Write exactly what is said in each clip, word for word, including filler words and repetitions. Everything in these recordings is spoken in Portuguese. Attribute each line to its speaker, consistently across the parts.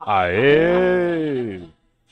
Speaker 1: Aê!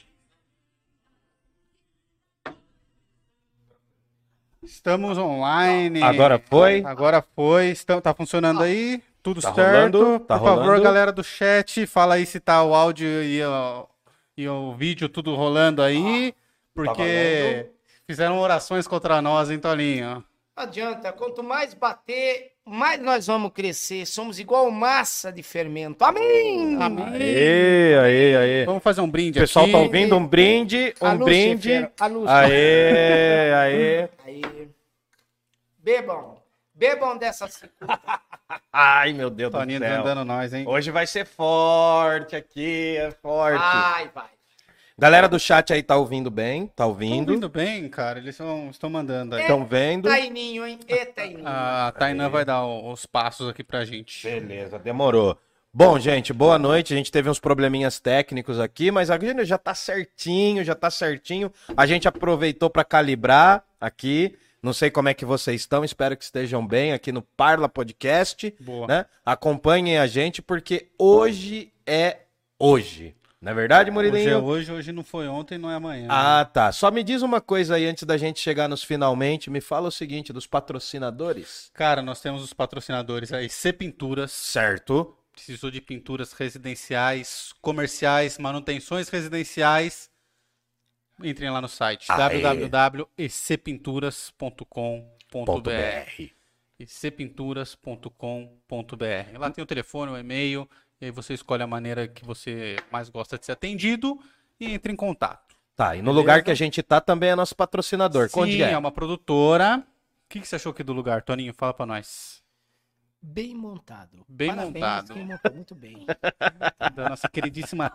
Speaker 2: Estamos online.
Speaker 1: Agora foi?
Speaker 2: Agora foi. Estão, tá funcionando aí? Tudo
Speaker 1: Tá
Speaker 2: certo?
Speaker 1: rolando, tá
Speaker 2: Por favor,
Speaker 1: rolando.
Speaker 2: galera do chat, fala aí se tá o áudio e o, e o vídeo tudo rolando aí. Porque fizeram orações contra nós, hein, Tolinho?
Speaker 3: Não adianta, quanto mais bater, mais nós vamos crescer. Somos igual massa de fermento. Amém!
Speaker 2: Amém.
Speaker 1: Aê, aê, aê.
Speaker 2: Vamos fazer um brinde
Speaker 1: O pessoal
Speaker 2: aqui.
Speaker 1: tá ouvindo um brinde,
Speaker 3: A
Speaker 1: um
Speaker 3: luz,
Speaker 1: brinde.
Speaker 3: chefe, a luz.
Speaker 1: Aê, aê.
Speaker 3: Aí. Bebam. Bebam dessa cicuta.
Speaker 1: Ai, meu Deus do
Speaker 2: Toninho
Speaker 1: céu.
Speaker 2: desandando nós, hein?
Speaker 1: Hoje vai ser forte aqui, é forte.
Speaker 3: Vai, vai.
Speaker 1: Galera do chat aí tá ouvindo bem? Tá
Speaker 2: Estão
Speaker 1: ouvindo?
Speaker 2: ouvindo bem, cara. Eles tão, estão mandando aí.
Speaker 1: Estão vendo?
Speaker 3: Taininho, hein? E Taininho.
Speaker 2: A Tainã vai dar o- os passos aqui pra gente.
Speaker 1: Beleza, demorou. Bom, gente, boa noite. A gente teve uns probleminhas técnicos aqui, mas a gente já tá certinho, já tá certinho. A gente aproveitou para calibrar aqui. Não sei como é que vocês estão, espero que estejam bem aqui no Parla Podcast.
Speaker 2: Boa.
Speaker 1: Né? Acompanhem a gente, porque hoje é hoje. Não é verdade, Murilinho?
Speaker 2: Hoje é hoje, hoje não foi ontem, não é amanhã.
Speaker 1: Ah, tá. Só me diz uma coisa aí antes da gente chegar nos finalmente. Me fala o seguinte, dos patrocinadores.
Speaker 2: Cara, nós temos os patrocinadores aí, C Pinturas.
Speaker 1: Certo.
Speaker 2: Precisou de pinturas residenciais, comerciais, manutenções residenciais. Entrem lá no site
Speaker 1: Aê.
Speaker 2: w w w ponto e c pinturas ponto com ponto
Speaker 1: Ponto
Speaker 2: b
Speaker 1: B
Speaker 2: r
Speaker 1: R.
Speaker 2: e c pinturas ponto com ponto b r. Lá tem o telefone, o e-mail, e aí você escolhe a maneira que você mais gosta de ser atendido e entre em contato.
Speaker 1: Tá, e no
Speaker 2: Beleza?
Speaker 1: lugar que a gente tá também é nosso patrocinador.
Speaker 2: Sim,
Speaker 1: Onde é?
Speaker 2: é uma produtora. O que, que você achou aqui do lugar, Toninho? Fala pra nós.
Speaker 3: Bem montado.
Speaker 2: Bem
Speaker 3: Parabéns,
Speaker 2: montado.
Speaker 3: quem montou muito bem.
Speaker 2: Da nossa queridíssima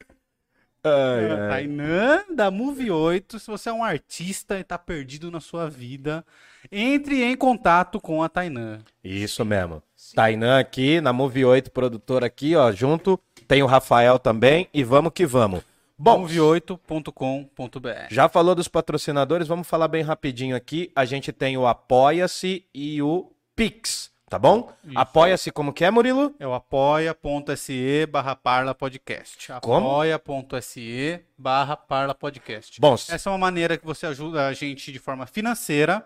Speaker 1: Ai, ai.
Speaker 2: Tainã, da Move oito. Se você é um artista e tá perdido na sua vida, entre em contato com a Tainã.
Speaker 1: Isso mesmo. Tainã aqui, na Move oito, produtora aqui, ó, junto. Tem o Rafael também e vamos que vamos. Bom,
Speaker 2: move oito ponto com ponto b r.
Speaker 1: já falou dos patrocinadores, vamos falar bem rapidinho aqui. A gente tem o Apoia-se e o Pix, tá bom?
Speaker 2: Isso.
Speaker 1: Apoia-se como que é, Murilo?
Speaker 2: É o apoia.se barra Parla Podcast.
Speaker 1: Como?
Speaker 2: apoia.se barra Parla Podcast.
Speaker 1: Bom,
Speaker 2: Essa é uma maneira que você ajuda a gente de forma financeira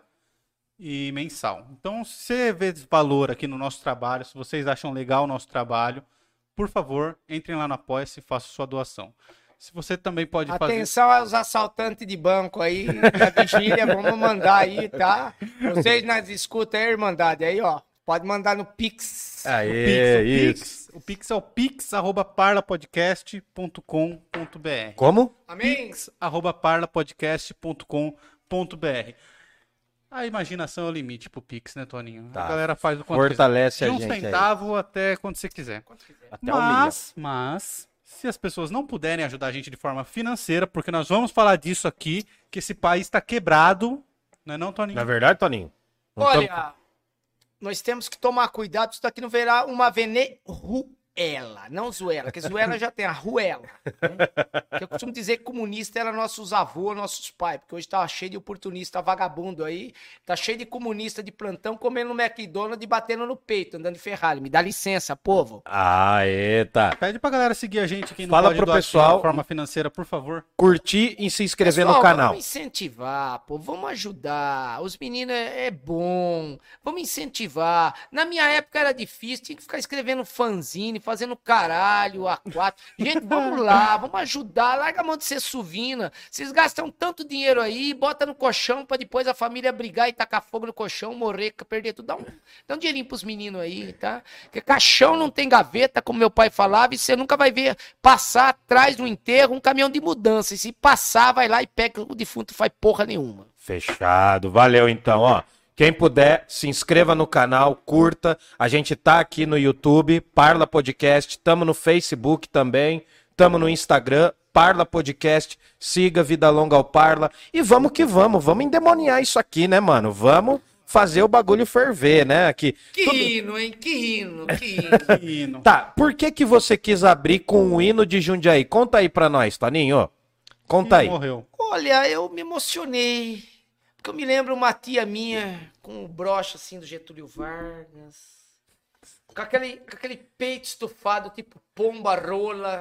Speaker 2: e mensal. Então, se você vê valor aqui no nosso trabalho, se vocês acham legal o nosso trabalho, por favor, entrem lá no Apoia-se e façam sua doação. Se você também pode fazer...
Speaker 3: Atenção aos assaltantes de banco aí, da vigília, vamos mandar aí, tá? Vocês nas escutas aí, Irmandade, aí, ó. Pode mandar no Pix.
Speaker 1: Aê,
Speaker 2: o Pix,
Speaker 1: isso.
Speaker 2: o Pix é o pix arroba parlapodcast ponto com ponto b r.
Speaker 1: Como?
Speaker 3: Amém?
Speaker 2: pix arroba parlapodcast ponto com ponto b r. A imaginação é o limite pro Pix, né, Toninho?
Speaker 1: Tá.
Speaker 2: A galera faz o quanto
Speaker 1: Fortalece
Speaker 2: quiser.
Speaker 1: a
Speaker 2: De um
Speaker 1: gente aí.
Speaker 2: centavo até quando você quiser.
Speaker 1: Até um milhão.
Speaker 2: Mas, mas, se as pessoas não puderem ajudar a gente de forma financeira, porque nós vamos falar disso aqui, que esse país está quebrado, não é não, Toninho?
Speaker 1: Na verdade, Toninho? Não
Speaker 3: Olha,
Speaker 1: tamo-
Speaker 3: nós temos que tomar cuidado, isso daqui não verá uma veneruela, não zuela, porque zuela já tem a ruela. Né? Que eu costumo dizer que comunista era nossos avôs, nossos pais, porque hoje tá cheio de oportunista vagabundo aí, tá cheio de comunista de plantão comendo no McDonald's e batendo no peito, andando de Ferrari. Me dá licença, povo.
Speaker 1: Ah, eita.
Speaker 2: Pede pra galera seguir a gente aqui no
Speaker 1: Fala
Speaker 2: Pode
Speaker 1: pro
Speaker 2: Doar
Speaker 1: pessoal-
Speaker 2: de forma financeira, por favor.
Speaker 1: Curtir e se inscrever
Speaker 3: Pessoal,
Speaker 1: no canal.
Speaker 3: Vamos incentivar, pô, vamos ajudar. Os meninos é, é bom, vamos incentivar. Na minha época era difícil, tinha que ficar escrevendo fanzine, fazendo caralho, A quatro. Gente, vamos lá, vamos ajudar. Larga a mão de ser suvina. Vocês gastam tanto dinheiro aí, bota no colchão pra depois a família brigar e tacar fogo no colchão, morrer, perder tudo. Dá um, dá um dinheirinho pros meninos aí, tá? Porque caixão não tem gaveta, como meu pai falava, e você nunca vai ver passar atrás do enterro um caminhão de mudança. E se passar, vai lá e pega o defunto, faz porra nenhuma.
Speaker 1: Fechado. Valeu então, ó. Quem puder, se inscreva no canal, curta. A gente tá aqui no YouTube, Parla Podcast, tamo no Facebook também, tamo no Instagram, Parla Podcast, siga Vida Longa ao Parla e vamos que vamos, vamos endemoniar isso aqui, né, mano? Vamos fazer o bagulho ferver, né? Aqui.
Speaker 3: Que
Speaker 1: Tudo-
Speaker 3: hino, hein? Que hino, que hino.
Speaker 2: Hino.
Speaker 1: Tá, por que que você quis abrir com o hino de Jundiaí? Conta aí pra nós, Toninho. Conta aí.
Speaker 2: Morreu.
Speaker 3: Olha, eu me emocionei. Porque eu me lembro uma tia minha com o broche assim do Getúlio Vargas. Com aquele, com aquele peito estufado, tipo pomba rola.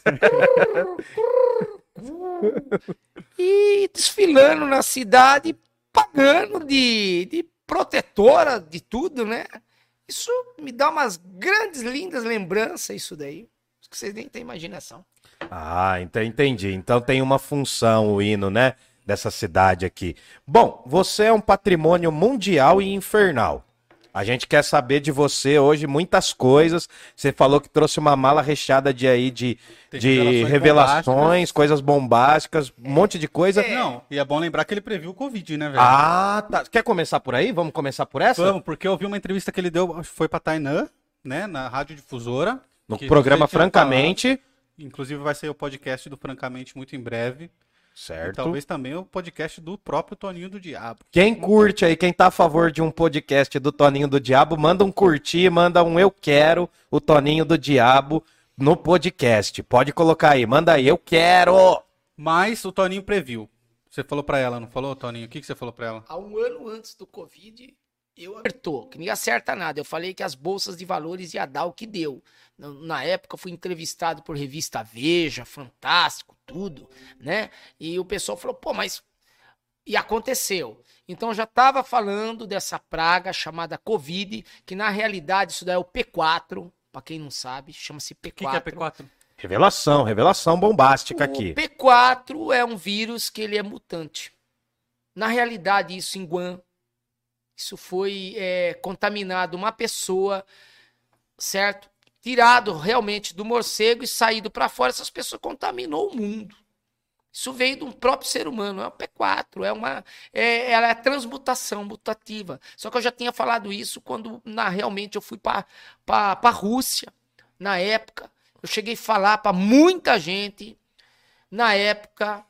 Speaker 3: E desfilando na cidade, pagando de, de protetora de tudo, né? Isso me dá umas grandes, lindas lembranças, isso daí. Que vocês nem têm imaginação.
Speaker 1: Ah, então entendi. Então tem uma função o hino, né? Dessa cidade aqui. Bom, você é um patrimônio mundial e infernal. A gente quer saber de você hoje muitas coisas. Você falou que trouxe uma mala recheada de aí de, de
Speaker 2: revelações
Speaker 1: revelações,
Speaker 2: bombásticas.
Speaker 1: coisas bombásticas, um monte de coisa.
Speaker 2: Não, e é bom lembrar que ele previu o Covid, né, velho?
Speaker 1: Ah, tá. Quer começar por aí? Vamos começar por essa?
Speaker 2: Vamos, porque eu vi uma entrevista que ele deu, acho que foi pra Tainã, né, na Rádio Difusora.
Speaker 1: No
Speaker 2: que
Speaker 1: programa
Speaker 2: você tinha
Speaker 1: Francamente.
Speaker 2: falado. Inclusive vai ser o podcast do Francamente muito em breve. E
Speaker 1: Certo.
Speaker 2: talvez também o podcast do próprio Toninho do Diabo.
Speaker 1: Quem curte aí, quem tá a favor de um podcast do Toninho do Diabo, manda um curtir, manda um eu quero o Toninho do Diabo no podcast. Pode colocar aí, manda aí, eu quero!
Speaker 2: Mas o Toninho previu. Você falou pra ela, não falou, Toninho? O que, que você falou pra ela?
Speaker 3: Há um ano antes do Covid, eu acertou, que ninguém acerta nada. Eu falei que as bolsas de valores ia dar o que deu. Na- Na época, eu fui entrevistado por revista Veja, Fantástico, tudo, né? E o pessoal falou, pô, mas... E aconteceu. Então, eu já estava falando dessa praga chamada Covid, que na realidade isso daí é o P quatro, para quem não sabe, chama-se P
Speaker 2: O que,
Speaker 3: quatro.
Speaker 2: que é P quatro?
Speaker 1: Revelação, revelação bombástica aqui.
Speaker 3: O P quatro é um vírus que ele é mutante. Na realidade, isso em Wuhan, isso foi é, contaminado uma pessoa, certo? Tirado realmente do morcego e saído para fora, essas pessoas contaminou o mundo. Isso veio de um próprio ser humano, é o P quatro, é uma, é, ela é transmutação mutativa. Só que eu já tinha falado isso quando na, realmente eu fui para a Rússia, na época. Eu cheguei a falar para muita gente, na época,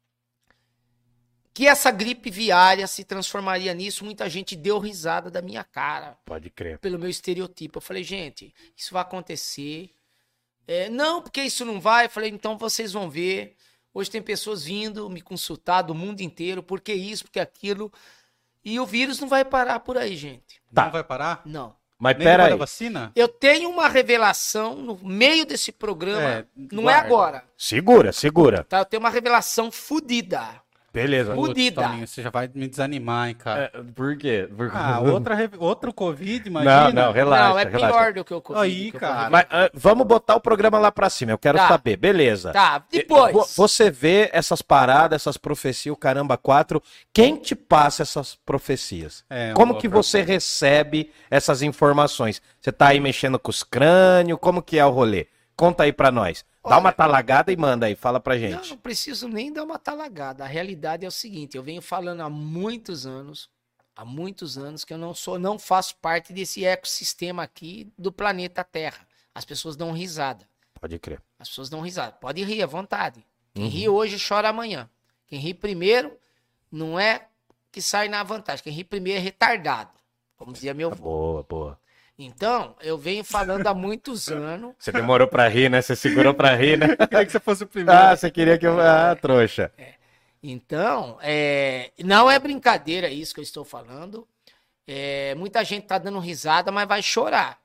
Speaker 3: que essa gripe viária se transformaria nisso. Muita gente deu risada da minha cara,
Speaker 1: Pode crer.
Speaker 3: pelo meu estereotipo. Eu falei, gente, isso vai acontecer. É, não, porque isso não vai. Eu falei, então vocês vão ver. Hoje tem pessoas vindo me consultar do mundo inteiro, por que isso, por que aquilo. E o vírus não vai parar por aí, gente.
Speaker 1: Tá.
Speaker 2: Não vai parar?
Speaker 3: Não.
Speaker 1: Mas
Speaker 2: Nem depois
Speaker 1: pera
Speaker 2: da
Speaker 1: aí.
Speaker 2: vacina?
Speaker 3: Eu tenho uma não no meio desse programa.
Speaker 2: É,
Speaker 3: não é
Speaker 2: guarda.
Speaker 3: agora,
Speaker 1: Segura, segura.
Speaker 3: tá? Eu tenho uma revelação fodida.
Speaker 1: Beleza.
Speaker 3: Putz. Fudida.
Speaker 2: Toninho, você já vai me desanimar, hein, cara.
Speaker 1: É, por quê? Por...
Speaker 2: Ah, outra, rev- outro Covid, imagina.
Speaker 1: Não, não, relaxa,
Speaker 3: não, é
Speaker 1: relaxa.
Speaker 3: pior do que o Covid.
Speaker 2: Aí,
Speaker 3: que eu
Speaker 2: cara.
Speaker 3: Covid.
Speaker 1: Mas ah, vamos botar o programa lá pra cima, eu quero
Speaker 3: Tá.
Speaker 1: saber, beleza.
Speaker 3: Tá, depois.
Speaker 1: Vo- Você vê essas paradas, essas profecias, o caramba quatro, quem te passa essas profecias?
Speaker 2: É, uma
Speaker 1: Como
Speaker 2: boa
Speaker 1: que você recebe essas informações? Você tá aí mexendo com os crânios, como que é o rolê? Conta aí pra nós. Dá
Speaker 3: Olha-
Speaker 1: uma talagada e manda aí, fala pra
Speaker 3: Não,
Speaker 1: gente.
Speaker 3: não preciso nem dar uma talagada. A realidade é o seguinte, eu venho falando há muitos anos, há muitos anos que eu não sou, não faço parte desse ecossistema aqui do planeta Terra. As pessoas dão risada.
Speaker 1: Pode crer.
Speaker 3: As pessoas dão risada. Pode rir à vontade. Quem
Speaker 1: Uhum.
Speaker 3: ri hoje chora amanhã. Quem ri primeiro não é que sai na vantagem. Quem ri primeiro é retardado. Como dizia meu avô.
Speaker 1: Boa, boa.
Speaker 3: Então, eu venho falando há muitos anos.
Speaker 1: Você demorou pra rir, né? Você segurou pra rir, né?
Speaker 2: Eu queria que você fosse o primeiro.
Speaker 1: Ah, você queria que eu... Ah, trouxa.
Speaker 3: Então, é, não é brincadeira isso que eu estou falando. É, muita gente tá dando risada, mas vai chorar.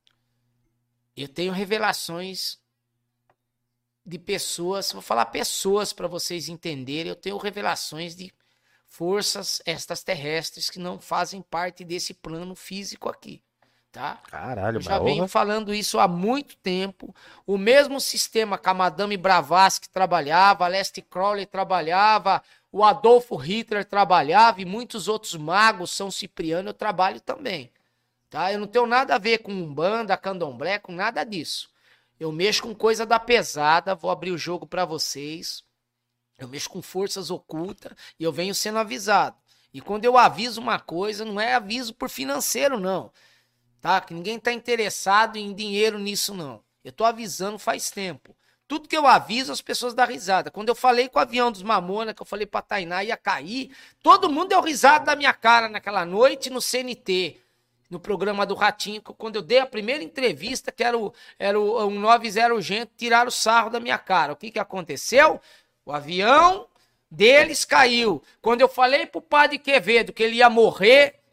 Speaker 3: Eu tenho revelações de pessoas, vou falar pessoas para vocês entenderem. Eu tenho revelações de forças extraterrestres que não fazem parte desse plano físico aqui, tá?
Speaker 1: Caralho,
Speaker 3: Eu já
Speaker 1: mas
Speaker 3: venho
Speaker 1: honra.
Speaker 3: falando isso há muito tempo. O mesmo sistema que a Madame Blavatsky trabalhava, a Aleister Crowley trabalhava, o Adolfo Hitler trabalhava e muitos outros magos, São Cipriano, eu trabalho também. Tá? Eu não tenho nada a ver com Umbanda, Candomblé, com nada disso. Eu mexo com coisa da pesada, vou abrir o jogo para vocês. Eu mexo com forças ocultas e eu venho sendo avisado. E quando eu aviso uma coisa, não é aviso por financeiro, não. Tá? Que ninguém tá interessado em dinheiro nisso, não. Eu tô avisando faz tempo. Tudo que eu aviso, as pessoas dão risada. Quando eu falei com o avião dos Mamona, que eu falei pra Tainá ia cair, todo mundo deu risada da minha cara naquela noite no C N T, no programa do Ratinho, que quando eu dei a primeira entrevista, que era o, era o um nove zero urgente, tiraram o sarro da minha cara. O que que aconteceu? O avião deles caiu. Quando eu falei pro padre Quevedo que ele ia morrer,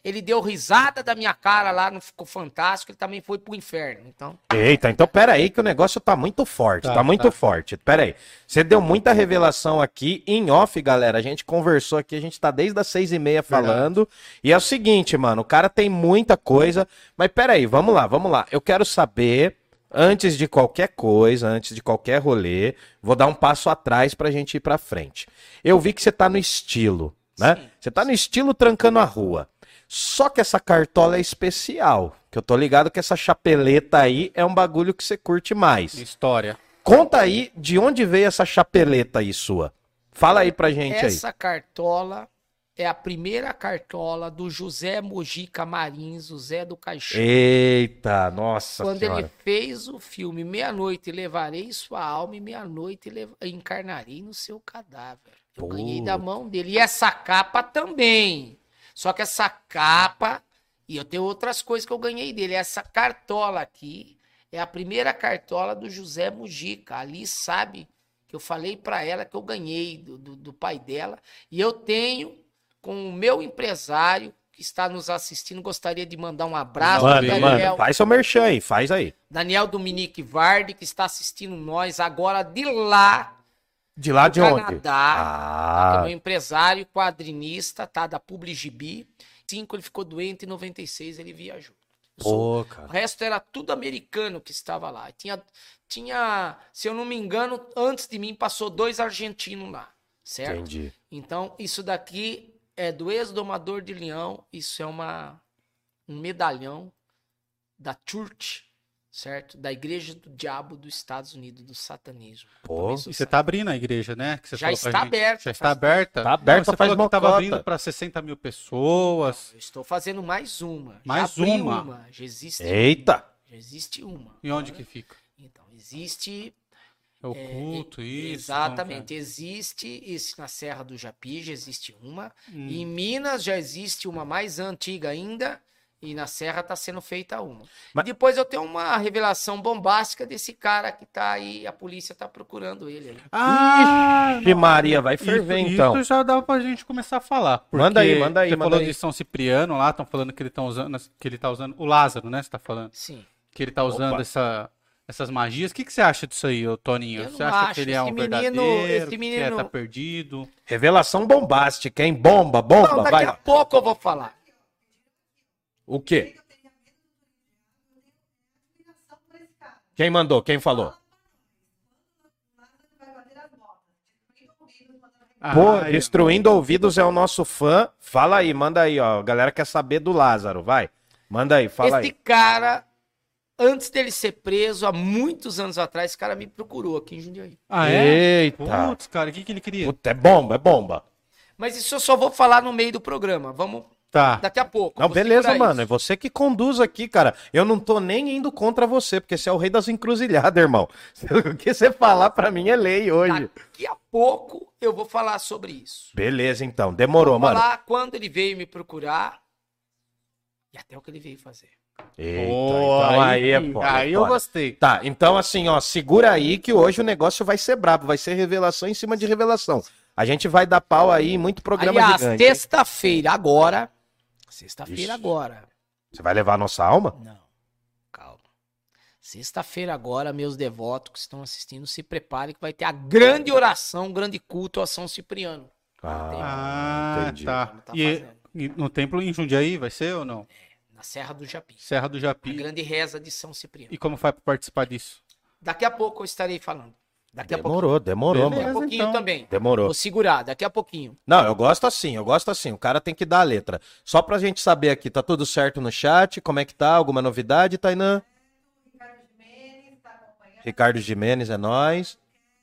Speaker 3: ele deu risada da minha cara lá, não ficou fantástico, ele também foi pro inferno. Então,
Speaker 1: Eita, então pera aí que o negócio tá muito forte, tá,
Speaker 2: Tá,
Speaker 1: muito
Speaker 2: tá.
Speaker 1: forte. Pera aí. Você deu muita revelação aqui, em off, galera, a gente conversou aqui, a gente tá desde as seis e meia falando, e é o seguinte, mano, o cara tem muita coisa, mas pera aí, vamos lá, vamos lá. Eu quero saber, antes de qualquer coisa, antes de qualquer rolê, vou dar um passo atrás pra gente ir pra frente. Eu vi que você tá no estilo, né?
Speaker 3: Sim.
Speaker 1: Você tá no estilo trancando a rua. Só que essa cartola é especial, que eu tô ligado que essa chapeleta aí é um bagulho que você curte mais.
Speaker 2: História.
Speaker 1: Conta aí de onde veio essa chapeleta aí sua. Fala aí pra gente
Speaker 3: essa cartola é a primeira cartola do José Mojica Marins, o Zé do Caixão.
Speaker 1: aí. Eita, nossa
Speaker 3: Quando
Speaker 1: senhora.
Speaker 3: ele fez o filme Meia-Noite Levarei Sua Alma e Meia-Noite lev... Encarnarei no Seu Cadáver. Eu
Speaker 1: Pô.
Speaker 3: ganhei da mão dele. E essa capa também. Só que essa capa, e eu tenho outras coisas que eu ganhei dele. Essa cartola aqui é a primeira cartola do José Mujica. Ali sabe que eu falei pra ela que eu ganhei do, do, do pai dela. E eu tenho com o meu empresário que está nos assistindo. Gostaria de mandar um abraço.
Speaker 1: Manda,
Speaker 3: Daniel,
Speaker 1: manda, faz seu merchan aí, faz aí.
Speaker 3: Daniel Dominique Vardi, que está assistindo nós agora de lá.
Speaker 1: De lá de onde?
Speaker 3: Canadá, que é
Speaker 1: Ah,
Speaker 3: meu empresário, quadrinista, tá? Da Publigibi. Cinco, ele ficou doente, em noventa e seis ele viajou. Eu sou-
Speaker 1: pô,
Speaker 3: O
Speaker 1: cara.
Speaker 3: resto era tudo americano que estava lá. Tinha, tinha, se eu não me engano, antes de mim passou dois argentinos lá, certo?
Speaker 1: Entendi.
Speaker 3: Então, isso daqui é do ex-domador de leão, isso é uma, um medalhão da Church, certo? Da Igreja do Diabo dos Estados Unidos, do satanismo.
Speaker 1: Pô,
Speaker 3: Talvez
Speaker 2: E você tá abrindo a igreja, né? Que você
Speaker 3: Já
Speaker 2: falou pra
Speaker 3: está
Speaker 2: gente.
Speaker 3: aberta,
Speaker 2: Já está
Speaker 3: faz-
Speaker 2: aberta?
Speaker 1: Tá aberta,
Speaker 2: Não, você
Speaker 1: faz
Speaker 2: falou que tava
Speaker 1: mocota.
Speaker 2: abrindo para sessenta mil pessoas.
Speaker 3: Eu estou fazendo mais uma. Já
Speaker 2: Mais
Speaker 3: abri
Speaker 2: uma?
Speaker 3: Já existe
Speaker 1: Eita.
Speaker 3: Já existe uma.
Speaker 2: E onde que fica?
Speaker 3: Então, existe.
Speaker 2: É o culto,
Speaker 3: é,
Speaker 2: isso.
Speaker 3: Exatamente. Existe isso na Serra do Japi, já existe uma.
Speaker 2: Hum.
Speaker 3: E em Minas já existe uma mais antiga ainda. E na Serra está sendo feita uma.
Speaker 1: Mas-
Speaker 3: E depois eu tenho uma revelação bombástica desse cara que tá aí, a polícia tá procurando ele aí.
Speaker 2: Ah,
Speaker 1: Ixi, Maria, vai ferver
Speaker 2: isso,
Speaker 1: então.
Speaker 2: Isso já dá pra gente começar a falar. porque
Speaker 1: Manda aí, manda aí,
Speaker 2: Você
Speaker 1: manda
Speaker 2: falou
Speaker 1: aí.
Speaker 2: de São Cipriano lá, estão falando que ele, tá usando, que ele tá usando. O Lázaro, né? Você tá falando?
Speaker 3: Sim.
Speaker 2: Que ele tá usando
Speaker 1: Opa.
Speaker 2: essa, essas magias. O que, que você acha disso aí, ô Toninho?
Speaker 3: Eu
Speaker 2: Você
Speaker 3: não
Speaker 2: acha
Speaker 3: acho.
Speaker 2: que ele é
Speaker 3: Esse
Speaker 2: um
Speaker 3: menino-
Speaker 2: verdadeiro?
Speaker 3: esse
Speaker 2: Que é,
Speaker 3: menino-
Speaker 2: tá perdido?
Speaker 1: Revelação bombástica, hein? Bomba, bomba,
Speaker 3: Então, daqui
Speaker 1: vai
Speaker 3: a
Speaker 1: lá.
Speaker 3: pouco eu vou falar.
Speaker 1: O quê? Quem mandou? Quem falou? Pô,
Speaker 2: Ah,
Speaker 1: Destruindo Ouvidos é o nosso fã. Fala aí, manda aí, ó. A galera quer saber do Lázaro, vai. Manda aí, fala
Speaker 3: Esse
Speaker 1: aí.
Speaker 3: cara, antes dele ser preso, há muitos anos atrás, esse cara me procurou aqui em Jundiaí.
Speaker 2: Ah, é?
Speaker 1: Eita.
Speaker 2: Putz, cara, o que, que ele queria?
Speaker 1: Puta, é bomba, é bomba.
Speaker 3: Mas isso eu só vou falar no meio do programa. Vamos
Speaker 2: Tá.
Speaker 3: daqui a pouco.
Speaker 1: Não,
Speaker 3: Vou
Speaker 1: beleza,
Speaker 3: segurar
Speaker 1: mano. É
Speaker 3: isso.
Speaker 1: você que conduz aqui, cara. Eu não tô nem indo contra você, porque você é o rei das encruzilhadas, irmão. O que você falar pra mim é lei hoje.
Speaker 3: Daqui a pouco eu vou falar sobre isso.
Speaker 1: Beleza, então. Demorou,
Speaker 3: Vou
Speaker 1: mano.
Speaker 3: falar quando ele veio me procurar e até o que ele veio fazer.
Speaker 1: Eita,
Speaker 2: Pô,
Speaker 1: então aí, é foda.
Speaker 2: aí
Speaker 1: é
Speaker 2: eu
Speaker 1: foda.
Speaker 2: gostei.
Speaker 1: Tá, então assim, ó, segura aí que hoje o negócio vai ser brabo, vai ser revelação em cima de revelação. A gente vai dar pau aí em muito programa
Speaker 3: Aliás,
Speaker 1: gigante. hein?
Speaker 3: sexta-feira agora. Sexta-feira
Speaker 1: Ixi.
Speaker 3: agora.
Speaker 1: Você vai levar a nossa alma?
Speaker 3: Não, calma. Sexta-feira agora, meus devotos que estão assistindo, se preparem que vai ter a grande oração, grande culto a São Cipriano.
Speaker 1: Ah,
Speaker 2: Ah,
Speaker 1: entendi.
Speaker 2: tá.
Speaker 3: Vamos tá
Speaker 2: E,
Speaker 3: fazendo.
Speaker 2: e no templo em Jundiaí vai ser ou não?
Speaker 3: Na Serra do Japi.
Speaker 2: Serra do
Speaker 3: A
Speaker 2: Japi.
Speaker 3: grande reza de São Cipriano.
Speaker 2: E como faz pra participar disso?
Speaker 3: Daqui a pouco eu estarei falando. Daqui a pouquinho.
Speaker 1: Demorou, demorou,
Speaker 2: Beleza.
Speaker 3: Daqui a
Speaker 1: mano.
Speaker 3: pouquinho
Speaker 2: então.
Speaker 3: também.
Speaker 1: Demorou.
Speaker 3: Vou segurar, daqui a pouquinho.
Speaker 1: Não, eu gosto assim, eu gosto assim. O cara tem que dar a letra. Só pra gente saber aqui, tá tudo certo no chat? Como é que tá? Alguma novidade, Tainã? Ricardo Jimenez é nós.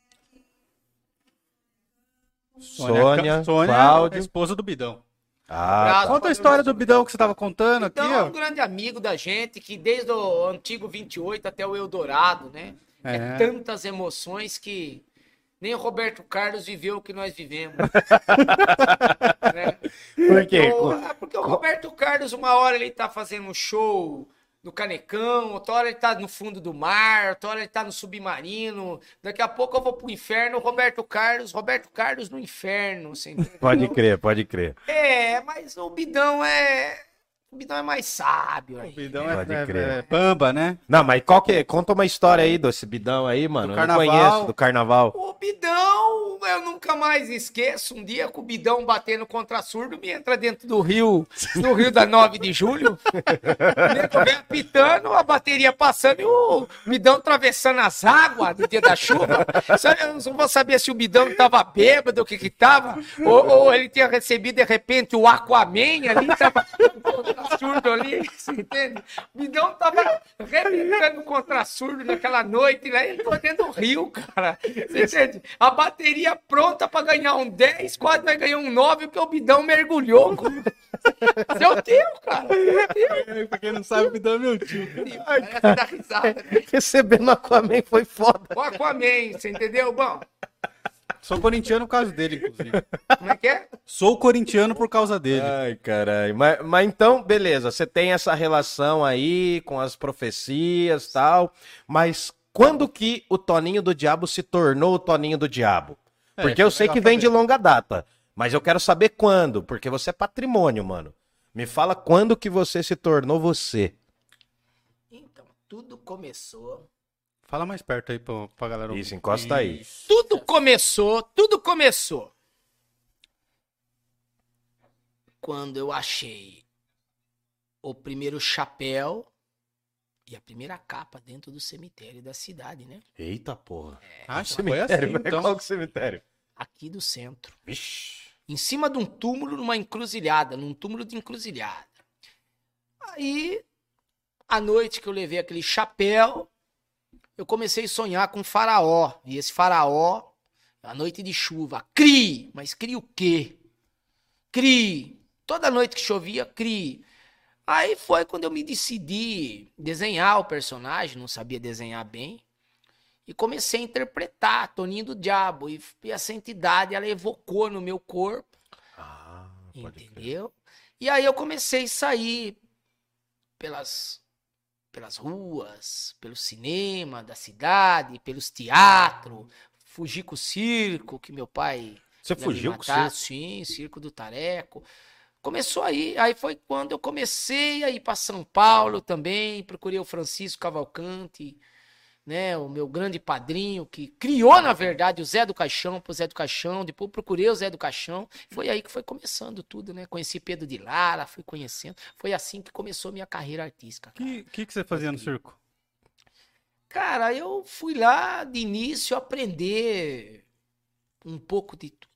Speaker 1: Sônia,
Speaker 2: Sônia,
Speaker 1: Cláudio.
Speaker 2: a esposa do Bidão.
Speaker 1: Ah,
Speaker 3: Abraço.
Speaker 1: tá.
Speaker 2: Conta a história do Bidão que você tava contando aqui,
Speaker 3: Então, é um
Speaker 2: ó.
Speaker 3: grande amigo da gente, que desde o antigo vinte e oito até o Eldorado, né? É,
Speaker 2: É.
Speaker 3: tantas emoções que nem o Roberto Carlos viveu o que nós vivemos. Né?
Speaker 1: Por quê?
Speaker 3: Então, é porque o Roberto Carlos, uma hora ele tá fazendo um show no Canecão, outra hora ele tá no fundo do mar, outra hora ele tá no submarino. Daqui a pouco eu vou pro inferno, Roberto Carlos, Roberto Carlos no inferno. Assim,
Speaker 1: Pode crer, pode crer.
Speaker 3: é, mas o Bidão é. O Bidão é mais sábio.
Speaker 2: O
Speaker 3: Aí.
Speaker 2: Bidão é,
Speaker 1: Pode
Speaker 2: é,
Speaker 1: crer.
Speaker 2: é Pamba, né?
Speaker 1: Não, mas qual que... Conta uma história aí desse Bidão aí, mano.
Speaker 2: Do
Speaker 1: Eu não
Speaker 2: carnaval.
Speaker 1: conheço, do carnaval.
Speaker 3: O Bidão, eu nunca mais esqueço. Um dia com o Bidão batendo contra surdo, me entra dentro do rio, no rio da nove de julho. O nego vem apitando, a bateria passando e o Bidão atravessando as águas no dia da chuva. Sabe, eu não vou saber se o Bidão tava bêbado, o que que tava, ou, ou ele tinha recebido de repente o Aquaman ali, tava contra surdo ali, você entende? O Bidão tava arrebentando contra surdo naquela noite, lá ele ficou dentro do rio, cara. Você entende? A bateria pronta pra ganhar um dez, quase vai ganhar um nove, porque o Bidão mergulhou. Seu tio, cara. Seu tio.
Speaker 2: Pra quem não sabe, o Bidão é meu tio.
Speaker 3: Essa da risada. Né?
Speaker 1: Recebendo Aquaman foi foda.
Speaker 3: O Aquaman, você entendeu? Bom,
Speaker 2: Sou corintiano por causa dele, inclusive.
Speaker 3: como é que é?
Speaker 2: Sou corintiano por causa dele.
Speaker 1: Ai, caralho. Mas, mas então, beleza, você tem essa relação aí com as profecias e tal, mas quando que o Toninho do Diabo se tornou o Toninho do Diabo?
Speaker 2: É,
Speaker 1: Porque eu
Speaker 2: isso é
Speaker 1: sei
Speaker 2: legal
Speaker 1: que vem de
Speaker 2: saber.
Speaker 1: longa data, mas eu quero saber quando, porque você é patrimônio, mano. Me fala quando que você se tornou você.
Speaker 3: Então, tudo começou.
Speaker 2: Fala mais perto aí pra, pra galera ouvir.
Speaker 1: Isso, encosta aí.
Speaker 2: Isso.
Speaker 3: Tudo começou, tudo começou. Quando eu achei o primeiro chapéu e a primeira capa dentro do cemitério da cidade, né?
Speaker 1: Eita porra.
Speaker 2: Ah,
Speaker 1: Que
Speaker 2: foi assim,
Speaker 1: velho?
Speaker 2: então.
Speaker 1: Qual que cemitério?
Speaker 3: Aqui do centro.
Speaker 1: Vixe.
Speaker 3: Em cima de um túmulo, numa encruzilhada, num túmulo de encruzilhada. Aí, à noite que eu levei aquele chapéu, eu comecei a sonhar com um faraó. E esse faraó, a noite de chuva, crie! Mas crie o quê? Crie! Toda noite que chovia, crie. Aí foi quando eu me decidi desenhar o personagem, não sabia desenhar bem. E comecei a interpretar Toninho do Diabo. E, e essa entidade, ela evocou no meu corpo.
Speaker 1: Ah, pode crer.
Speaker 3: Entendeu? E aí eu comecei a sair pelas, pelas ruas, pelo cinema da cidade, pelos teatros, fugir com o circo, que meu pai...
Speaker 1: Você
Speaker 3: ia me
Speaker 1: fugiu com o
Speaker 3: matar.
Speaker 1: circo?
Speaker 3: Sim, circo do Tareco. Começou aí, aí foi quando eu comecei a ir para São Paulo também, procurei o Francisco Cavalcante, né, o meu grande padrinho, que criou, na verdade, o Zé do Caixão, pro Zé do Caixão, depois procurei o Zé do Caixão, foi aí que foi começando tudo, né, conheci Pedro de Lara, fui conhecendo, foi assim que começou minha carreira artística.
Speaker 2: O
Speaker 3: Cara.
Speaker 2: que, que, que você fazia no circo?
Speaker 3: Cara, eu fui lá de início aprender um pouco de tudo.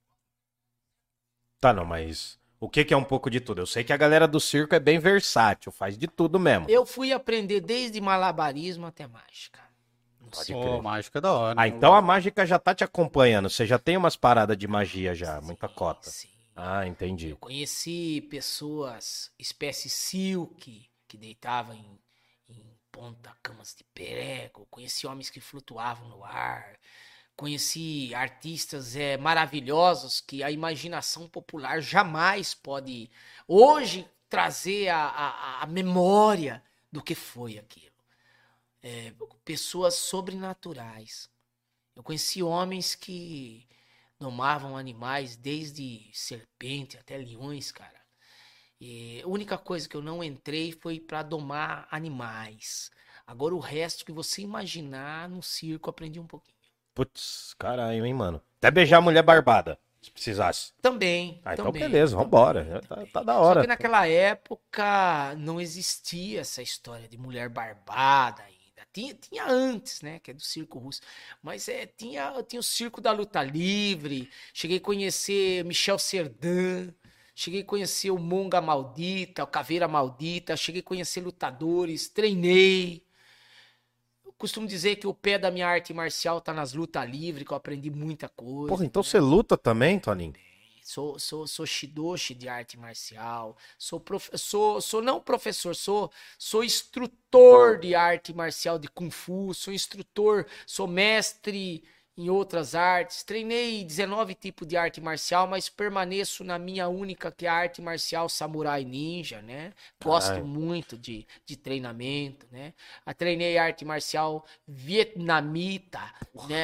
Speaker 1: Tá, não, mas o que que é um pouco de tudo? Eu sei que a galera do circo é bem versátil, faz de tudo mesmo.
Speaker 3: Eu fui aprender desde malabarismo até mágica. Não
Speaker 1: Pode
Speaker 3: sei.
Speaker 1: crer.
Speaker 2: Ô, mágica é da hora.
Speaker 1: Ah, então a mágica já tá te acompanhando. Você já tem umas paradas de magia já, muita cota.
Speaker 3: Sim.
Speaker 1: Ah, entendi.
Speaker 3: Eu conheci pessoas, espécie silk, que deitavam em, em ponta camas de prego. Conheci homens que flutuavam no ar. Conheci artistas é, maravilhosos que a imaginação popular jamais pode, hoje, trazer a, a, a memória do que foi aquilo. É, pessoas sobrenaturais. Eu conheci homens que domavam animais, desde serpente até leões, cara. E a única coisa que eu não entrei foi para domar animais. Agora o resto que você imaginar no circo, eu aprendi um pouquinho.
Speaker 1: Putz, caralho, hein, mano. Até beijar a mulher barbada, se precisasse.
Speaker 3: Também.
Speaker 1: Ah, então
Speaker 3: também,
Speaker 1: beleza,
Speaker 3: também,
Speaker 1: vambora. Tá,
Speaker 3: também.
Speaker 1: tá da
Speaker 3: Só
Speaker 1: hora.
Speaker 3: que naquela época não existia essa história de mulher barbada ainda. Tinha, tinha antes, né? Que é do circo russo. Mas é, tinha, tinha o circo da luta livre. Cheguei a conhecer Michel Serdan. Cheguei a conhecer o Monga Maldita, o Caveira Maldita. Cheguei a conhecer lutadores. Treinei. Eu costumo dizer que o pé da minha arte marcial tá nas lutas livres, que eu aprendi muita coisa.
Speaker 1: Porra, então
Speaker 3: né?
Speaker 1: você luta também, Toninho?
Speaker 3: Sou, sou, sou shidoshi de arte marcial, sou, prof, sou, sou não professor, sou, sou instrutor de arte marcial de Kung Fu, sou instrutor, sou mestre em outras artes, treinei dezenove tipos de arte marcial, mas permaneço na minha única, que é a arte marcial samurai ninja, né? Gosto
Speaker 1: Ai.
Speaker 3: muito de, de treinamento, né? A treinei arte marcial vietnamita, né?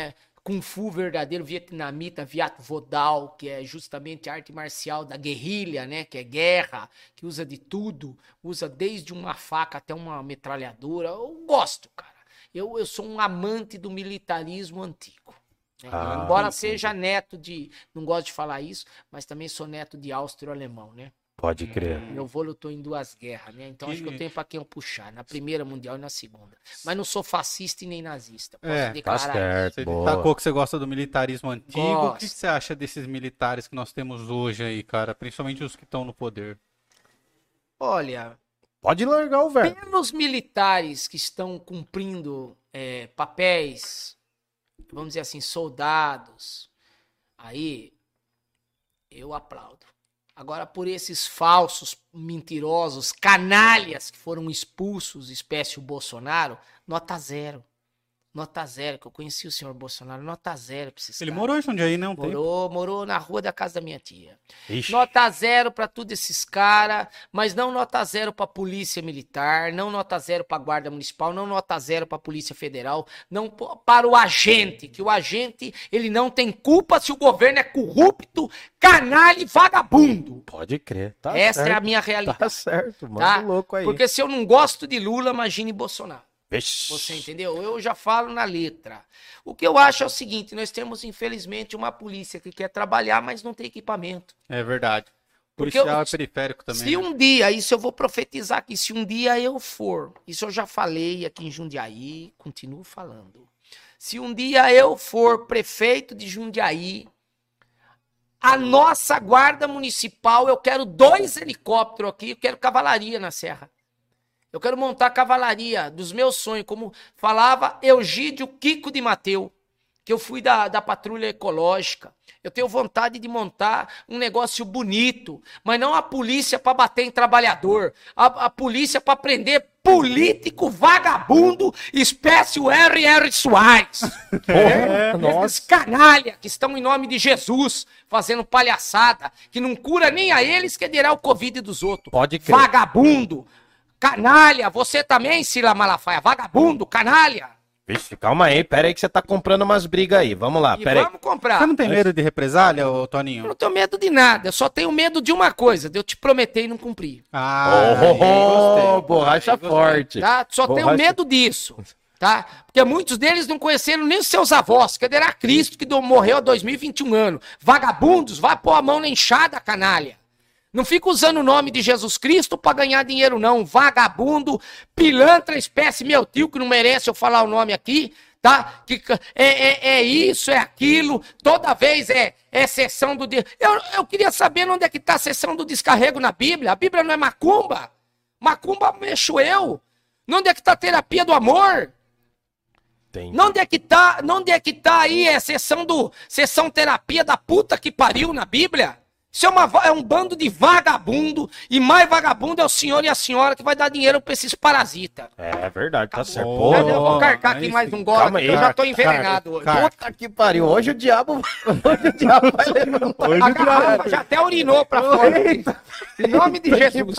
Speaker 3: Kung Fu verdadeiro, vietnamita, Viet Vo Dao, que é justamente a arte marcial da guerrilha, né? Que é guerra, que usa de tudo, usa desde uma faca até uma metralhadora. Eu gosto, cara. Eu, eu sou um amante do militarismo antigo. Né?
Speaker 1: Ah,
Speaker 3: Embora
Speaker 1: entendi.
Speaker 3: seja neto de... Não gosto de falar isso, mas também sou neto de austro-alemão, né?
Speaker 1: Pode crer.
Speaker 3: Meu avô lutou em duas guerras, né? Então acho que eu tenho pra quem eu puxar, na Primeira Mundial e na Segunda. Mas não sou fascista e nem nazista. Posso
Speaker 2: É,
Speaker 1: Tá
Speaker 3: declarar
Speaker 1: certo,
Speaker 2: Você
Speaker 1: boa.
Speaker 2: destacou que você gosta do militarismo antigo. O que
Speaker 3: Gosto.
Speaker 2: que você acha desses militares que nós temos hoje aí, cara? Principalmente os que estão no poder.
Speaker 3: Olha,
Speaker 1: Pode largar o verbo.
Speaker 3: pelos militares que estão cumprindo é, papéis, vamos dizer assim, soldados, aí eu aplaudo. Agora, por esses falsos, mentirosos, canalhas que foram expulsos, espécie o Bolsonaro, nota zero. Nota zero, que eu conheci o senhor Bolsonaro, nota zero pra esses
Speaker 2: Ele
Speaker 3: caras.
Speaker 2: morou em Jundiaí, não tem?
Speaker 3: Morou, morou na rua da casa da minha tia.
Speaker 1: Ixi.
Speaker 3: Nota zero pra todos esses caras, mas não nota zero pra polícia militar, não nota zero pra guarda municipal, não nota zero pra polícia federal, não p- para o agente, que o agente, ele não tem culpa se o governo é corrupto, canalha e vagabundo.
Speaker 1: Pode crer. Tá
Speaker 3: Essa
Speaker 1: certo.
Speaker 3: é a minha realidade.
Speaker 1: Tá certo, mano.
Speaker 3: Tá?
Speaker 1: Louco aí.
Speaker 3: Porque se eu não gosto de Lula, imagine Bolsonaro.
Speaker 1: Vixe.
Speaker 3: Você entendeu? Eu já falo na letra. O que eu acho é o seguinte, nós temos, infelizmente, uma polícia que quer trabalhar, mas não tem equipamento.
Speaker 2: É verdade.
Speaker 3: Porque
Speaker 2: Policial
Speaker 3: eu-
Speaker 2: é periférico também.
Speaker 3: Se
Speaker 2: né?
Speaker 3: um dia, isso eu vou profetizar aqui, se um dia eu for, isso eu já falei aqui em Jundiaí, continuo falando. Se um dia eu for prefeito de Jundiaí, a nossa guarda municipal, eu quero dois helicópteros aqui, eu quero cavalaria na serra. Eu quero montar cavalaria dos meus sonhos, como falava Eugídio Kiko de Mateu, que eu fui da, da patrulha ecológica. Eu tenho vontade de montar um negócio bonito, mas não a polícia para bater em trabalhador, a, a polícia para prender político vagabundo, espécie o R R. Soares.
Speaker 1: Porra,
Speaker 3: Esses
Speaker 1: nossa.
Speaker 3: canalha que estão em nome de Jesus fazendo palhaçada, que não cura nem a eles, que dirá o Covid dos outros.
Speaker 1: Pode crer.
Speaker 3: Vagabundo, canalha, você também, Sila Malafaia, vagabundo, canalha.
Speaker 1: Vixe, calma aí. Pera aí que você tá comprando umas brigas aí. Vamos lá,
Speaker 3: E
Speaker 1: pera aí.
Speaker 3: vamos comprar.
Speaker 2: Você não tem medo de represália, ô
Speaker 3: Eu
Speaker 2: Toninho?
Speaker 3: não tenho medo de nada, eu só tenho medo de uma coisa, de eu te prometer e não cumprir.
Speaker 2: Ah,
Speaker 1: Oh,
Speaker 2: aí, gostei.
Speaker 1: borracha
Speaker 2: Aí, gostei.
Speaker 1: forte.
Speaker 3: Tá? Só tenho
Speaker 1: Borracha-
Speaker 3: medo disso, tá? Porque muitos deles não conheceram nem os seus avós, que era Cristo que do- morreu há dois mil e vinte e um anos. Vagabundos, vai pôr a mão na enxada, canalha. Não fica usando o nome de Jesus Cristo pra ganhar dinheiro, não. Vagabundo, pilantra, espécie, meu tio, que não merece eu falar o nome aqui, tá? Que é, é, é isso, é aquilo, toda vez é, é sessão do... de- Eu, eu queria saber onde é que tá a sessão do descarrego na Bíblia. A Bíblia não é macumba? Macumba mexo eu. Onde é que tá a terapia do amor?
Speaker 1: Entendi.
Speaker 3: Onde é que tá, onde é que tá aí a sessão do sessão terapia da puta que pariu na Bíblia? Isso é, uma, va- é um bando de vagabundo, e mais vagabundo é o senhor e a senhora que vai dar dinheiro pra esses parasitas.
Speaker 1: É verdade, tá certo.
Speaker 2: Acabou.
Speaker 1: Porra,
Speaker 3: Eu já vou carcar
Speaker 2: aí
Speaker 3: aqui mais
Speaker 2: sim.
Speaker 3: um gole,
Speaker 1: Calma
Speaker 3: aqui,
Speaker 1: aí,
Speaker 3: eu já tô
Speaker 1: carca,
Speaker 3: envenenado hoje.
Speaker 2: carca.
Speaker 1: Puta que pariu. Hoje o diabo, hoje o diabo vai levantar.
Speaker 2: Hoje
Speaker 3: A
Speaker 2: o diabo-
Speaker 3: garrafa já até urinou pra fora. Em nome de Jesus.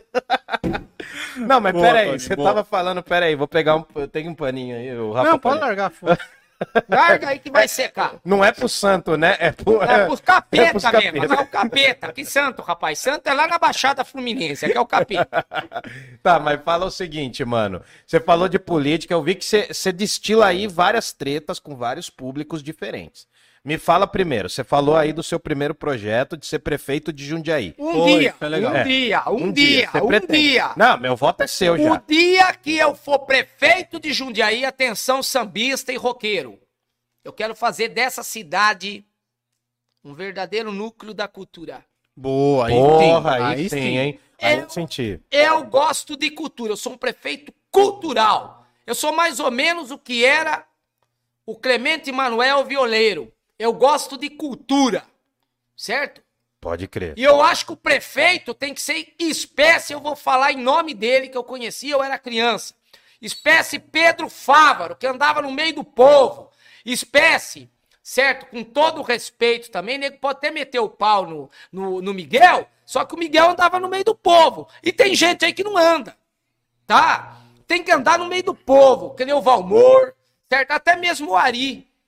Speaker 1: Não, mas
Speaker 2: Boa,
Speaker 1: pera aí,
Speaker 2: Tony,
Speaker 1: você
Speaker 2: boa.
Speaker 1: tava falando, pera aí, vou pegar um, eu tenho um paninho aí, o Rafa.
Speaker 2: Não, pode
Speaker 1: paninho.
Speaker 2: largar, foda.
Speaker 3: Larga aí que vai secar.
Speaker 1: Não é pro santo, né? É pro,
Speaker 3: É pros capeta
Speaker 1: é pros
Speaker 3: mesmo.
Speaker 1: capeta.
Speaker 3: É o capeta. Que santo, rapaz. Santo é lá na Baixada Fluminense. Aqui é o capeta.
Speaker 1: Tá, mas fala o seguinte, mano. Você falou de política, eu vi que você, você destila aí várias tretas com vários públicos diferentes. Me fala primeiro, você falou aí do seu primeiro projeto de ser prefeito de Jundiaí.
Speaker 3: Um
Speaker 2: Foi,
Speaker 3: dia,
Speaker 2: foi legal.
Speaker 3: um
Speaker 1: É,
Speaker 3: dia, um, dia,
Speaker 1: você
Speaker 3: um
Speaker 1: pretende.
Speaker 3: dia.
Speaker 1: Não, meu voto é seu
Speaker 3: O
Speaker 1: já.
Speaker 3: dia que eu for prefeito de Jundiaí, atenção sambista e roqueiro. Eu quero fazer dessa cidade um verdadeiro núcleo da cultura.
Speaker 2: Boa, aí
Speaker 1: Porra,
Speaker 2: sim.
Speaker 1: aí, sim, hein? Aí
Speaker 3: Eu-
Speaker 1: eu senti.
Speaker 3: Eu gosto de cultura, eu sou um prefeito cultural. Eu sou mais ou menos o que era o Clemente Manuel Violeiro. Eu gosto de cultura, certo?
Speaker 1: Pode crer.
Speaker 3: E eu acho que o prefeito tem que ser espécie, eu vou falar em nome dele, que eu conhecia, eu era criança. Espécie Pedro Fávaro, que andava no meio do povo. Espécie, certo? Com todo o respeito também, nego pode até meter o pau no, no, no Miguel, só que o Miguel andava no meio do povo. E tem gente aí que não anda, tá? Tem que andar no meio do povo, que nem o Valmor, certo? Até mesmo o Ari,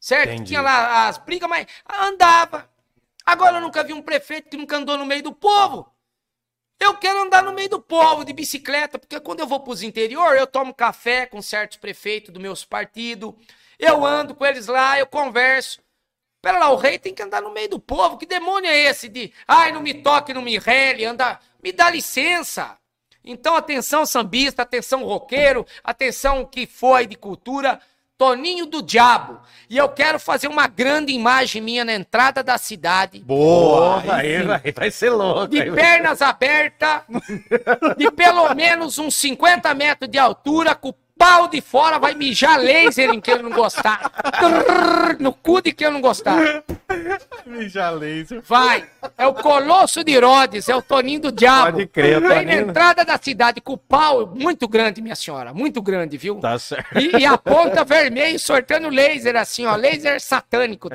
Speaker 3: certo?
Speaker 1: Entendi.
Speaker 3: Tinha lá as brigas, mas andava. Agora eu nunca vi um prefeito que nunca andou no meio do povo. Eu quero andar no meio do povo de bicicleta, porque quando eu vou para os interior, eu tomo café com certos prefeitos dos meus partidos, eu ando com eles lá, eu converso. Pera lá, o rei tem que andar no meio do povo. Que demônio é esse de, ai, não me toque, não me rele, anda, me dá licença. Então, atenção sambista, atenção roqueiro, atenção que foi de cultura, Toninho do Diabo. E eu quero fazer uma grande imagem minha na entrada da cidade.
Speaker 1: Boa, aí vai, vai ser louco.
Speaker 3: De
Speaker 1: aí vai-
Speaker 3: pernas abertas, de pelo menos uns cinquenta metros de altura, com o pau de fora, vai mijar laser em quem eu não gostar. Trrr, no cu de quem eu não gostar.
Speaker 2: Mijar laser.
Speaker 3: Vai. É o Colosso de Rhodes, é o Toninho do Diabo.
Speaker 1: Pode crer,
Speaker 3: Vem na
Speaker 1: Toninho.
Speaker 3: entrada da cidade com o pau muito grande, minha senhora. Muito grande, viu?
Speaker 1: Tá certo.
Speaker 3: E, e a ponta vermelha sortando laser assim, ó. Laser satânico.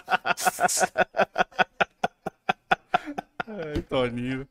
Speaker 2: Ai, Toninho.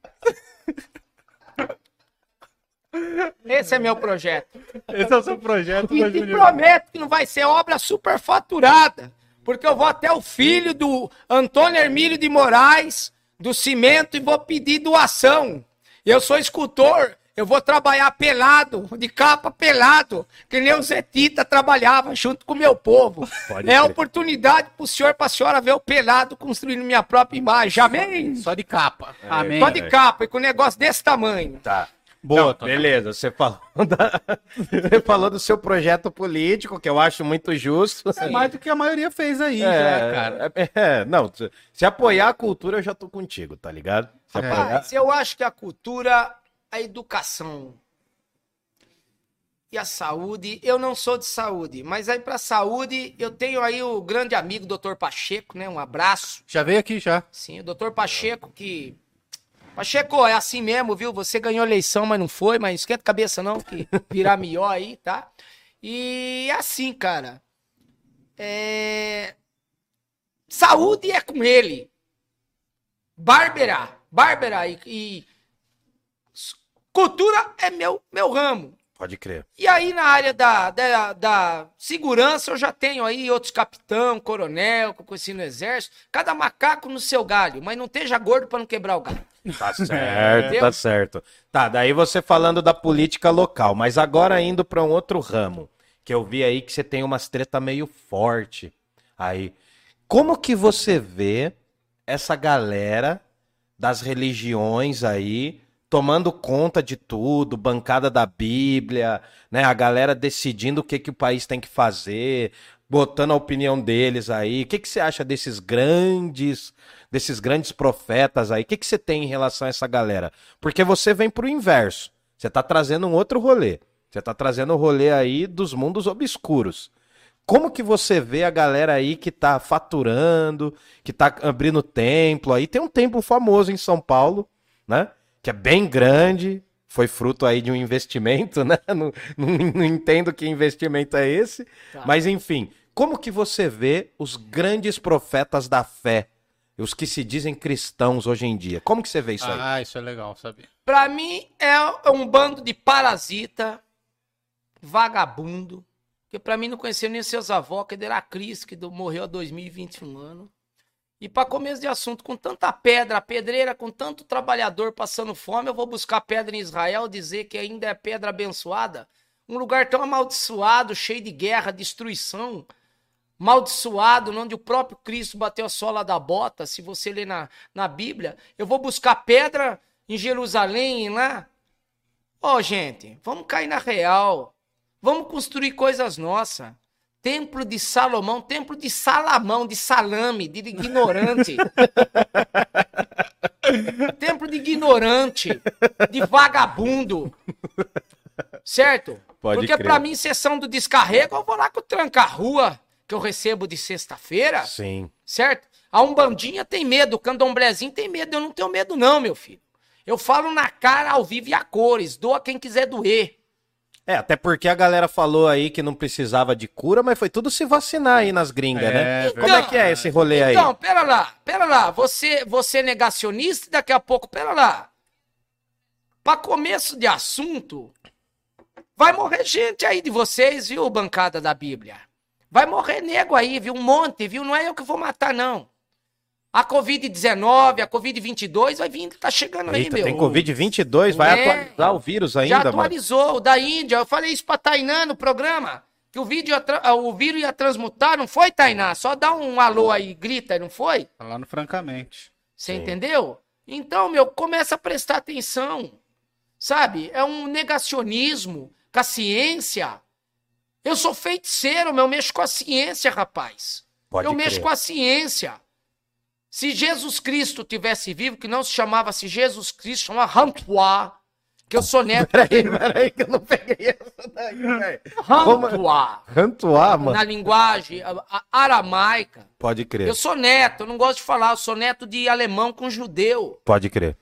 Speaker 3: Esse é meu projeto.
Speaker 2: Esse é o seu projeto,
Speaker 3: E
Speaker 2: né,
Speaker 3: te
Speaker 2: Júnior?
Speaker 3: prometo que não vai ser obra superfaturada. Porque eu vou até o filho do Antônio Hermílio de Moraes, do Cimento, e vou pedir doação. Eu sou escultor, eu vou trabalhar pelado, de capa pelado, que nem o Zé Tita trabalhava junto com o meu povo.
Speaker 1: Pode
Speaker 3: É
Speaker 1: crer.
Speaker 3: oportunidade pro senhor, pra senhora ver o pelado construindo minha própria imagem. Amém?
Speaker 2: Só de capa. Amém.
Speaker 3: Só de capa e com um negócio desse tamanho.
Speaker 1: Tá.
Speaker 2: Boa,
Speaker 1: Não,
Speaker 2: Toninho.
Speaker 1: beleza, você falou, da- você falou do seu projeto político, que eu acho muito justo.
Speaker 2: É mais do que a maioria fez aí,
Speaker 1: É,
Speaker 2: já, cara.
Speaker 1: é, é, não, se- se apoiar a cultura, eu já tô contigo, tá ligado? Se
Speaker 2: É.
Speaker 1: apoiar-
Speaker 3: Mas eu acho que a cultura, a educação e a saúde, eu não sou de saúde, mas aí pra saúde eu tenho aí o grande amigo doutor Pacheco, né? Um abraço.
Speaker 2: Já veio aqui, já.
Speaker 3: Sim, o doutor Pacheco que... Pacheco, é assim mesmo, viu? Você ganhou a eleição, mas não foi, mas não esquenta a cabeça não, que virar melhor aí, tá? E é assim, cara. É... Saúde é com ele. Bárbara, Bárbara e, e cultura é meu, meu ramo.
Speaker 1: Pode crer.
Speaker 3: E aí na área da, da, da segurança eu já tenho aí outros capitão, coronel, que eu conheci no exército. Cada macaco no seu galho, mas não esteja gordo pra não quebrar o galho.
Speaker 1: Tá certo,
Speaker 3: É.
Speaker 1: tá certo. Tá, daí você falando da política local, mas agora indo pra um outro ramo, que eu vi aí que você tem umas treta meio forte aí. Como que você vê essa galera das religiões aí tomando conta de tudo, bancada da Bíblia, né? A galera decidindo o que, que o país tem que fazer, botando a opinião deles aí. O que, que você acha desses grandes, desses grandes profetas aí? O que, que você tem em relação a essa galera? Porque você vem pro inverso. Você tá trazendo um outro rolê. Você tá trazendo o rolê aí dos mundos obscuros. Como que você vê a galera aí que tá faturando, que tá abrindo templo aí? Tem um templo famoso em São Paulo, né? Que é bem grande, foi fruto aí de um investimento, né? Não, não, não entendo que investimento é esse,
Speaker 3: Tá.
Speaker 1: mas enfim. Como que você vê os grandes profetas da fé, os que se dizem cristãos hoje em dia? Como que você vê isso aí?
Speaker 2: Ah, isso é legal, sabe?
Speaker 3: Pra mim é um bando de parasita, vagabundo, que pra mim não conhecia nem seus avós, que ele era Cristo, que morreu há dois mil e vinte e um anos. E para começo de assunto, com tanta pedra, pedreira, com tanto trabalhador passando fome, eu vou buscar pedra em Israel, dizer que ainda é pedra abençoada? Um lugar tão amaldiçoado, cheio de guerra, destruição, amaldiçoado, onde o próprio Cristo bateu a sola da bota, se você ler na, na Bíblia. Eu vou buscar pedra em Jerusalém, lá. Ó, gente, vamos cair na real. Vamos construir coisas nossas. Templo de Salomão, templo de Salamão, de salame, de ignorante. Templo de ignorante, de vagabundo. Certo?
Speaker 1: Pode
Speaker 3: Porque
Speaker 1: crer.
Speaker 3: pra mim, sessão do descarrego, eu vou lá com o tranca-rua, que eu recebo de sexta-feira.
Speaker 1: Sim.
Speaker 3: Certo? A Umbandinha tem medo, o Candomblezinho tem medo. Eu não tenho medo não, meu filho. Eu falo na cara, ao vivo e a cores. Doa quem quiser doer.
Speaker 1: É, até porque a galera falou aí que não precisava de cura, mas foi tudo se vacinar aí nas gringas,
Speaker 2: É,
Speaker 1: né?
Speaker 2: verdade.
Speaker 1: Como é que é esse rolê aí?
Speaker 3: Então, pera lá, pera lá. Você, você é negacionista e daqui a pouco, pera lá. Pra começo de assunto, vai morrer gente aí de vocês, viu, bancada da Bíblia? Vai morrer nego aí, viu? Um monte, viu? Não é eu que vou matar, não. A covid dezenove, a covid vinte e dois vai vindo, tá chegando aí,
Speaker 1: Eita,
Speaker 3: meu.
Speaker 1: tem covid vinte e dois, vai
Speaker 3: É.
Speaker 1: atualizar o vírus ainda,
Speaker 3: Já
Speaker 1: mano?
Speaker 3: atualizou, o da Índia. Eu falei isso pra Tainá no programa. Que o, vídeo ia tra- o vírus ia transmutar, não foi, Tainá? Só dá um alô aí, grita, não foi?
Speaker 2: Falando francamente.
Speaker 3: Você
Speaker 1: Sim.
Speaker 3: entendeu? Então, meu, começa a prestar atenção. Sabe? É um negacionismo com a ciência. Eu sou feiticeiro, meu, eu mexo com a ciência, rapaz.
Speaker 1: Pode
Speaker 3: eu
Speaker 1: crer.
Speaker 3: mexo com a ciência. Se Jesus Cristo tivesse vivo, que não se chamava-se Jesus Cristo, chamava Rantuá, que eu sou neto.
Speaker 1: Peraí, peraí, que eu não peguei essa daí, velho.
Speaker 3: Rantuá.
Speaker 1: Rantuá, mano.
Speaker 3: Na linguagem a- a- aramaica.
Speaker 1: Pode crer,
Speaker 3: Eu sou neto, eu não gosto de falar, eu sou neto de alemão com judeu,
Speaker 1: pode crer.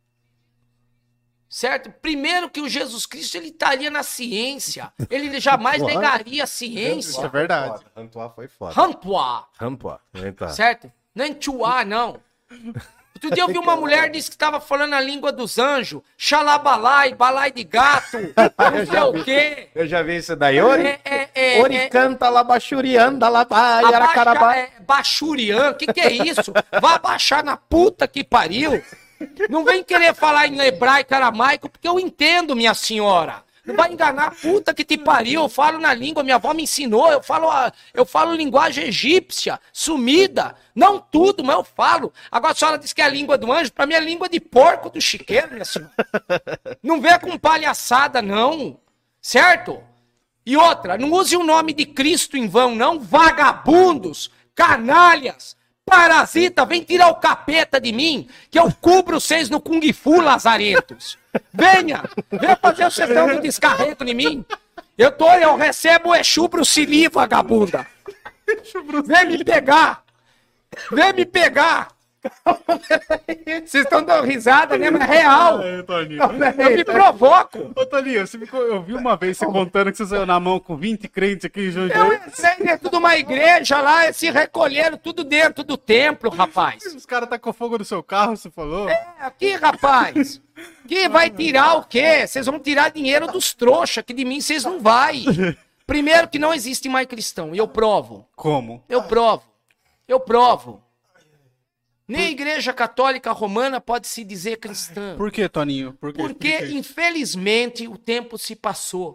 Speaker 3: certo? Primeiro que o Jesus Cristo, ele estaria na ciência, ele jamais negaria a
Speaker 2: Isso é
Speaker 3: ciência.
Speaker 2: verdade.
Speaker 1: Rantuá foi foda.
Speaker 3: Rantuá,
Speaker 1: Rantuá, vem cá.
Speaker 3: certo? Não é tchuá, não. Outro dia eu vi uma mulher que disse que estava falando a língua dos anjos, xalabalai, balai de gato, não sei o quê.
Speaker 1: Eu já vi isso daí. Ori,
Speaker 3: É, é, é,
Speaker 1: Ori
Speaker 3: é,
Speaker 1: canta labachurianda, labai,
Speaker 3: Abaixa,
Speaker 1: aracarabá.
Speaker 3: é, Bachurian, o que, que é isso? Vai abaixar na puta que pariu. Não vem querer falar em hebraico, aramaico, porque eu entendo, minha senhora. Não vai enganar a puta que te pariu. Eu falo na língua, minha avó me ensinou. Eu falo, a- eu falo linguagem egípcia, sumida. Não tudo, mas eu falo. Agora a senhora diz que é a língua do anjo. Pra mim é a língua de porco do chiqueiro, minha senhora. Não vê com palhaçada, não. Certo? E outra, não use o nome de Cristo em vão, não. Vagabundos, canalhas, parasita, vem tirar o capeta de mim, que eu cubro vocês no Kung Fu, lazarentos. Venha, venha fazer o sessão do descarrego em mim. Eu tô, eu recebo o Exu Bruce Lee, vagabunda. Vem me pegar. Vem me pegar. Vocês estão dando risada, né? Mas é real.
Speaker 2: Aí, Toninho.
Speaker 3: Eu me provoco.
Speaker 2: Ô, Toninho, você me co- eu vi uma vez você contando que você saiu na mão com vinte crentes aqui em
Speaker 3: Eu
Speaker 2: Jundiaí.
Speaker 3: entrei dentro de uma igreja lá, eles se recolheram tudo dentro do templo, rapaz.
Speaker 2: Os caras tá com fogo no seu carro, você falou?
Speaker 3: Aqui, rapaz. Que vai tirar o quê? Vocês vão tirar dinheiro dos trouxas, que de mim vocês não vai. Primeiro que não existe mais cristão, e eu provo.
Speaker 2: Como?
Speaker 3: Eu provo. Eu provo. Nem a igreja católica romana pode se dizer cristã.
Speaker 2: Por que, Toninho? Por quê?
Speaker 3: Porque,
Speaker 2: Explica aí.
Speaker 3: infelizmente, o tempo se passou.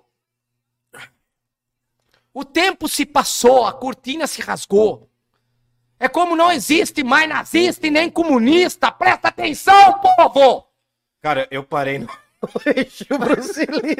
Speaker 3: O tempo se passou, a cortina se rasgou. É como não existe mais nazista e nem comunista. Presta atenção, povo!
Speaker 1: Cara, eu parei no Exu Bruce Lee.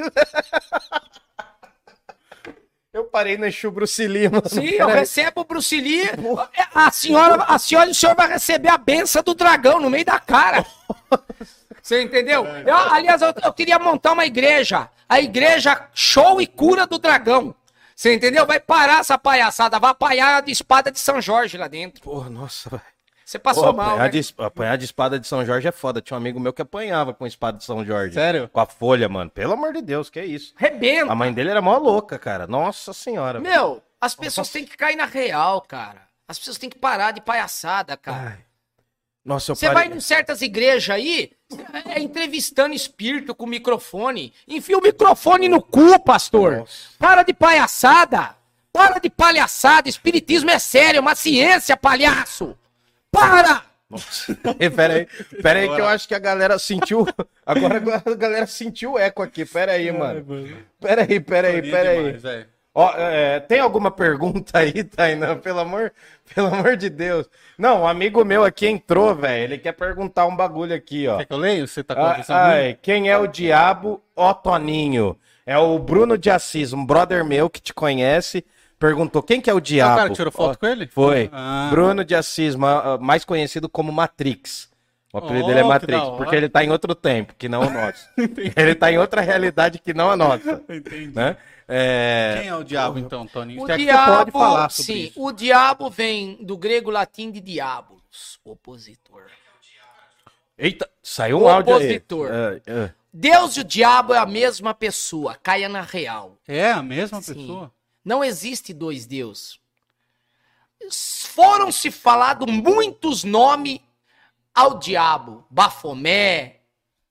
Speaker 1: Eu parei no Exu Bruce Lee, mano.
Speaker 3: Sim, eu recebo o Bruce Lee. A senhora, a senhora e o senhor vai receber a benção do dragão no meio da cara. Você entendeu? Eu, aliás, eu, eu queria montar uma igreja. A igreja show e cura do dragão. Você entendeu? Vai parar essa palhaçada. Vai apanhar de espada de São Jorge lá dentro.
Speaker 1: Porra, nossa, velho.
Speaker 3: Você passou
Speaker 1: Pô,
Speaker 3: mal,
Speaker 1: apanhar,
Speaker 3: né?
Speaker 1: de, apanhar de espada de São Jorge é foda. Tinha um amigo meu que apanhava com espada de São Jorge.
Speaker 2: Sério?
Speaker 1: Com a folha, mano. Pelo amor de Deus, que é isso.
Speaker 3: Rebenta.
Speaker 1: A mãe dele era mó louca, cara. Nossa senhora. velho.
Speaker 3: Meu, as pessoas têm que cair na real, cara. As pessoas têm que parar de palhaçada, cara.
Speaker 1: Ai. Nossa, eu
Speaker 3: Você
Speaker 1: parei...
Speaker 3: vai em certas igrejas aí, é entrevistando espírito com microfone. Enfia o microfone no cu, pastor.
Speaker 1: Nossa.
Speaker 3: Para de palhaçada. Para de palhaçada. Espiritismo é sério, é uma ciência, palhaço. Para!
Speaker 1: Nossa. Pera aí, pera aí que eu acho que a galera sentiu... Agora a galera sentiu o eco aqui. Pera aí, mano. Pera aí, pera aí,
Speaker 2: Toninho
Speaker 1: pera
Speaker 2: é
Speaker 1: aí.
Speaker 2: demais, velho.
Speaker 1: Ó, é, tem alguma pergunta aí, Tainá? Pelo amor, pelo amor de Deus. Não, um amigo meu aqui entrou, velho. Ele quer perguntar um bagulho aqui, ó.
Speaker 2: Quer que eu leio? Você tá com a
Speaker 1: Ah,
Speaker 2: visão ruim?
Speaker 1: ai, quem é o diabo? Ó, Toninho. É o Bruno de Assis, um brother meu que te conhece. Perguntou quem que é o
Speaker 2: É o
Speaker 1: diabo?
Speaker 2: cara que tirou foto
Speaker 1: Ó,
Speaker 2: com ele?
Speaker 1: Foi.
Speaker 2: Ah.
Speaker 1: Bruno de Assis, ma- mais conhecido como Matrix. O apelido
Speaker 2: Oh,
Speaker 1: dele é
Speaker 2: que
Speaker 1: Matrix,
Speaker 2: da hora.
Speaker 1: porque ele tá em outro tempo, que não o nosso. Ele tá em outra realidade que não a nossa,
Speaker 2: Entendi.
Speaker 1: né? É...
Speaker 2: Quem é o diabo, então, Toninho?
Speaker 3: O
Speaker 2: Quer que você
Speaker 3: diabo,
Speaker 2: pode falar sobre
Speaker 3: sim,
Speaker 2: isso?
Speaker 3: o diabo vem do grego latim de diabolos, opositor.
Speaker 1: Eita, saiu um áudio aí.
Speaker 3: Opositor.
Speaker 1: É, é.
Speaker 3: Deus e o diabo é a mesma pessoa, caia na real.
Speaker 2: É a mesma
Speaker 3: Sim.
Speaker 2: pessoa?
Speaker 3: Não existe dois deuses. Foram se falado muitos nomes ao diabo. Bafomé,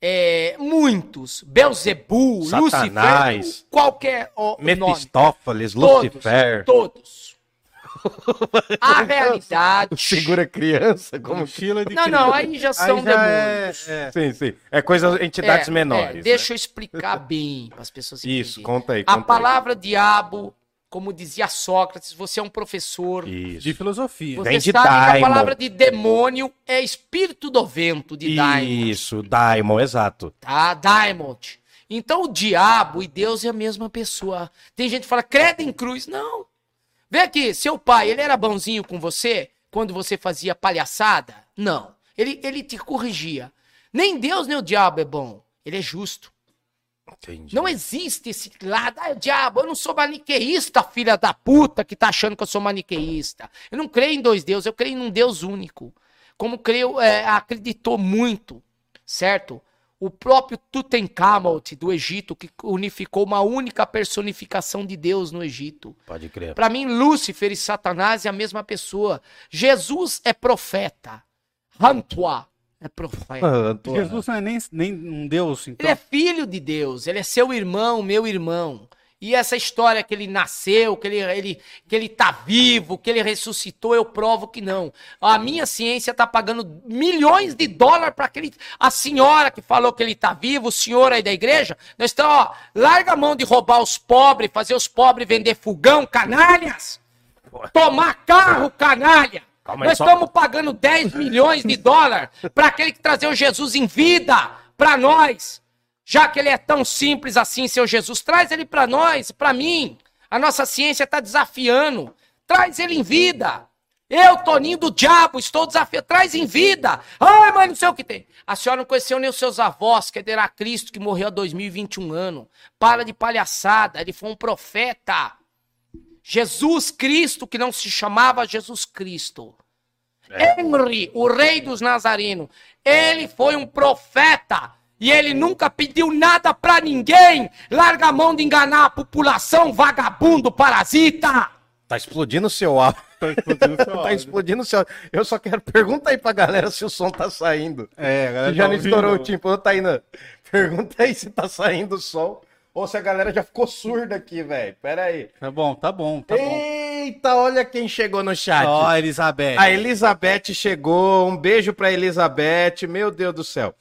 Speaker 3: é, muitos, Belzebu,
Speaker 1: Satanás,
Speaker 3: Lúcifer, qualquer ó, nome.
Speaker 1: Mefistófeles,
Speaker 3: Todos,
Speaker 1: Lucifer.
Speaker 3: Todos. A realidade...
Speaker 1: Segura criança, como que...
Speaker 2: Mochila de
Speaker 3: Não,
Speaker 2: criança.
Speaker 3: não, aí já são
Speaker 2: Aí já é-
Speaker 3: demônios.
Speaker 2: é.
Speaker 1: Sim, sim. É coisa, entidades
Speaker 3: É,
Speaker 1: menores.
Speaker 3: é, deixa
Speaker 1: né?
Speaker 3: eu explicar bem para as pessoas
Speaker 1: Isso,
Speaker 3: entenderem.
Speaker 1: conta aí.
Speaker 3: A
Speaker 1: Conta
Speaker 3: palavra diabo, como dizia Sócrates, você é um professor.
Speaker 1: aí. Isso.
Speaker 2: De filosofia.
Speaker 3: Você
Speaker 1: Vem de
Speaker 3: sabe que a
Speaker 1: daimon.
Speaker 3: palavra de demônio é espírito do vento, de daimon.
Speaker 1: Isso, daimon, exato.
Speaker 3: Tá? Daimon. Então o diabo e Deus é a mesma pessoa. Tem gente que fala, credo em cruz. Não. Vê aqui, seu pai, ele era bonzinho com você quando você fazia palhaçada? Não. Ele, ele te corrigia. Nem Deus nem o diabo é bom. Ele é justo.
Speaker 1: Entendi.
Speaker 3: Não existe esse lado, ah, diabo, eu não sou maniqueísta, filha da puta, que tá achando que eu sou maniqueísta. Eu não creio em dois deuses, eu creio em um Deus único. Como creio, é, acreditou muito, certo? O próprio Tutankhamon do Egito, que unificou uma única personificação de Deus no Egito.
Speaker 1: Pode crer.
Speaker 3: Para mim, Lúcifer e Satanás é a mesma pessoa. Jesus é profeta. Hantua é profeta.
Speaker 2: Jesus não é nem, nem um Deus, então.
Speaker 3: Ele é filho de Deus, ele é seu irmão, meu irmão. E essa história que ele nasceu, que ele, ele, que ele tá vivo, que ele ressuscitou, eu provo que não. A minha ciência tá pagando milhões de dólares para aquele. A senhora que falou que ele tá vivo, o senhor aí da igreja, nós estamos, ó, larga a mão de roubar os pobres, fazer os pobres vender fogão, canalhas. Tomar carro, canalha.
Speaker 1: Calma aí,
Speaker 3: Nós
Speaker 1: só-
Speaker 3: estamos pagando dez milhões de dólares para aquele que trazeu Jesus em vida para nós. Já que ele é tão simples assim, seu Jesus, traz ele para nós, para mim. A nossa ciência está desafiando. Traz ele em vida. Eu, Toninho do diabo, estou desafiando. Traz em vida. Ai, mas não sei o que tem. A senhora não conheceu nem os seus avós, que era Cristo, que morreu há dois mil e vinte e um anos. Para de palhaçada, ele foi um profeta. Jesus Cristo, que não se chamava Jesus Cristo. Henry, o rei dos nazarenos, ele foi um profeta e ele nunca pediu nada pra ninguém. Larga a mão de enganar a população, vagabundo, parasita.
Speaker 1: Tá explodindo o seu áudio.
Speaker 2: Tá explodindo o seu
Speaker 1: Tá
Speaker 2: áudio.
Speaker 1: explodindo o seu áudio. Eu só quero... Pergunta aí pra galera se o som tá saindo.
Speaker 2: É, a galera
Speaker 1: Se já
Speaker 2: tá
Speaker 1: não
Speaker 2: ouvindo.
Speaker 1: estourou o tímpano, tá indo. Pergunta aí se tá saindo o som. Ou se a galera já ficou surda aqui, velho. Pera aí.
Speaker 2: Tá bom, tá bom, tá bom.
Speaker 1: Eita, olha quem chegou no chat.
Speaker 2: Ó, a Elizabeth.
Speaker 1: A Elizabeth chegou. Um beijo pra Elizabeth. Meu Deus do céu.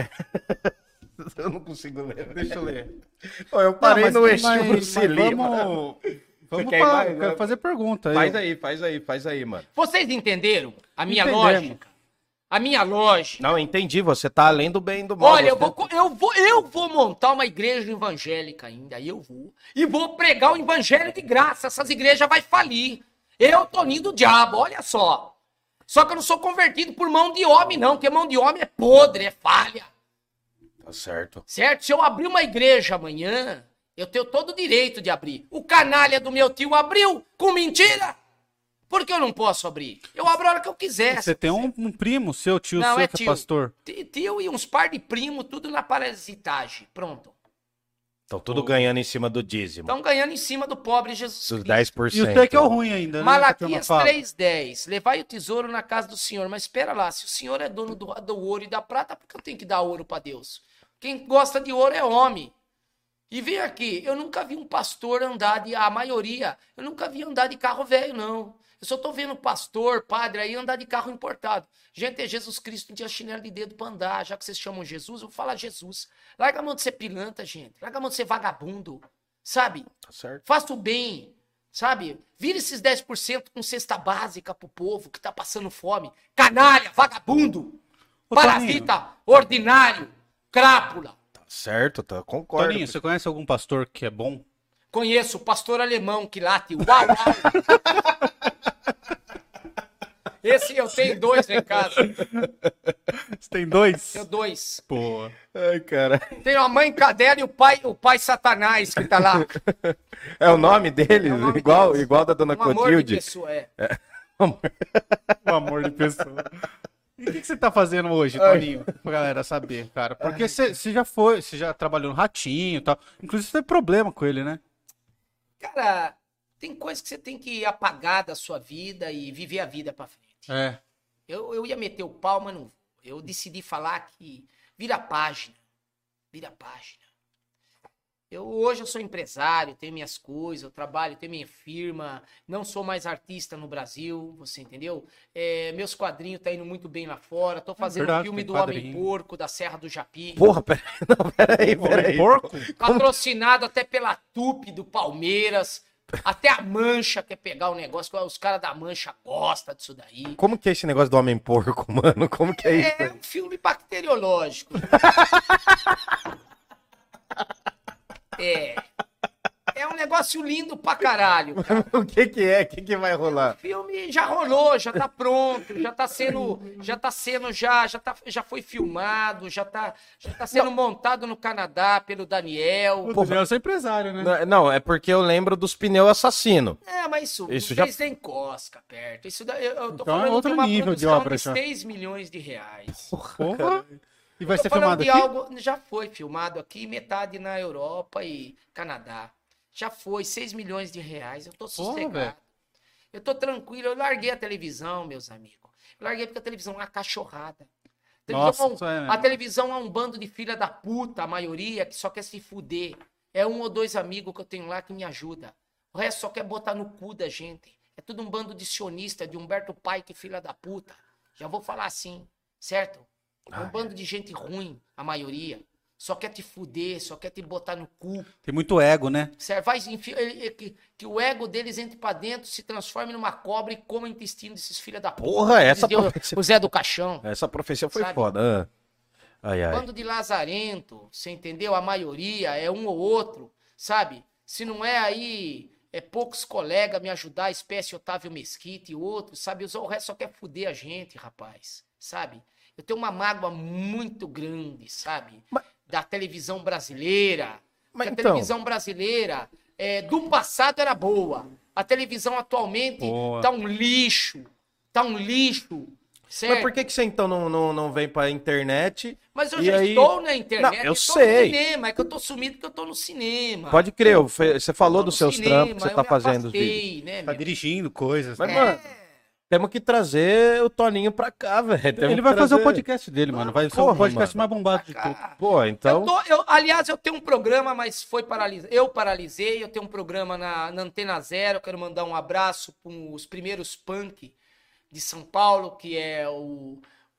Speaker 1: Eu não consigo ler.
Speaker 2: Deixa eu ler.
Speaker 1: Ó, eu parei
Speaker 2: Não,
Speaker 1: no
Speaker 2: mas- mas-
Speaker 1: estilo
Speaker 2: mas
Speaker 1: Cilima.
Speaker 2: Vamos, vamos
Speaker 1: quer ir
Speaker 2: pra-
Speaker 1: mais,
Speaker 2: quero
Speaker 1: né?
Speaker 2: fazer pergunta aí.
Speaker 1: Faz aí, faz aí, faz aí, mano.
Speaker 3: Vocês entenderam a minha
Speaker 2: Entendemos.
Speaker 3: lógica? A minha lógica.
Speaker 1: Não, entendi. Você tá além do bem e do mal.
Speaker 3: Olha, eu
Speaker 1: Você-
Speaker 3: vou, co- eu, vou, eu vou montar uma igreja evangélica ainda, eu vou. E vou pregar o evangelho de graça. Essas igrejas vai falir. Eu, Toninho do diabo, olha só. Só que eu não sou convertido por mão de homem, não, porque mão de homem é podre, é falha.
Speaker 1: Tá certo.
Speaker 3: Certo? Se eu abrir uma igreja amanhã, eu tenho todo o direito de abrir. O canalha do meu tio abriu com mentira. Por que eu não posso abrir? Eu abro a hora que eu quiser.
Speaker 2: Você tem um, um primo, seu tio,
Speaker 3: Não,
Speaker 2: seu
Speaker 3: é
Speaker 2: que é
Speaker 3: tio.
Speaker 2: pastor.
Speaker 3: Ti- Tio e uns par de primo, tudo na parasitagem. Pronto.
Speaker 1: Estão tudo ganhando em cima do dízimo.
Speaker 3: Estão ganhando em cima do pobre Jesus
Speaker 1: Dos
Speaker 3: Cristo.
Speaker 1: dez por
Speaker 2: E
Speaker 1: cento.
Speaker 2: você que é o ruim ainda, né?
Speaker 3: Malaquias
Speaker 2: que a turma fala.
Speaker 3: três dez. Levai o tesouro na casa do Senhor. Mas espera lá, se o Senhor é dono do, do ouro e da prata, por que eu tenho que dar ouro para Deus? Quem gosta de ouro é homem. E vem aqui, eu nunca vi um pastor andar de... A maioria, eu nunca vi andar de carro velho, não. Eu só tô vendo pastor, padre aí andar de carro importado. Gente, é Jesus Cristo, não tinha chinelo de dedo pra andar. Já que vocês chamam Jesus, eu vou falar Jesus. Larga a mão de ser pilantra, gente. Larga a mão de ser vagabundo. Sabe?
Speaker 1: Tá certo.
Speaker 3: Faça o bem, sabe? Vira esses dez por cento com cesta básica pro povo que tá passando fome. Canalha, vagabundo,
Speaker 2: Ô,
Speaker 3: parasita, ordinário, crápula.
Speaker 1: Tá certo, tá, concordo.
Speaker 2: Toninho, você conhece algum pastor que é bom?
Speaker 3: Conheço o pastor alemão que late. Uau, uau. Esse eu tenho dois lá em casa.
Speaker 2: Você tem dois?
Speaker 3: Tenho dois.
Speaker 2: Pô.
Speaker 1: Ai, cara.
Speaker 3: Tenho a mãe cadela e o pai, o pai Satanás que tá lá.
Speaker 1: É o nome deles?
Speaker 3: É o nome
Speaker 1: igual,
Speaker 3: deles.
Speaker 1: igual da dona
Speaker 3: Um amor de
Speaker 1: Clotilde?
Speaker 3: pessoa, é.
Speaker 2: O amor de pessoa. E o que, que você tá fazendo hoje, Toninho? Pra galera saber, cara. Porque você você já foi, você já trabalhou no Ratinho e tal. Inclusive, você teve problema com ele, né?
Speaker 3: Cara, tem coisas que você tem que apagar da sua vida e viver a vida pra frente.
Speaker 2: É.
Speaker 3: Eu, eu ia meter o pau, mas não vou. Eu decidi falar que vira a página. Vira a página. Eu, hoje eu sou empresário, tenho minhas coisas, eu trabalho, tenho minha firma, não sou mais artista no Brasil, você entendeu? É, meus quadrinhos tá indo muito bem lá fora, tô fazendo
Speaker 2: verdade,
Speaker 3: um filme
Speaker 2: tem
Speaker 3: do
Speaker 2: quadrinho.
Speaker 3: Homem-Porco, da Serra do Japi.
Speaker 1: Porra, peraí, não, peraí, peraí.
Speaker 2: Porco?
Speaker 3: Patrocinado até pela Tupi do Palmeiras. Até a Mancha quer pegar o negócio. Os caras da Mancha gostam disso daí.
Speaker 1: Como que é esse negócio do Homem-Porco, mano? Como que é isso?
Speaker 3: É um filme bacteriológico. É. É um negócio lindo pra caralho. Cara.
Speaker 1: O que que é? O que que vai rolar?
Speaker 3: O filme já rolou, já tá pronto, já tá sendo, já tá sendo, já, já, tá, já foi filmado, já tá, já tá sendo montado no Canadá pelo Daniel.
Speaker 2: O Daniel é empresário, né?
Speaker 1: Não, não, é porque eu lembro dos pneus assassino.
Speaker 3: É, mas isso,
Speaker 1: Isso
Speaker 3: não
Speaker 1: já-
Speaker 3: fez nem cosca perto. Isso daí, eu, eu tô
Speaker 2: Então é
Speaker 3: falando
Speaker 2: outro
Speaker 3: de uma
Speaker 2: nível de
Speaker 3: produção
Speaker 2: obra,
Speaker 3: de
Speaker 2: já.
Speaker 3: seis milhões de reais.
Speaker 2: Porra. E vai
Speaker 3: Tô
Speaker 2: ser
Speaker 3: falando
Speaker 2: filmado
Speaker 3: de
Speaker 2: aqui?
Speaker 3: algo, já foi filmado aqui, metade na Europa e Canadá. Já foi, seis milhões de reais. Eu tô sossegado.
Speaker 2: velho.
Speaker 3: Eu tô tranquilo. Eu larguei a televisão, meus amigos. Eu larguei porque a televisão é uma cachorrada. A televisão,
Speaker 2: Nossa,
Speaker 3: é um-
Speaker 2: é mesmo.
Speaker 3: a televisão é um bando de filha da puta, a maioria, que só quer se fuder. É um ou dois amigos que eu tenho lá que me ajuda. O resto só quer botar no cu da gente. É tudo um bando de sionista, de Humberto Pai, que filha da puta. Já vou falar assim, certo? É um bando de gente ruim, a maioria. Só quer te fuder, só quer te botar no cu.
Speaker 2: Tem muito ego, né?
Speaker 3: Certo? Vai, enfi- ele- ele- que, que o ego deles entre pra dentro, se transforme numa cobra e coma o intestino desses filha da puta.
Speaker 1: Porra, essa
Speaker 3: Dizia o-
Speaker 1: profecia-
Speaker 3: O Zé do Caixão.
Speaker 1: Essa profecia foi
Speaker 3: Sabe?
Speaker 1: foda. Ah. Ai, ai.
Speaker 3: Bando de lazarento, você entendeu? A maioria é um ou outro, sabe? Se não é aí, é poucos colegas me ajudar, espécie Otávio Mesquita e outros, sabe? O resto só quer fuder a gente, rapaz, sabe? Eu tenho uma mágoa muito grande, sabe?
Speaker 1: Mas-
Speaker 3: Da televisão brasileira.
Speaker 1: Mas
Speaker 3: Porque a
Speaker 1: então-
Speaker 3: televisão brasileira é, do passado era boa. A televisão atualmente
Speaker 2: Boa.
Speaker 3: tá um lixo. Tá um lixo. Certo?
Speaker 1: Mas por que, que você então não, não, não vem pra internet?
Speaker 3: Mas eu
Speaker 1: E
Speaker 3: já
Speaker 1: aí-
Speaker 3: estou na internet,
Speaker 1: Não, eu
Speaker 3: estou
Speaker 1: sei.
Speaker 3: no cinema, é que eu tô sumido porque eu tô no cinema.
Speaker 1: Pode crer, eu fe- você falou
Speaker 3: Tô no
Speaker 1: dos seus
Speaker 3: cinema,
Speaker 1: trampos que você
Speaker 3: eu
Speaker 1: tá
Speaker 3: me
Speaker 1: fazendo os
Speaker 3: afastei,
Speaker 1: vídeos.
Speaker 3: né,
Speaker 2: Tá
Speaker 3: meu?
Speaker 2: dirigindo coisas.
Speaker 1: Mas,
Speaker 2: né?
Speaker 1: mano, temos que trazer o Toninho pra cá, velho. Temos
Speaker 2: Ele
Speaker 1: que
Speaker 2: vai fazer o
Speaker 1: trazer-
Speaker 2: podcast dele, mano. Vai ser o
Speaker 1: Porra,
Speaker 2: podcast
Speaker 1: mano.
Speaker 2: mais bombado de tudo.
Speaker 3: Ah,
Speaker 1: Pô, então.
Speaker 3: eu tô, eu, aliás, eu tenho um programa, mas foi paralisado. Eu paralisei, eu tenho um programa na, na Antena Zero, quero mandar um abraço para os primeiros punk de São Paulo, que é o,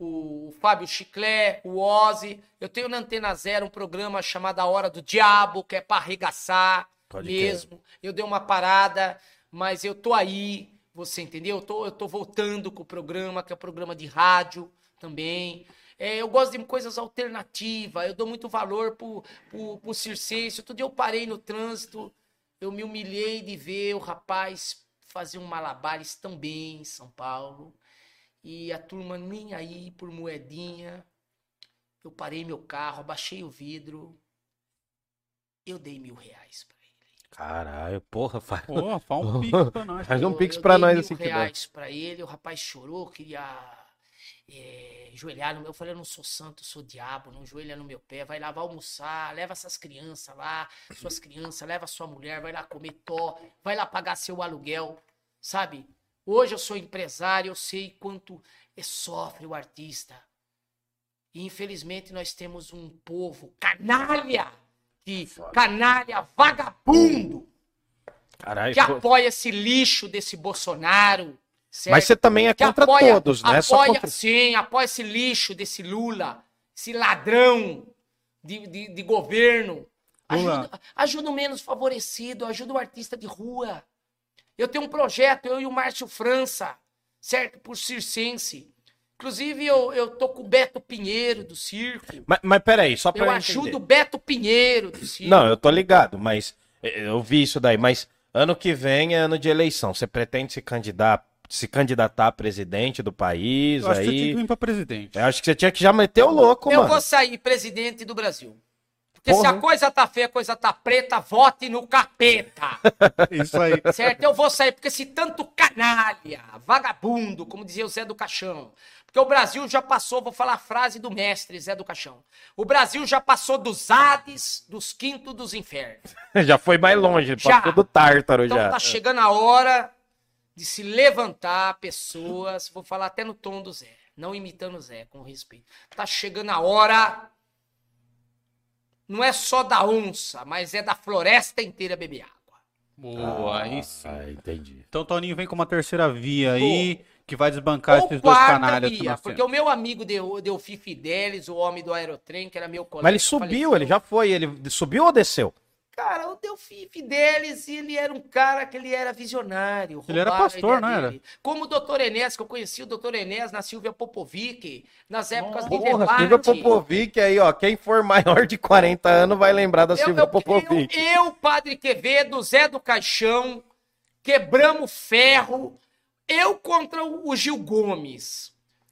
Speaker 3: o Fábio Chiclé, o Ozzy. Eu tenho na Antena Zero um programa chamado A Hora do Diabo, que é para arregaçar
Speaker 1: Pode
Speaker 3: mesmo. Eu dei uma parada, mas eu tô aí, você entendeu? Eu tô, eu tô voltando com o programa, que é o programa de rádio também. É, eu gosto de coisas alternativas, eu dou muito valor pro, pro, pro circense. Outro dia eu parei no trânsito, eu me humilhei de ver o rapaz fazer um malabares tão bem em São Paulo. E a turma nem aí por moedinha. Eu parei meu carro, abaixei o vidro. Eu dei mil reais pra ele.
Speaker 1: Caralho, porra, faz,
Speaker 2: Pô, faz um pix pra nós.
Speaker 1: faz um
Speaker 3: Eu-
Speaker 1: pix
Speaker 3: eu
Speaker 1: pra
Speaker 3: dei
Speaker 1: nós
Speaker 3: mil
Speaker 1: assim que der.
Speaker 3: reais pra ele, o rapaz chorou, queria é, joelhar no meu. Eu falei, eu não sou santo, eu sou diabo, não joelha no meu pé, vai lá, vai almoçar, leva essas crianças lá, suas crianças, leva sua mulher, vai lá comer tó, vai lá pagar seu aluguel, sabe? Hoje eu sou empresário, eu sei quanto é, sofre o artista. E infelizmente nós temos um povo canalha, que, canalha, vagabundo,
Speaker 1: Caralho,
Speaker 3: que
Speaker 1: pô.
Speaker 3: apoia esse lixo desse Bolsonaro. Certo?
Speaker 1: Mas você também é
Speaker 3: Que
Speaker 1: contra
Speaker 3: apoia-
Speaker 1: todos, né? Só
Speaker 3: Apoia,
Speaker 1: contra...
Speaker 3: sim, apoia esse lixo desse Lula, esse ladrão de, de, de governo.
Speaker 2: Lula.
Speaker 3: Ajuda, ajuda o menos favorecido, ajuda o artista de rua. Eu tenho um projeto, eu e o Márcio França, certo? Por circense. Inclusive, eu, eu tô com o Beto Pinheiro do circo.
Speaker 1: Mas, mas peraí, só pra
Speaker 3: Eu
Speaker 1: eu
Speaker 3: ajudo
Speaker 1: entender.
Speaker 3: o Beto Pinheiro do circo.
Speaker 1: Não, eu tô ligado, mas eh, eu vi isso daí, mas ano que vem é ano de eleição. Você pretende se candidatar, se candidatar a presidente do país
Speaker 2: Eu acho que você tinha
Speaker 1: aí?
Speaker 2: que vir pra presidente.
Speaker 1: Eu acho que você tinha que já meter o louco,
Speaker 3: Eu
Speaker 1: mano.
Speaker 3: vou sair presidente do Brasil. Porque
Speaker 1: Porra.
Speaker 3: se a coisa tá feia, a coisa tá preta, vote no capeta.
Speaker 2: Isso aí.
Speaker 3: Certo? Eu vou sair, porque se tanto canalha, vagabundo, como dizia o Zé do Caixão. Porque o Brasil já passou, vou falar a frase do mestre Zé do Caixão. O Brasil já passou dos Hades, dos quintos dos infernos.
Speaker 1: Já foi mais longe,
Speaker 3: Já.
Speaker 1: passou do Tártaro
Speaker 3: Então
Speaker 1: já.
Speaker 3: tá chegando a hora de se levantar pessoas, vou falar até no tom do Zé, não imitando o Zé, com respeito. Tá chegando a hora não é só da onça, mas é da floresta inteira beber água.
Speaker 2: Boa, aí sim.
Speaker 1: Ah, entendi.
Speaker 2: Então, Toninho, vem com uma terceira via aí, que vai desbancar
Speaker 3: Ou
Speaker 2: esses dois
Speaker 3: quarta
Speaker 2: canalhas que
Speaker 3: via,
Speaker 2: nós
Speaker 3: porque
Speaker 2: temos.
Speaker 3: o meu amigo Deu- Delfi Fidelis, o homem do aerotrem, que era meu colega...
Speaker 1: Mas ele subiu,
Speaker 3: faleceu.
Speaker 1: ele já foi. Ele subiu ou desceu?
Speaker 3: Cara, o Delfi Fidelis, ele era um cara que ele era visionário.
Speaker 2: Ele era
Speaker 3: roubaram a
Speaker 2: pastor,
Speaker 3: ideia
Speaker 2: não era?
Speaker 3: dele. Como o doutor Enéas, que eu conheci o doutor Enéas na Silvia Popovic, nas épocas de
Speaker 1: Porra,
Speaker 3: debate.
Speaker 1: Silvia Popovic aí, ó. Quem for maior de quarenta anos vai lembrar da
Speaker 3: Eu,
Speaker 1: Silvia
Speaker 3: eu,
Speaker 1: Popovic.
Speaker 3: eu, eu, Padre Quevedo, Zé do Caixão, quebramos ferro, eu contra o Gil Gomes.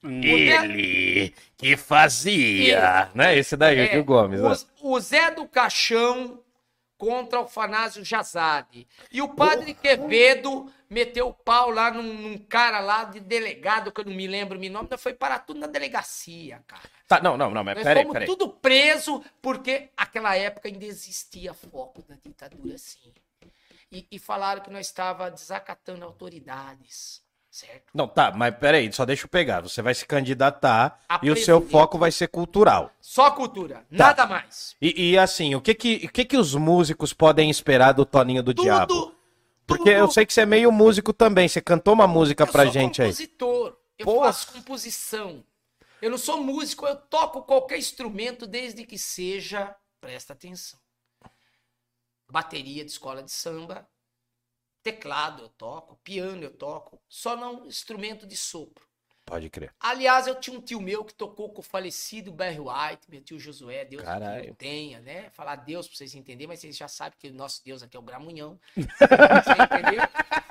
Speaker 1: Ele que fazia. Né? Esse daí, o
Speaker 3: É,
Speaker 1: Gil Gomes. né?
Speaker 3: o, o Zé do Caixão contra o Afanásio Jazade. E o Padre Quevedo meteu o pau lá num, num cara lá de delegado, que eu não me lembro o nome, mas foi parar tudo na delegacia, cara.
Speaker 1: Tá, não, não, não, mas
Speaker 3: Nós
Speaker 1: peraí,
Speaker 3: fomos
Speaker 1: peraí.
Speaker 3: tudo preso porque aquela época ainda existia foco da ditadura, sim. E, e falaram que nós estava desacatando autoridades, certo?
Speaker 1: Não, tá, mas peraí, só deixa eu pegar. Você vai se candidatar
Speaker 3: A
Speaker 1: e o seu
Speaker 3: presidente.
Speaker 1: foco vai ser cultural.
Speaker 3: Só cultura, nada mais.
Speaker 1: E, e, assim, o que que, o que que os músicos podem esperar do Toninho do Diabo?
Speaker 3: Tudo,
Speaker 1: Porque eu sei que você é meio músico também. Você cantou uma música pra
Speaker 3: eu
Speaker 1: gente
Speaker 3: sou
Speaker 1: aí.
Speaker 3: compositor, eu
Speaker 1: Porra.
Speaker 3: faço composição. Eu não sou músico, eu toco qualquer instrumento desde que seja, presta atenção, bateria de escola de samba, teclado eu toco, piano eu toco, só não instrumento de sopro.
Speaker 1: Pode crer.
Speaker 3: Aliás, eu tinha um tio meu que tocou com o falecido Barry White, meu tio Josué, Deus que
Speaker 1: Caralho.
Speaker 3: não tenha, né? Falar Deus pra vocês entenderem, mas vocês já sabem que o nosso Deus aqui é o Gramunhão. Você entendeu?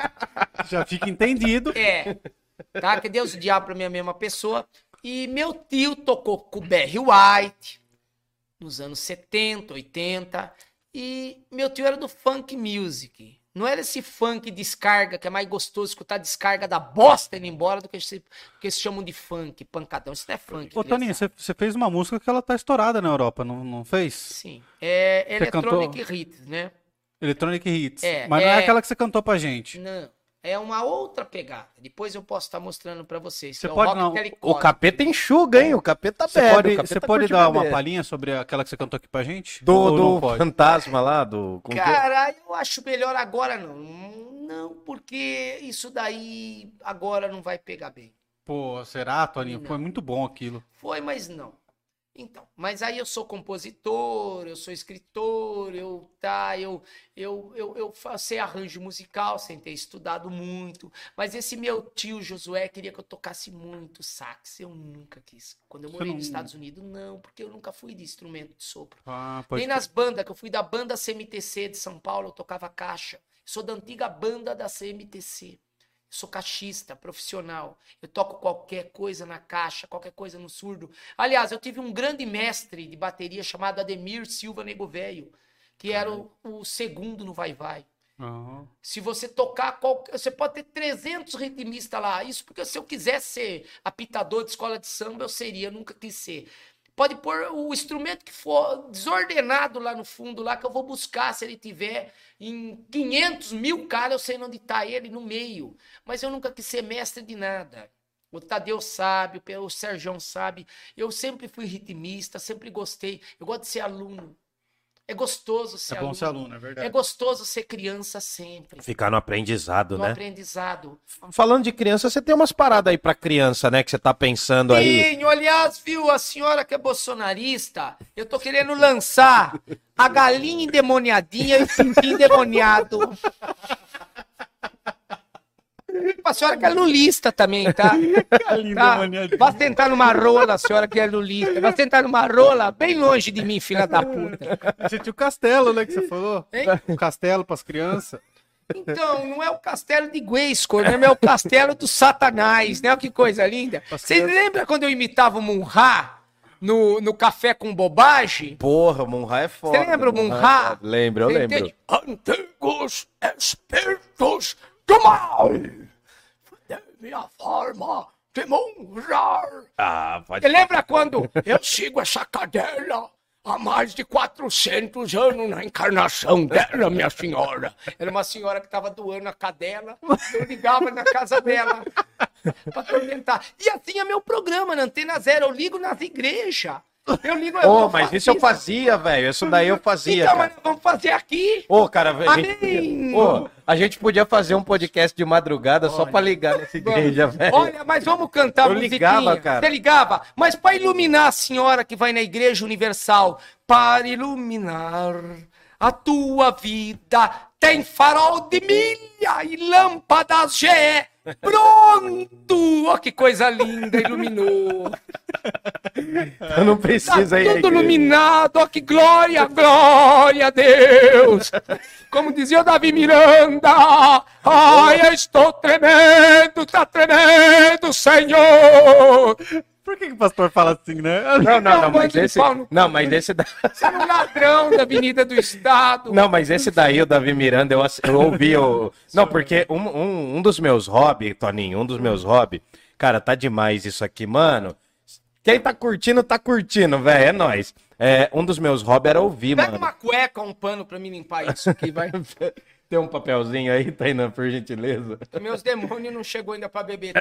Speaker 2: Já fica entendido.
Speaker 3: É, tá? Que Deus e o diabo pra mim é a mesma pessoa. E meu tio tocou com o Barry White nos anos setenta, oitenta. E meu tio era do funk music. Não era esse funk descarga, que é mais gostoso escutar descarga da bosta indo embora do que esse, que eles chamam de funk, pancadão. Isso não é funk.
Speaker 2: Ô, Toninho, você você fez uma música que ela tá estourada na Europa, não, não fez?
Speaker 3: Sim. É
Speaker 2: Você
Speaker 3: Electronic
Speaker 2: cantou?
Speaker 3: Hits, né?
Speaker 2: Electronic Hits.
Speaker 3: É,
Speaker 2: Mas não é
Speaker 3: é-
Speaker 2: aquela que você cantou pra gente.
Speaker 3: Não. É uma outra pegada. Depois eu posso estar mostrando pra vocês.
Speaker 2: Você
Speaker 3: que é o
Speaker 2: pode
Speaker 3: rock
Speaker 2: não-
Speaker 1: O
Speaker 3: telecórico.
Speaker 1: capeta enxuga, hein? O capeta
Speaker 2: Você
Speaker 1: bebe.
Speaker 2: pode,
Speaker 1: o capeta
Speaker 2: você pode
Speaker 1: curte
Speaker 2: dar uma
Speaker 1: beber.
Speaker 2: palhinha sobre aquela que você cantou aqui pra gente?
Speaker 1: Do,
Speaker 2: Ou não
Speaker 1: do
Speaker 2: pode?
Speaker 1: fantasma lá, do... como que é?
Speaker 3: Cara, eu acho melhor agora não. Não, porque isso daí agora não vai pegar bem.
Speaker 2: Pô, será, Toninho?
Speaker 3: Não.
Speaker 2: Foi muito bom aquilo.
Speaker 3: Foi, mas não. Então, mas aí eu sou compositor, eu sou escritor, eu tá, eu eu eu, eu faço sei arranjo musical sem ter estudado muito, mas esse meu tio Josué queria que eu tocasse muito sax, eu nunca quis. Quando eu
Speaker 2: Você
Speaker 3: morei
Speaker 2: não-
Speaker 3: nos Estados Unidos, não, porque eu nunca fui de instrumento de sopro.
Speaker 2: Ah, pode
Speaker 3: Nem nas bandas, que eu fui da banda C M T C de São Paulo, eu tocava caixa. Sou da antiga banda da C M T C. Eu sou caixista, profissional. Eu toco qualquer coisa na caixa, qualquer coisa no surdo. Aliás, eu tive um grande mestre de bateria chamado Ademir Silva Nego Velho, que era o, o segundo no Vai Vai.
Speaker 2: Aham.
Speaker 3: Se você tocar, qualquer, você pode ter trezentos ritmistas lá. Isso porque se eu quisesse ser apitador de escola de samba, eu seria, eu nunca quis ser. Pode pôr o instrumento que for desordenado lá no fundo, lá que eu vou buscar se ele tiver em quinhentos mil caras, eu sei onde está ele, no meio. Mas eu nunca quis ser mestre de nada. O Tadeu sabe, o Serjão sabe. Eu sempre fui ritmista, sempre gostei. Eu gosto de ser aluno. É gostoso ser
Speaker 2: É
Speaker 3: aluno.
Speaker 2: bom ser aluno, é verdade.
Speaker 3: É gostoso ser criança sempre.
Speaker 1: Ficar no aprendizado,
Speaker 3: No
Speaker 1: né?
Speaker 3: aprendizado.
Speaker 1: Falando de criança, você tem umas paradas aí pra criança, né? Que você tá pensando aí.
Speaker 3: Tenho, aliás, viu, a senhora que é bolsonarista, eu tô querendo lançar a galinha endemoniadinha e o pintinho endemoniado. A senhora que é lulista também, tá? tá? Vai sentar numa rola, a senhora que é lulista. Vai sentar numa rola bem longe de mim, filha da puta.
Speaker 2: Você tinha o castelo, né, que você falou?
Speaker 3: Hein?
Speaker 2: Um castelo pras crianças.
Speaker 3: Então, não é o castelo de Grayskull, né? É o castelo do Satanás, né? Olha que coisa linda. Vocês lembram quando eu imitava o Munra no, no Café com Bobagem?
Speaker 1: Porra, Munra é foda.
Speaker 3: Você lembra o
Speaker 1: Munra é
Speaker 3: Munra?
Speaker 1: foda. Lembro, eu
Speaker 3: Você
Speaker 1: lembro.
Speaker 3: entende? Antigos espíritos do mal, de minha forma de Munra.
Speaker 1: Ah, pode
Speaker 3: Você lembra quando eu sigo essa cadela há mais de quatrocentos anos na encarnação dela, minha senhora? Era uma senhora que estava doando a cadela, eu ligava na casa dela para atormentar. E assim é meu programa na Antena Zero, eu ligo nas igrejas. Eu ligo, eu
Speaker 1: Ô,
Speaker 3: vou
Speaker 1: mas
Speaker 3: fazer
Speaker 1: isso eu fazia, velho. Isso daí eu fazia,
Speaker 3: Então,
Speaker 1: cara.
Speaker 3: mas vamos fazer aqui.
Speaker 1: Ô, cara, a gente,
Speaker 3: Amém.
Speaker 1: podia, ô, a gente podia fazer um podcast de madrugada só
Speaker 3: Olha.
Speaker 1: pra ligar nessa igreja, velho.
Speaker 3: Olha, mas vamos cantar
Speaker 1: Eu
Speaker 3: musiquinha.
Speaker 1: ligava, cara.
Speaker 3: Você ligava, mas para iluminar a senhora que vai na Igreja Universal, para iluminar a tua vida, tem farol de milha e lâmpadas G E. Pronto! Ó, que coisa linda, iluminou.
Speaker 1: Eu não
Speaker 3: Tá
Speaker 1: preciso aí.
Speaker 3: tudo iluminado, ó, que glória, glória a Deus. Como dizia o Davi Miranda, ai, eu estou tremendo, tá tremendo, Senhor.
Speaker 2: Por que, que o pastor fala assim, né?
Speaker 1: Não, não, não,
Speaker 3: Não,
Speaker 1: mas
Speaker 3: mande
Speaker 1: esse.
Speaker 3: pau no-
Speaker 1: Não, mas esse. da-
Speaker 3: Você é um ladrão da Avenida do Estado.
Speaker 1: Não, mas esse daí, o Davi Miranda, eu, ass- eu ouvi o. Não, porque um, um, um dos meus hobbies, Toninho, um dos meus hobbies. Cara, tá demais isso aqui, mano. Quem tá curtindo, tá curtindo, velho. É nóis. É, um dos meus hobbies era ouvir,
Speaker 3: Pega
Speaker 1: mano.
Speaker 3: uma cueca, um pano pra me limpar isso aqui, vai.
Speaker 1: Tem um papelzinho aí, Tainan, por gentileza.
Speaker 3: Meus demônios não chegou ainda pra beber.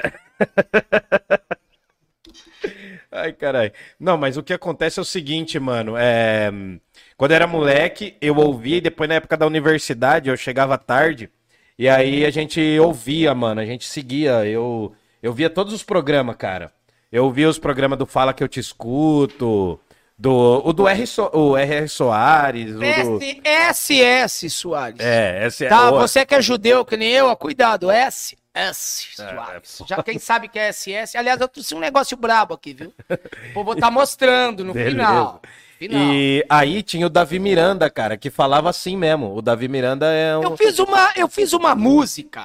Speaker 1: Ai, caralho. Não, mas o que acontece é o seguinte, mano. É... Quando eu era moleque, eu ouvia, e depois na época da universidade, eu chegava tarde, e aí a gente ouvia, mano, a gente seguia. Eu, eu via todos os programas, cara. Eu via os programas do Fala Que Eu Te Escuto, do, o do R. So, o R R. Soares, o do...
Speaker 3: S S, Soares.
Speaker 1: É, esse é...
Speaker 3: Tá,
Speaker 1: o-
Speaker 3: você que é judeu, que nem eu, ó, cuidado, S S,
Speaker 1: É,
Speaker 3: Soares. Já quem sabe que é S S. Aliás, eu trouxe um negócio brabo aqui, viu? Vou botar mostrando no
Speaker 1: Beleza.
Speaker 3: final. Final.
Speaker 1: E aí tinha o Davi Miranda, cara, que falava assim mesmo. O Davi Miranda é um...
Speaker 3: Eu fiz uma, eu fiz uma música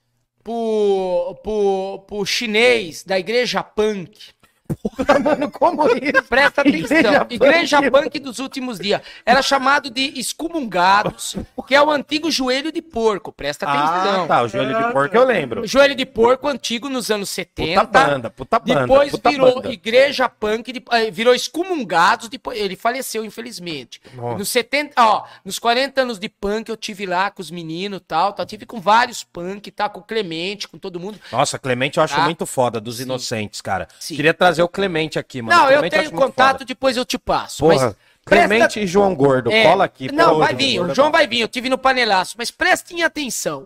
Speaker 3: pro, pro, pro chinês da igreja punk.
Speaker 1: Mano, como isso?
Speaker 3: Presta atenção.
Speaker 1: Igreja
Speaker 3: Igreja,
Speaker 1: punk.
Speaker 3: punk dos últimos dias. Era chamado de excomungados, que é o antigo joelho de porco. Presta atenção.
Speaker 1: Ah, tá, o joelho de porco eu lembro.
Speaker 3: Joelho de porco antigo nos anos setenta.
Speaker 1: Puta banda, puta banda.
Speaker 3: Depois
Speaker 1: puta
Speaker 3: virou
Speaker 1: banda.
Speaker 3: igreja punk, de- eh, virou excomungados, depois ele faleceu, infelizmente.
Speaker 1: Nossa.
Speaker 3: Nos setenta, ó, nos quarenta anos de punk eu tive lá com os meninos e tal, tá? Tive com vários punk, tá? Com o Clemente, com todo mundo.
Speaker 1: Nossa, Clemente eu acho
Speaker 3: Tá?
Speaker 1: muito foda, dos inocentes, cara.
Speaker 3: Sim.
Speaker 1: Queria trazer o Clemente aqui, mano.
Speaker 3: Não, eu
Speaker 1: Clemente
Speaker 3: tenho
Speaker 1: acho muito
Speaker 3: contato,
Speaker 1: foda.
Speaker 3: depois eu te passo.
Speaker 1: Porra,
Speaker 3: mas
Speaker 1: Clemente
Speaker 3: presta-
Speaker 1: e João Gordo,
Speaker 3: É,
Speaker 1: cola aqui.
Speaker 3: Não,
Speaker 1: pô,
Speaker 3: vai vir,
Speaker 1: Gordo
Speaker 3: o
Speaker 1: é
Speaker 3: João
Speaker 1: bom.
Speaker 3: vai vir, eu tive no panelaço, mas prestem atenção.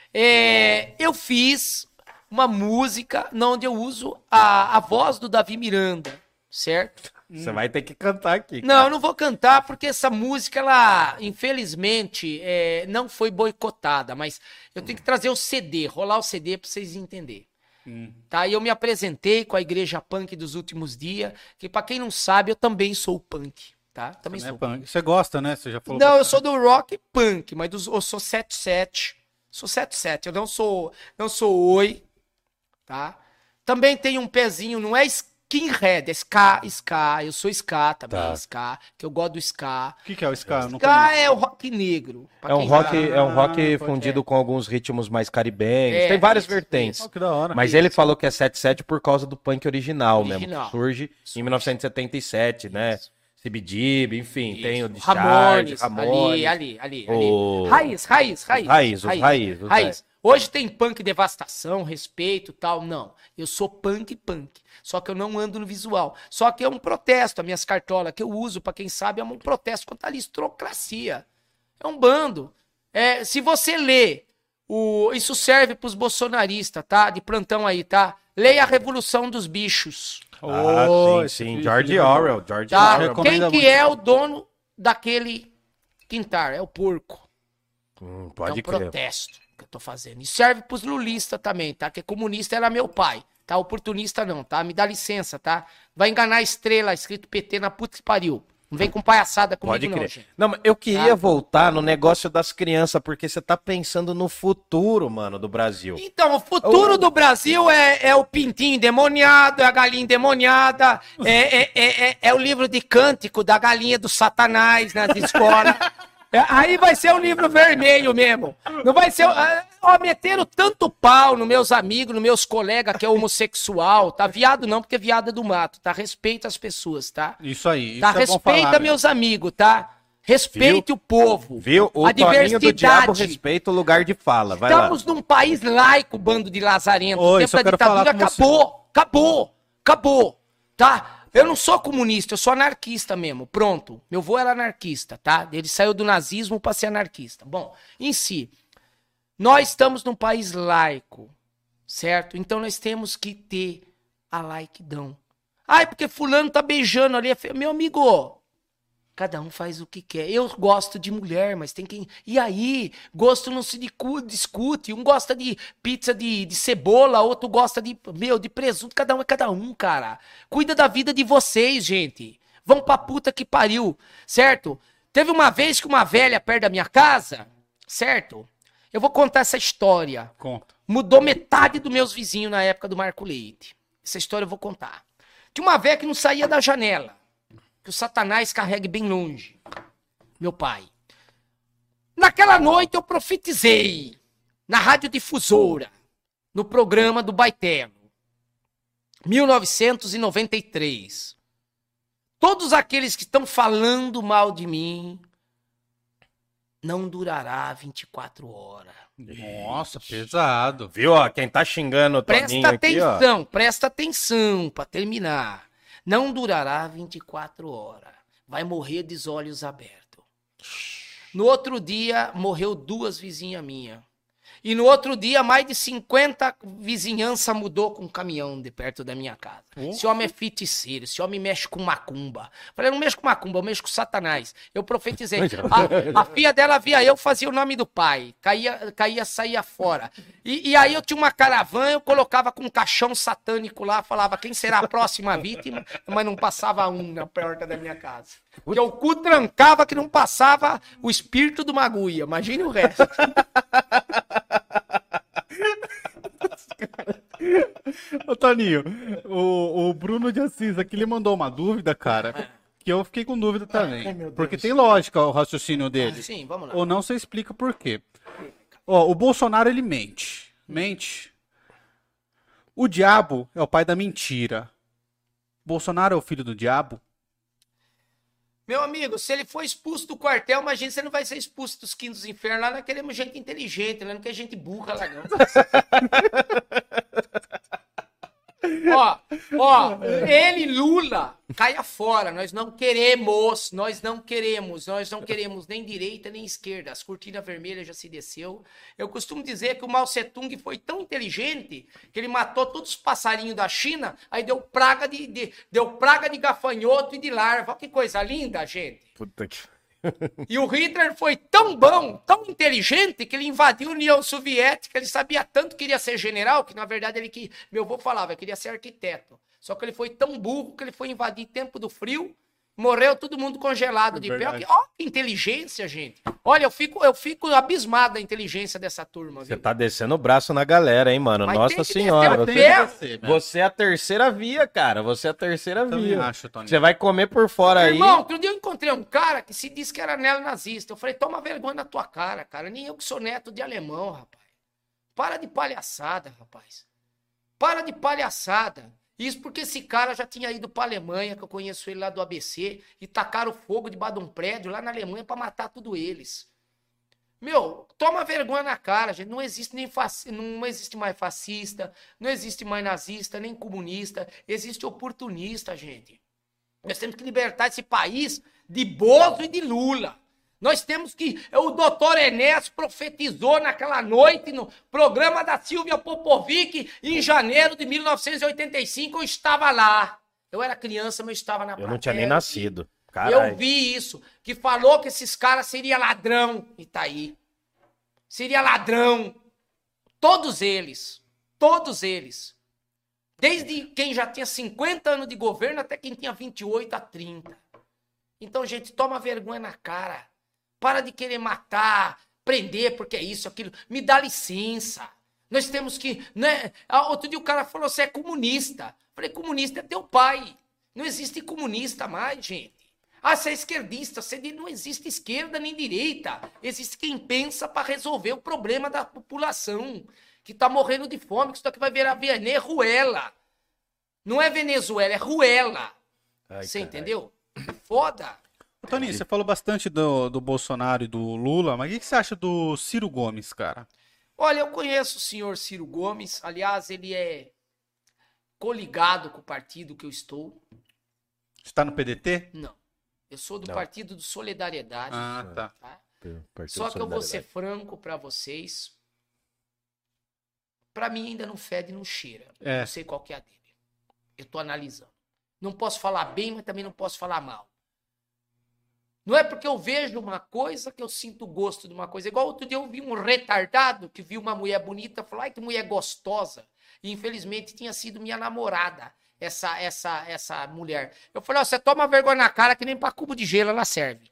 Speaker 3: É, eu fiz uma música onde eu uso a, a voz do Davi Miranda, certo?
Speaker 1: Você vai ter que cantar aqui.
Speaker 3: Não, eu não vou cantar porque essa música, ela, infelizmente, é, não foi boicotada, mas eu tenho que trazer o C D, rolar o C D pra vocês entenderem. Tá? E eu me apresentei com a igreja punk dos últimos dias, que pra quem não sabe, eu também sou punk, tá? Também
Speaker 2: Né,
Speaker 3: sou.
Speaker 2: punk? Você gosta, né? Você já falou.
Speaker 3: Não, eu
Speaker 2: bastante.
Speaker 3: sou do rock punk, mas dos- eu sou sete sete. Sou sete sete, eu não sou, não sou oi, tá? Também tenho um pezinho, não é skinhead, é ska, ska, eu sou ska também,
Speaker 1: Tá.
Speaker 3: ska, que eu gosto do ska.
Speaker 2: O que, que é o Ska? Eu não
Speaker 3: Ska
Speaker 2: conheço.
Speaker 3: é o rock negro. pra
Speaker 1: É um
Speaker 3: quem
Speaker 1: rock,
Speaker 3: sabe.
Speaker 1: é um rock
Speaker 2: Ah, pode
Speaker 1: fundido com alguns ritmos mais caribenhos.
Speaker 3: É,
Speaker 1: Tem várias
Speaker 3: isso,
Speaker 1: vertentes.
Speaker 2: Oh, que da hora.
Speaker 1: Mas ele falou que é sete sete por causa do punk original, mesmo.
Speaker 3: Original.
Speaker 1: Que surge em mil novecentos e setenta e sete, né? C B G B, enfim, tem o de
Speaker 3: Ramones,
Speaker 1: Ramones.
Speaker 3: ali, ali, ali,
Speaker 1: O-
Speaker 3: ali. Raiz, raiz, raiz.
Speaker 1: Raiz, os raiz, os
Speaker 3: raiz. Hoje tem punk devastação, respeito tal, não. Eu sou punk punk. Só que eu não ando no visual. Só que é um protesto, as minhas cartolas que eu uso, pra quem sabe, é um protesto contra a aristocracia. É um bando. É, se você lê, o, isso serve pros bolsonaristas, tá? De plantão aí, tá? Leia a Revolução dos Bichos.
Speaker 1: Ah,
Speaker 2: Oh,
Speaker 1: sim,
Speaker 2: esse
Speaker 1: sim.
Speaker 2: filme
Speaker 1: George
Speaker 2: é bom.
Speaker 1: Orwell, George
Speaker 3: Tá?
Speaker 1: Orwell.
Speaker 2: recomendo
Speaker 3: Quem que
Speaker 2: muito.
Speaker 3: é o dono daquele quintal? É o porco.
Speaker 1: Hum,
Speaker 3: É
Speaker 1: pode
Speaker 3: um
Speaker 1: crer.
Speaker 3: protesto que eu tô fazendo. E serve pros lulistas também, tá? Que comunista era meu pai, tá? Oportunista não, tá? Me dá licença, tá? Vai enganar a estrela, escrito P T na puta que pariu. Não vem com palhaçada comigo
Speaker 1: Pode
Speaker 3: não,
Speaker 1: crer.
Speaker 3: gente.
Speaker 1: Não, mas eu queria
Speaker 3: Tá.
Speaker 1: voltar no negócio das crianças, porque você tá pensando no futuro, mano, do Brasil.
Speaker 3: Então, o futuro do Brasil é, é o pintinho endemoniado, é a galinha endemoniada, é, é, é, é- é o livro de cântico da galinha do Satanás nas escolas. É, aí vai ser o livro vermelho mesmo. Não vai ser. ah, Ó, meteram tanto pau nos meus amigos, nos meus colegas que é homossexual, tá? Viado não, porque viado é do mato, tá? Respeita as pessoas, tá?
Speaker 2: Isso aí.
Speaker 3: Tá?
Speaker 2: Isso é bom
Speaker 3: Respeita
Speaker 2: falar,
Speaker 3: meus amigos, tá? Respeite o povo.
Speaker 1: Viu? O
Speaker 3: a
Speaker 1: Toninho do Diabo
Speaker 3: diversidade.
Speaker 1: respeita o lugar de fala. Vai
Speaker 3: Estamos
Speaker 1: lá.
Speaker 3: num país laico, bando de lazarento.
Speaker 2: Ô,
Speaker 3: O
Speaker 2: isso
Speaker 3: tempo
Speaker 2: eu
Speaker 3: da
Speaker 2: quero falar
Speaker 3: ditadura
Speaker 2: com você.
Speaker 3: acabou, acabou, acabou, tá? Eu não sou comunista, eu sou anarquista mesmo. Pronto. Meu avô era anarquista, tá? Ele saiu do nazismo para ser anarquista. Bom, em si, nós estamos num país laico, certo? Então nós temos que ter a laiquidão. Ai, porque fulano tá beijando ali. Meu amigo, cada um faz o que quer. Eu gosto de mulher, mas tem quem... E aí? Gosto não se discute. Um gosta de pizza de, de cebola, outro gosta de, meu, de presunto. Cada um é cada um, cara. Cuida da vida de vocês, gente. Vão pra puta que pariu, certo? Teve uma vez que uma velha perto da minha casa, certo? Eu vou contar essa história.
Speaker 2: Conta.
Speaker 3: Mudou metade dos meus vizinhos na época do Marco Leite. Essa história eu vou contar. Tinha uma velha que não saía da janela. Que o Satanás carregue bem longe. Meu pai. Naquela noite eu profetizei. Na radiodifusora. No programa do Baitelo. mil novecentos e noventa e três. Todos aqueles que estão falando mal de mim... não durará vinte e quatro horas.
Speaker 2: Nossa, pesado.
Speaker 1: Viu, ó, quem tá xingando o
Speaker 3: Presta
Speaker 1: Toninho aqui, ó.
Speaker 3: atenção, presta atenção, pra terminar. Não durará vinte e quatro horas. Vai morrer de olhos abertos. No outro dia, morreu duas vizinhas minhas. E no outro dia, mais de cinquenta vizinhança mudou com um caminhão de perto da minha casa.
Speaker 2: Oh.
Speaker 3: Esse homem é feiticeiro, esse homem mexe com macumba. Falei, eu não mexo com macumba, eu mexo com Satanás. Eu profetizei. A, a filha dela via eu, fazia o nome do pai. Caía, caía saía fora. E, e aí eu tinha uma caravana, eu colocava com um caixão satânico lá, falava quem será a próxima vítima, mas não passava um na porta da minha casa. Porque o cu trancava que não passava o espírito do Maguia. Imagine o resto.
Speaker 2: Ô, Toninho, o, o Bruno de Assis aqui, ele mandou uma dúvida, cara, que eu fiquei com dúvida também.
Speaker 3: Ai,
Speaker 2: porque tem lógica o raciocínio dele.
Speaker 3: Sim, vamos lá.
Speaker 2: Ou não, você explica por quê. Ó, o Bolsonaro, ele mente. Mente. O diabo é o pai da mentira. Bolsonaro é o filho do diabo?
Speaker 3: Meu amigo, se ele for expulso do quartel, imagina você não vai ser expulso dos quintos infernos. Lá nós queremos gente inteligente, né? Não quer gente burra lá, não. Ó, ó, ele, Lula, caia fora. Nós não queremos, nós não queremos, nós não queremos nem direita nem esquerda. As cortinas vermelhas já se desceu. Eu costumo dizer que o Mao Tse Tung foi tão inteligente que ele matou todos os passarinhos da China, aí deu praga de, de, deu praga de gafanhoto e de larva. Olha que coisa linda, gente.
Speaker 1: Puta que...
Speaker 3: E o Hitler foi tão bom, tão inteligente, que ele invadiu a União Soviética. Ele sabia tanto que queria ser general, que na verdade ele que meu avô falava, ele queria ser arquiteto. Só que ele foi tão burro que ele foi invadir tempo do frio, morreu todo mundo congelado de pé. Ó, que inteligência, gente. Olha, eu fico, eu fico abismado da inteligência dessa turma.
Speaker 1: Você
Speaker 3: viu?
Speaker 1: tá descendo o braço na galera, hein, mano?
Speaker 3: Mas
Speaker 1: Nossa
Speaker 3: tem que
Speaker 1: senhora.
Speaker 3: descer o
Speaker 1: Você,
Speaker 3: pé.
Speaker 1: você é a terceira via, cara. Você é a terceira
Speaker 2: Também
Speaker 1: via.
Speaker 2: acho, Toninho.
Speaker 1: Você vai comer por fora aí.
Speaker 3: Irmão, outro dia eu encontrei um cara que se disse que era neonazista. Eu falei, toma vergonha na tua cara, cara. Nem eu que sou neto de alemão, rapaz. Para de palhaçada, rapaz. Para de palhaçada. Isso porque esse cara já tinha ido pra Alemanha, que eu conheço ele lá do A B C, e tacaram fogo debaixo de um prédio lá na Alemanha pra matar tudo eles. Meu, toma vergonha na cara, gente. Não existe, nem faci... não existe mais fascista, não existe mais nazista, nem comunista. Existe oportunista, gente. Nós temos que libertar esse país de Bozo e de Lula. Nós temos que... O doutor Enéas profetizou naquela noite no programa da Silvia Popovic em janeiro de mil novecentos e oitenta e cinco. Eu estava lá. Eu era criança, mas eu estava na
Speaker 1: Eu
Speaker 3: plateia.
Speaker 1: não tinha nem nascido.
Speaker 3: Eu
Speaker 1: Caralho.
Speaker 3: vi isso. Que falou que esses caras seriam ladrão. E tá aí. Seria ladrão. Todos eles. Todos eles. Desde quem já tinha cinquenta anos de governo até quem tinha vinte e oito a trinta. Então, gente, toma vergonha na cara. Para de querer matar, prender, porque é isso, aquilo. Me dá licença. Nós temos que... Né? Outro dia o cara falou, você é comunista. Eu falei, comunista é teu pai. Não existe comunista mais, gente. Ah, você é esquerdista. Você não existe esquerda nem direita. Existe quem pensa para resolver o problema da população. Que tá morrendo de fome, que isso daqui vai virar Venezuela. Não é Venezuela, é Ruela.
Speaker 1: Ai,
Speaker 3: você
Speaker 1: caralho.
Speaker 3: entendeu? Foda.
Speaker 2: Ô, Toninho, você falou bastante do, do Bolsonaro e do Lula, mas o que, que você acha do Ciro Gomes, cara?
Speaker 3: Olha, eu conheço o senhor Ciro Gomes. Aliás, ele é coligado com o partido que eu estou.
Speaker 2: Você tá no P D T?
Speaker 3: Não. Eu sou do
Speaker 1: Não.
Speaker 3: Partido de Solidariedade.
Speaker 2: Ah, tá.
Speaker 3: Tá?
Speaker 1: Partido
Speaker 3: Só que eu vou ser
Speaker 1: Solidariedade.
Speaker 3: franco pra vocês. Pra mim ainda não fede, não cheira.
Speaker 2: É.
Speaker 3: Não sei qual que é a dele. Eu tô analisando. Não posso falar bem, mas também não posso falar mal. Não é porque eu vejo uma coisa que eu sinto gosto de uma coisa. Igual outro dia eu vi um retardado que viu uma mulher bonita e falou, ai, que mulher gostosa. E infelizmente tinha sido minha namorada, essa, essa, essa mulher. Eu falei, ó, você toma vergonha na cara que nem pra cubo de gelo ela serve.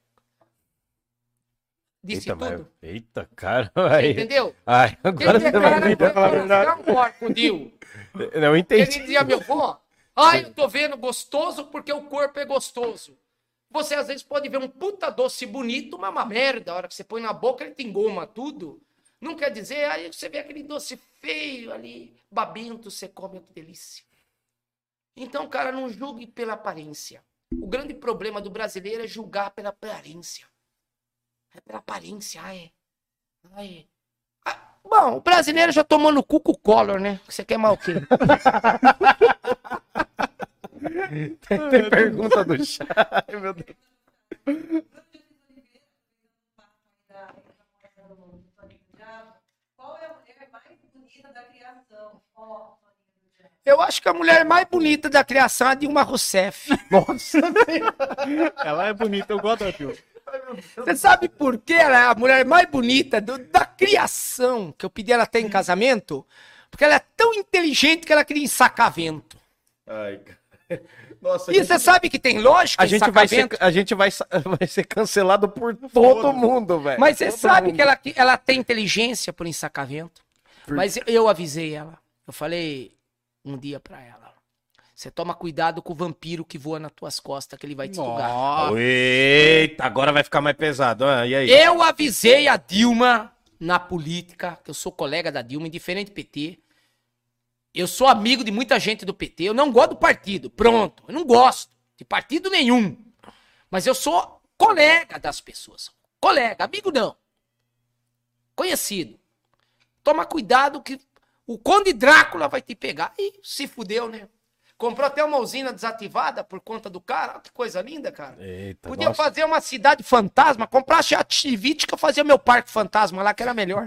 Speaker 3: Disse
Speaker 1: Eita,
Speaker 3: tudo.
Speaker 1: mas- Eita, cara.
Speaker 3: Você
Speaker 1: Aí.
Speaker 3: entendeu?
Speaker 1: Ai, agora
Speaker 3: Ele
Speaker 1: você vai
Speaker 3: cara
Speaker 1: me
Speaker 3: foi
Speaker 1: falar a verdade.
Speaker 3: um crocodilo.
Speaker 1: Não entendi.
Speaker 3: Ele dizia a meu avô, ai, eu tô vendo gostoso porque o corpo é gostoso. Você às vezes pode ver um puta doce bonito, mas uma merda. A hora que você põe na boca, ele te engoma tudo. Não quer dizer, aí você vê aquele doce feio ali, babento, você come, que delícia. Então, cara, não julgue pela aparência. O grande problema do brasileiro é julgar pela aparência. É pela aparência, ah, é. Ah, é. Ah, bom, o brasileiro já tomou no cu com o Collor, né? Você quer mais o quê?
Speaker 1: Tem, tem pergunta do chat. Ai, meu Deus.
Speaker 4: Qual é a mulher mais bonita da criação? Ó,
Speaker 3: Eu acho que a mulher mais bonita da criação é a Dilma Rousseff.
Speaker 1: Nossa,
Speaker 2: Ela é bonita, eu gosto da Dilma.
Speaker 3: Você sabe por que ela é a mulher mais bonita do- da criação que eu pedi ela até em casamento? Porque ela é tão inteligente que ela queria ensacar vento.
Speaker 1: Ai, cara. Nossa,
Speaker 3: E você sabe que tem lógica
Speaker 1: a gente
Speaker 3: ensacar
Speaker 1: vai ser,
Speaker 3: vento?
Speaker 1: a gente vai, sa- vai ser cancelado por todo mundo, velho.
Speaker 3: Mas você
Speaker 1: Todo
Speaker 3: sabe
Speaker 1: mundo.
Speaker 3: que ela, que ela tem inteligência por ensacar vento?
Speaker 1: Por-
Speaker 3: Mas eu, eu avisei ela. Eu falei um dia pra ela. Você toma cuidado com o vampiro que voa nas tuas costas, que ele vai te sugar.
Speaker 2: Nossa.
Speaker 1: Eita, agora vai ficar mais pesado. Ah, e aí?
Speaker 3: Eu avisei a Dilma na política, que eu sou colega da Dilma, indiferente do P T. Eu sou amigo de muita gente do P T. Eu não gosto do partido. Pronto. Eu não gosto de partido nenhum. Mas eu sou colega das pessoas. Colega, amigo não. Conhecido. Toma cuidado que o Conde Drácula vai te pegar. Ih, se fudeu, né? Comprou até uma usina desativada por conta do cara. Olha que coisa linda, cara.
Speaker 1: Eita,
Speaker 3: Podia
Speaker 1: nossa.
Speaker 3: fazer uma cidade fantasma, comprar Chativite que eu fazia meu parque fantasma lá, que era melhor.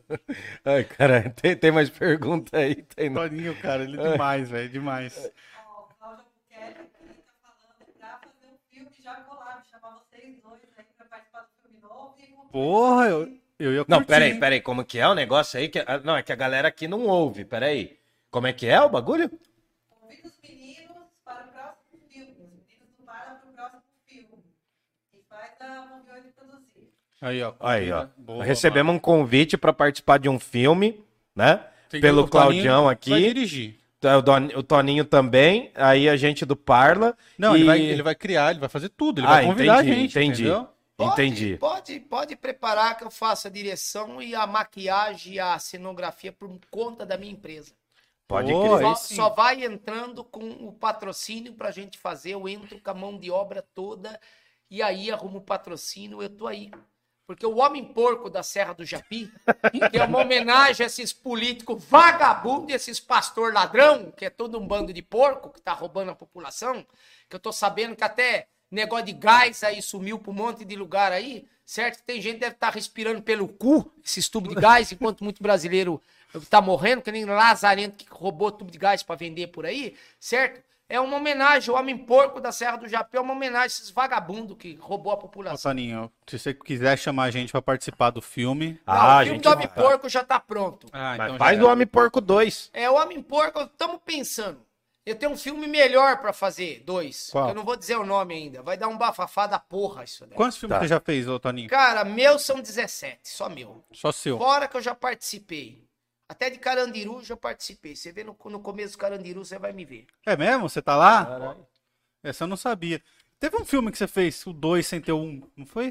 Speaker 1: Ai, caralho, tem, tem mais pergunta aí? Tem, não?
Speaker 2: Toninho, cara, ele é demais, velho, demais.
Speaker 4: ó, Cláudia Buquerque aqui tá falando pra fazer um filme já collab, chamar vocês dois aí pra participar do filme novo e com-
Speaker 2: Porra, eu, eu ia curtir.
Speaker 1: Não, peraí,
Speaker 2: hein?
Speaker 1: peraí, como que é o negócio aí? Que, ah, não, é que a galera aqui não ouve, peraí. Como é que é o bagulho?
Speaker 4: Convida os meninos para o próximo filme. Os meninos do Parla para o próximo filme. E faz a Movie de produzir.
Speaker 2: Aí, ó.
Speaker 1: Aí, ó.
Speaker 2: Boa,
Speaker 1: Recebemos um convite pra participar de um filme, né?
Speaker 2: Tem
Speaker 1: Pelo
Speaker 2: o Toninho
Speaker 1: Claudião
Speaker 2: Vai
Speaker 1: aqui.
Speaker 2: dirigir.
Speaker 1: O Don- o Toninho também, aí a gente do Parla.
Speaker 2: Não,
Speaker 1: e...
Speaker 2: ele, vai, ele vai criar, ele vai fazer tudo. Ele
Speaker 1: Ah,
Speaker 2: vai convidar
Speaker 1: entendi,
Speaker 2: a gente,
Speaker 1: entendi.
Speaker 2: entendeu?
Speaker 1: Entendi.
Speaker 3: Pode, pode preparar que eu faça a direção e a maquiagem e a cenografia por conta da minha empresa.
Speaker 1: Pode
Speaker 2: Pô,
Speaker 1: crer.
Speaker 2: aí
Speaker 3: Só,
Speaker 2: sim.
Speaker 3: só vai entrando com o patrocínio pra gente fazer. Eu entro com a mão de obra toda e aí arrumo o patrocínio. Eu tô aí. Porque o Homem Porco da Serra do Japi, que é uma homenagem a esses políticos vagabundos, esses pastor ladrão, que é todo um bando de porco que tá roubando a população, que eu tô sabendo que até negócio de gás aí sumiu pra um monte de lugar aí, certo? Tem gente que deve estar respirando pelo cu, esses tubos de gás, enquanto muito brasileiro tá morrendo, que nem lazarento que roubou tubo de gás pra vender por aí, certo? É uma homenagem, o Homem Porco da Serra do Japi é uma homenagem a esses vagabundos que roubou a
Speaker 2: Ô,
Speaker 3: população.
Speaker 2: Toninho, se você quiser chamar a gente pra participar do filme...
Speaker 3: Não,
Speaker 1: Ah,
Speaker 3: o
Speaker 1: a
Speaker 3: filme
Speaker 1: gente
Speaker 3: do Homem
Speaker 1: vai.
Speaker 3: Porco já tá pronto.
Speaker 2: Ah,
Speaker 1: Mas
Speaker 2: já
Speaker 1: faz
Speaker 2: era.
Speaker 1: o Homem Porco dois.
Speaker 3: É, o Homem Porco, estamos pensando. Eu tenho um filme melhor pra fazer, dois.
Speaker 2: Qual?
Speaker 3: Eu não vou dizer o nome ainda. Vai dar um bafafá da porra isso daí.
Speaker 2: Quantos filmes
Speaker 1: Tá.
Speaker 2: você já fez, ô Toninho?
Speaker 3: Cara, meus são dezessete, só meu.
Speaker 2: Só seu.
Speaker 3: Fora que eu já participei. Até de Carandiru já participei. Você vê no, no começo do Carandiru, você vai me ver.
Speaker 2: É mesmo? Você tá lá? Essa eu não sabia. Teve um filme que você fez, o dois sem ter o um, não foi?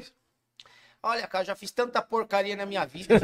Speaker 3: Olha, cara, eu já fiz tanta porcaria na minha vida.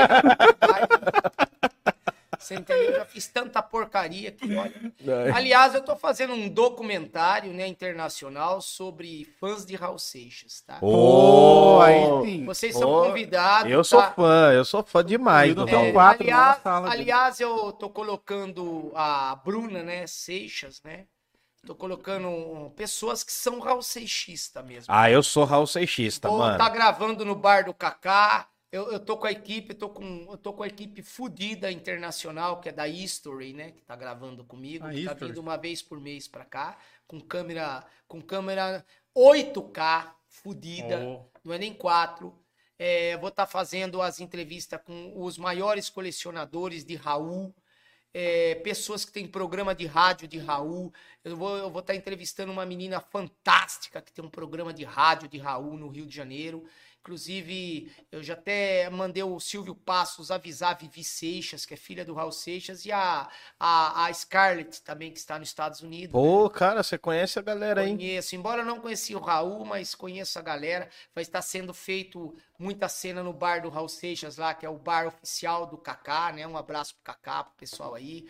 Speaker 3: Você entendeu? Eu já fiz tanta porcaria que, olha. Aliás, eu tô fazendo um documentário, né, internacional sobre fãs de Raul Seixas, tá?
Speaker 1: Ô,
Speaker 2: aí sim.
Speaker 3: Vocês são
Speaker 1: Ô,
Speaker 3: convidados.
Speaker 1: Eu sou
Speaker 3: tá?
Speaker 1: fã, eu sou fã demais.
Speaker 2: Eu não
Speaker 1: do
Speaker 2: tenho
Speaker 1: Raul.
Speaker 2: quatro
Speaker 3: aliás,
Speaker 2: na sala dele.
Speaker 3: aliás, eu tô colocando a Bruna, né, Seixas, né? Tô colocando pessoas que são Raul Seixista mesmo.
Speaker 1: Ah, eu sou Raul Seixista,
Speaker 3: Vou
Speaker 1: mano.
Speaker 3: tá gravando no bar do Kaká. Eu, eu tô com a equipe, tô com, eu tô com a equipe fudida internacional, que é da History, né? Que tá gravando comigo.
Speaker 2: A
Speaker 3: que tá
Speaker 2: History.
Speaker 3: vindo uma vez por mês pra cá. Com câmera, com câmera oito K, fudida.
Speaker 2: Oh.
Speaker 3: Não é nem quatro. É, vou estar fazendo as entrevistas com os maiores colecionadores de Raul. É, pessoas que têm programa de rádio de Raul. Eu vou eu vou estar entrevistando uma menina fantástica que tem um programa de rádio de Raul no Rio de Janeiro. Inclusive, eu já até mandei o Silvio Passos avisar a Vivi Seixas, que é filha do Raul Seixas, e a, a, a Scarlett também, que está nos Estados Unidos.
Speaker 1: Pô, cara, você conhece a galera, hein?
Speaker 3: Conheço, embora eu não conheci o Raul, mas conheço a galera. Vai estar sendo feito muita cena no bar do Raul Seixas lá, que é o bar oficial do Kaká, né? Um abraço pro Kaká, pro pessoal aí.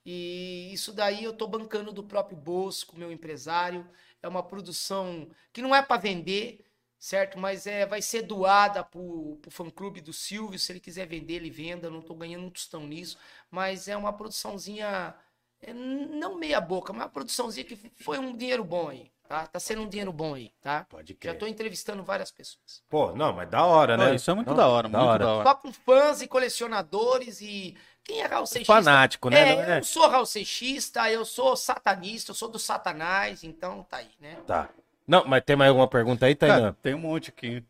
Speaker 3: E isso daí eu tô bancando do próprio bolso com o meu empresário. É uma produção que não é para vender, certo? Mas é, vai ser doada pro, pro fã-clube do Silvio. Se ele quiser vender, ele venda. Eu não tô ganhando um tostão nisso. Mas é uma produçãozinha, é, não meia boca, mas uma produçãozinha que foi um dinheiro bom aí, tá? Tá sendo um dinheiro bom aí, tá?
Speaker 1: Pode
Speaker 3: Já
Speaker 1: crer.
Speaker 3: tô entrevistando várias pessoas.
Speaker 1: Pô, não, mas da hora,
Speaker 2: Pô,
Speaker 1: né?
Speaker 2: isso é muito
Speaker 1: Não,
Speaker 2: da hora, muito da hora.
Speaker 3: Só com fãs e colecionadores e... Quem é Raul Seixista?
Speaker 1: Fanático, né?
Speaker 3: É,
Speaker 1: Não é?
Speaker 3: eu sou Raul Seixista, eu sou satanista, eu sou do Satanás, então tá aí, né?
Speaker 1: Tá. Não, mas tem mais alguma pergunta aí,
Speaker 2: Cara,
Speaker 1: Tainan?
Speaker 2: tem um monte aqui.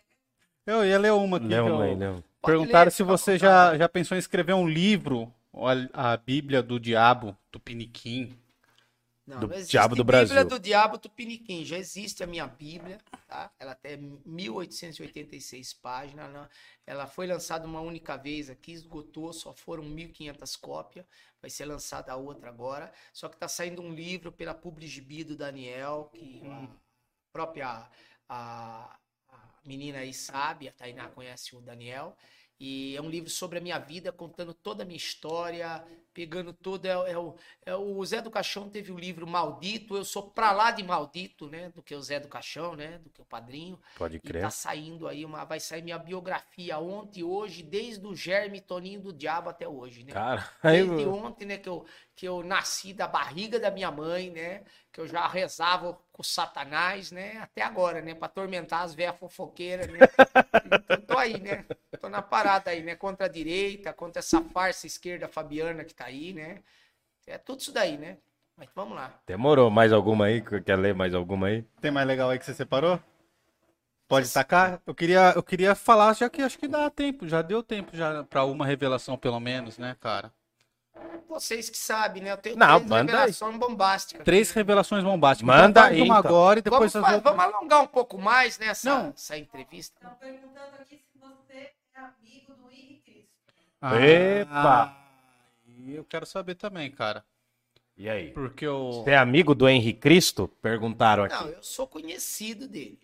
Speaker 2: Eu ia ler uma aqui.
Speaker 1: Lê
Speaker 2: que
Speaker 1: uma
Speaker 2: eu-
Speaker 1: aí, lê uma.
Speaker 2: Perguntaram
Speaker 3: ler,
Speaker 2: se
Speaker 3: fica à
Speaker 2: você
Speaker 3: vontade.
Speaker 2: já, já pensou em escrever um livro, ou a, a Bíblia do Diabo, Tupiniquim.
Speaker 3: Não,
Speaker 1: Do
Speaker 3: não existe
Speaker 1: Diabo do
Speaker 3: Bíblia
Speaker 1: Brasil.
Speaker 3: do Diabo Tupiniquim. Já existe a minha Bíblia, tá? Ela tem mil oitocentas e oitenta e seis páginas. Né? Ela foi lançada uma única vez aqui, esgotou, só foram mil e quinhentas cópias. Vai ser lançada a outra agora. Só que tá saindo um livro pela Publigibi do Daniel, que a própria a, a menina aí sabe, a Tainá conhece o Daniel. E é um livro sobre a minha vida, contando toda a minha história, pegando todo. É, é o, é o Zé do Caixão teve o livro Maldito. Eu sou pra lá de maldito, né? Do que o Zé do Caixão, né? Do que o Padrinho.
Speaker 1: Pode
Speaker 3: E
Speaker 1: crer.
Speaker 3: tá saindo aí, uma, vai sair minha biografia ontem e hoje, desde o Germe Toninho do Diabo até hoje, né?
Speaker 1: Cara, aí,
Speaker 3: Desde ontem, né, que eu, que eu nasci da barriga da minha mãe, né? Que eu já rezava com o Satanás, né? Até agora, né? Pra atormentar as velhas fofoqueiras, né? Então tô aí, né? Tô na parada aí, né? Contra a direita, contra essa farsa esquerda Fabiana que tá aí, né? É tudo isso daí, né? Mas vamos lá.
Speaker 1: demorou. Mais alguma aí? Quer ler mais alguma aí?
Speaker 2: Tem mais legal aí que você separou? Pode tacar? Eu queria, eu queria falar, já que acho que dá tempo, já deu tempo já pra uma revelação pelo menos, né, cara?
Speaker 3: Vocês que sabem, né? Eu tenho
Speaker 1: Não,
Speaker 3: três
Speaker 1: manda aí.
Speaker 3: revelações bombásticas.
Speaker 2: Três revelações bombásticas.
Speaker 1: Manda
Speaker 2: Então faz
Speaker 1: aí,
Speaker 2: uma
Speaker 1: então.
Speaker 2: agora e depois
Speaker 3: Vamos,
Speaker 2: as
Speaker 3: fa-
Speaker 2: outras.
Speaker 3: vamos alongar um pouco mais nessa
Speaker 2: Não.
Speaker 3: essa entrevista.
Speaker 4: Estão perguntando aqui se você é amigo do Henrique Cristo.
Speaker 1: Epa!
Speaker 2: E eu quero saber também, cara.
Speaker 1: E aí?
Speaker 2: Porque eu.
Speaker 1: Você é amigo do Henrique Cristo? Perguntaram aqui.
Speaker 3: Não, eu sou conhecido dele.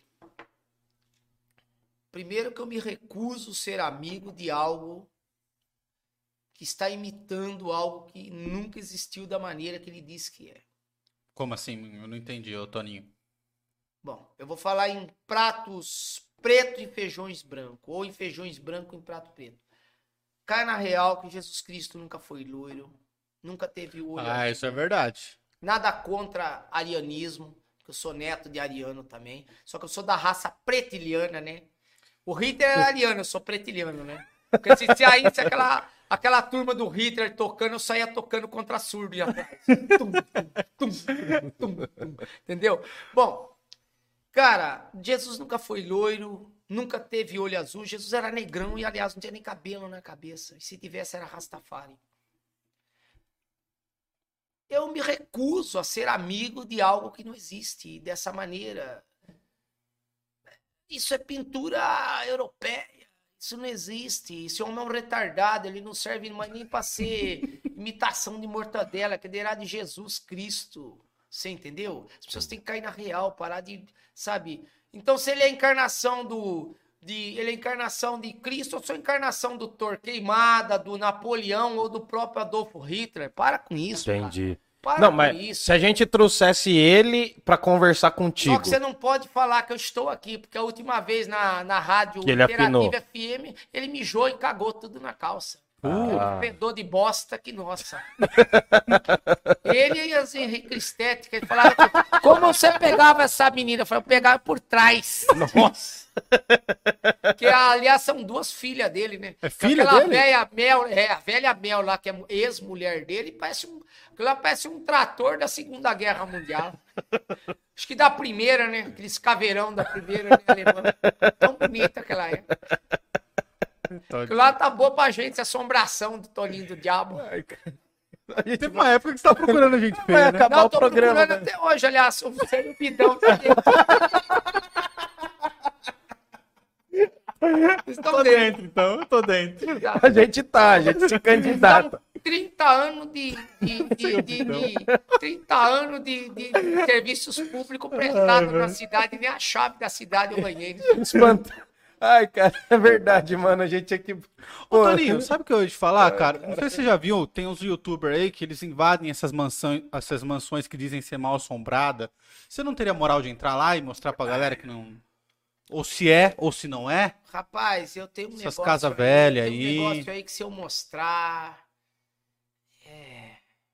Speaker 3: Primeiro que eu me recuso a ser amigo de algo que está imitando algo que nunca existiu da maneira que ele disse que é.
Speaker 2: Como assim? Eu não entendi, ô Toninho.
Speaker 3: Bom, eu vou falar em pratos preto e feijões branco, ou em feijões branco em prato preto. Cai na real que Jesus Cristo nunca foi loiro, nunca teve o olho
Speaker 2: Ah,
Speaker 3: azul.
Speaker 2: isso é verdade.
Speaker 3: Nada contra arianismo, que eu sou neto de ariano também. Só que eu sou da raça pretiliana, né? O Hitler era ariano, eu sou pretiliano, né? Porque se, se aí, se aquela, aquela turma do Hitler tocando, eu saía tocando contra surdo atrás. Tum, tum, tum, tum, tum. Entendeu? Bom, cara, Jesus nunca foi loiro, nunca teve olho azul. Jesus era negrão e, aliás, não tinha nem cabelo na cabeça. E se tivesse, era Rastafari. Eu me recuso a ser amigo de algo que não existe dessa maneira. Isso é pintura europeia. Isso não existe. Esse homem é um retardado. Ele não serve mais nem para ser imitação de mortadela, que dirá de Jesus Cristo. Você entendeu? As pessoas têm que cair na real, parar de, sabe? Então, se ele é a encarnação do... De, ele é a encarnação de Cristo, eu sou a encarnação do Torquemada, do Napoleão ou do próprio Adolfo Hitler. Para com isso,
Speaker 1: Entendi.
Speaker 3: cara. Para
Speaker 1: Não,
Speaker 3: com
Speaker 1: mas
Speaker 3: isso.
Speaker 1: se a gente trouxesse ele pra conversar
Speaker 3: Só
Speaker 1: contigo.
Speaker 3: que você não pode falar que eu estou aqui, porque a última vez na, na rádio
Speaker 1: Que ele afinou.
Speaker 3: Interativa F M, ele mijou e cagou tudo na calça.
Speaker 1: Ah.
Speaker 3: Fedor de bosta que, nossa. Ele e as Henrique Estética, ele falava assim, como você pegava essa menina? Eu falei, eu pegava por trás.
Speaker 2: Nossa.
Speaker 3: Que, aliás, são duas filhas dele, né?
Speaker 2: É filha
Speaker 3: Aquela
Speaker 2: dele?
Speaker 3: velha Mel, é, a velha Mel lá, que é ex-mulher dele, parece um, ela parece um trator da Segunda Guerra Mundial. Acho que da primeira, né? Aqueles caveirão da primeira, né, alemã. Tão bonita que ela é. Aquilo lá tá boa pra gente, essa assombração do Toninho do Diabo.
Speaker 2: Teve uma época que você tá procurando a gente
Speaker 1: Vai
Speaker 2: feia, né?
Speaker 1: acabar
Speaker 3: Não,
Speaker 1: o
Speaker 3: tô
Speaker 1: programa,
Speaker 3: procurando
Speaker 1: velho.
Speaker 3: até hoje, aliás, o servidão tá dentro. Vocês estão
Speaker 2: Tô
Speaker 3: dentro.
Speaker 2: dentro, então. Eu tô dentro.
Speaker 1: A gente tá, a gente se candidata.
Speaker 3: São trinta anos de, de, de, de, de- trinta anos de, de serviços públicos prestados na cidade, nem a chave da cidade eu ganhei.
Speaker 1: Espanta. Ai, cara, é verdade, mano. A gente tinha que.
Speaker 2: Ô,
Speaker 1: Pô,
Speaker 2: Toninho, sabe o que eu ia te falar, cara? Não sei se você já viu, tem uns youtubers aí que eles invadem essas mansões, essas mansões que dizem ser mal assombrada. Você não teria moral de entrar lá e mostrar pra galera que não... Ou se é, ou se não é?
Speaker 3: Rapaz, eu tenho um
Speaker 2: Essas
Speaker 3: negócio
Speaker 2: casa
Speaker 3: aí,
Speaker 2: velha
Speaker 3: eu tenho
Speaker 2: aí.
Speaker 3: um negócio aí que se eu mostrar... É...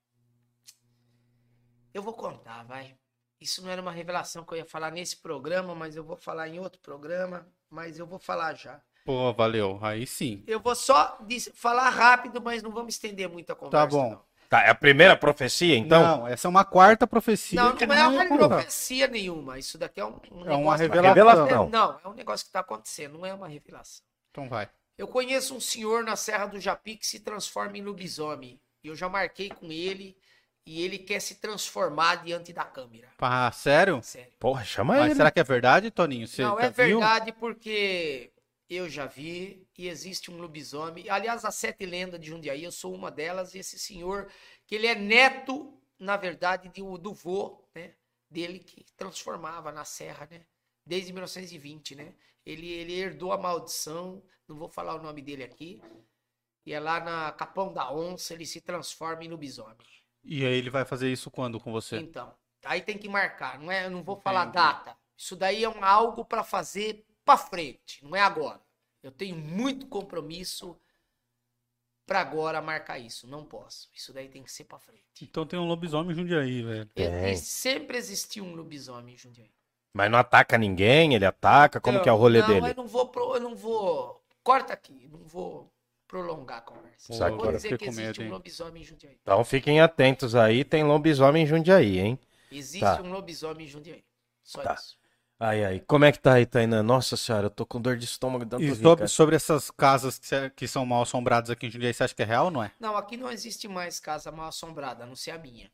Speaker 3: Eu vou contar, vai. Isso não era uma revelação que eu ia falar nesse programa, mas eu vou falar em outro programa, mas eu vou falar já.
Speaker 2: Pô, valeu. Aí sim.
Speaker 3: Eu vou só dis- falar rápido, mas não vamos estender muito a conversa.
Speaker 2: Tá bom.
Speaker 3: Não.
Speaker 1: Tá, é a primeira profecia, então?
Speaker 2: Não, essa é uma quarta profecia.
Speaker 3: Não,
Speaker 2: que
Speaker 3: não
Speaker 2: ele
Speaker 3: é
Speaker 2: ia
Speaker 3: uma
Speaker 2: contar.
Speaker 3: profecia nenhuma. Isso daqui é um, um
Speaker 2: É uma
Speaker 3: negócio que-
Speaker 2: revelação.
Speaker 1: Revelação.
Speaker 3: Não, é um negócio que está acontecendo, não é uma revelação.
Speaker 2: Então vai.
Speaker 3: Eu conheço um senhor na Serra do Japi que se transforma em lobisomem. E eu já marquei com ele e ele quer se transformar diante da câmera.
Speaker 2: Ah, sério?
Speaker 3: Sério.
Speaker 1: Porra, chama
Speaker 2: Mas
Speaker 1: ele.
Speaker 2: será que é verdade, Toninho? Você
Speaker 3: Não,
Speaker 2: já
Speaker 3: é
Speaker 2: viu?
Speaker 3: verdade porque eu já vi e existe um lobisomem. Aliás, as sete lendas de Jundiaí, eu sou uma delas. E esse senhor, que ele é neto, na verdade, de, do vô, né, dele que transformava na serra, né? Desde mil novecentos e vinte, né? Ele, ele herdou a maldição, não vou falar o nome dele aqui. E é lá na Capão da Onça, ele se transforma em lobisomem.
Speaker 2: E aí ele vai fazer isso quando com você?
Speaker 3: Então, aí tem que marcar, não é? Eu não vou falar
Speaker 2: Entendi.
Speaker 3: data. Isso daí é um, algo para fazer para frente, não é agora. Eu tenho muito compromisso para agora marcar isso, não posso. Isso daí tem que ser para frente.
Speaker 2: Então tem um lobisomem em Jundiaí, velho.
Speaker 1: Tem.
Speaker 3: Existe- sempre existiu um lobisomem em Jundiaí.
Speaker 1: Mas não ataca ninguém, ele ataca? Como
Speaker 3: Não,
Speaker 1: que é o rolê
Speaker 3: não,
Speaker 1: dele?
Speaker 3: eu não vou, pro- eu não vou. Corta aqui, não vou prolongar a conversa.
Speaker 2: Pô,
Speaker 3: Só vou
Speaker 2: agora
Speaker 3: dizer
Speaker 2: fiquei
Speaker 3: que
Speaker 2: com
Speaker 3: existe
Speaker 2: medo,
Speaker 3: um
Speaker 2: hein?
Speaker 3: lobisomem em Jundiaí.
Speaker 1: Então fiquem atentos aí, tem lobisomem em Jundiaí, hein?
Speaker 3: Existe
Speaker 1: Tá.
Speaker 3: um lobisomem em Jundiaí. Só
Speaker 1: Tá.
Speaker 3: isso.
Speaker 1: Ai, ai. Como é que tá aí, Tainan? Nossa senhora, eu tô com dor de estômago dando
Speaker 2: E
Speaker 1: rir,
Speaker 2: sobre,
Speaker 1: cara.
Speaker 2: sobre essas casas que, cê- que são mal assombradas aqui em Jundiaí, você acha que é real ou não é?
Speaker 3: Não, aqui não existe mais casa mal assombrada, a não ser a minha.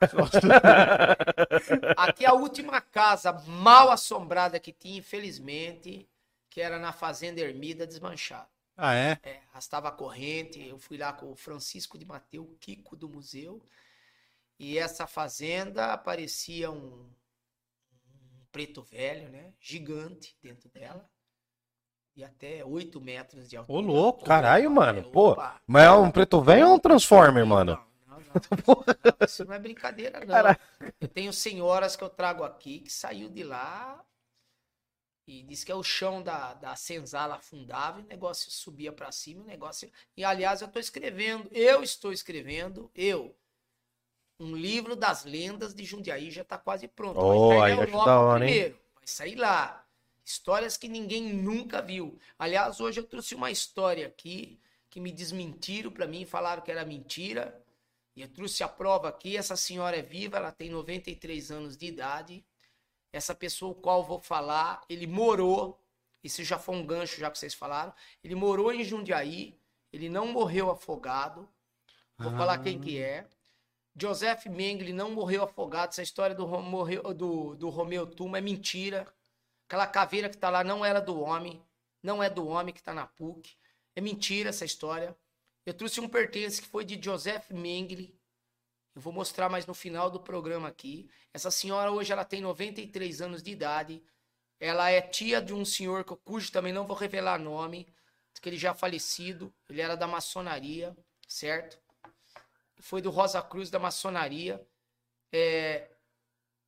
Speaker 3: Aqui a última casa mal assombrada que tinha, infelizmente, que era na Fazenda Ermida, desmanchada.
Speaker 2: Ah, é?
Speaker 3: É, arrastava a corrente, eu fui lá com o Francisco de Mateu, Kiko do museu, e essa fazenda aparecia um, um preto velho, né, gigante dentro dela, de até oito metros de altura.
Speaker 2: Ô, louco.
Speaker 1: Caralho, mano,
Speaker 3: É,
Speaker 1: pô.
Speaker 3: opa.
Speaker 1: Mas é um preto velho ou um Transformer, mano?
Speaker 3: Não, não, não. Não, isso não é brincadeira, não.
Speaker 1: Caralho.
Speaker 3: Eu tenho senhoras que eu trago aqui que saiu de lá e disse que é o chão da, da senzala afundava e o negócio subia pra cima, o negócio... E, aliás, eu tô escrevendo, eu estou escrevendo, eu, um livro das lendas de Jundiaí já tá quase pronto.
Speaker 1: Oh,
Speaker 3: Vai
Speaker 1: aí
Speaker 3: sair na
Speaker 1: acho
Speaker 3: Europa
Speaker 1: da hora, hein?
Speaker 3: primeiro, vai sair lá. Histórias que ninguém nunca viu. Aliás, hoje eu trouxe uma história aqui que me desmentiram pra mim, falaram que era mentira. E eu trouxe a prova aqui. Essa senhora é viva, ela tem noventa e três anos de idade. Essa pessoa, o qual eu vou falar, ele morou. Isso já foi um gancho, já que vocês falaram. Ele morou em Jundiaí. Ele não morreu afogado. Vou
Speaker 2: Ah.
Speaker 3: falar quem que é. Joseph Mengele não morreu afogado. Essa história do, Rom- morreu, do, do Romeu Tuma é mentira. Aquela caveira que tá lá não era do homem. Não é do homem que tá na P U C. É mentira essa história. Eu trouxe um pertence que foi de Joseph Mengele. Eu vou mostrar mais no final do programa aqui. Essa senhora hoje ela tem noventa e três anos de idade. Ela é tia de um senhor que eu- cujo também não vou revelar nome, que ele já é falecido. Ele era da maçonaria, certo? Foi do Rosa Cruz da maçonaria. É,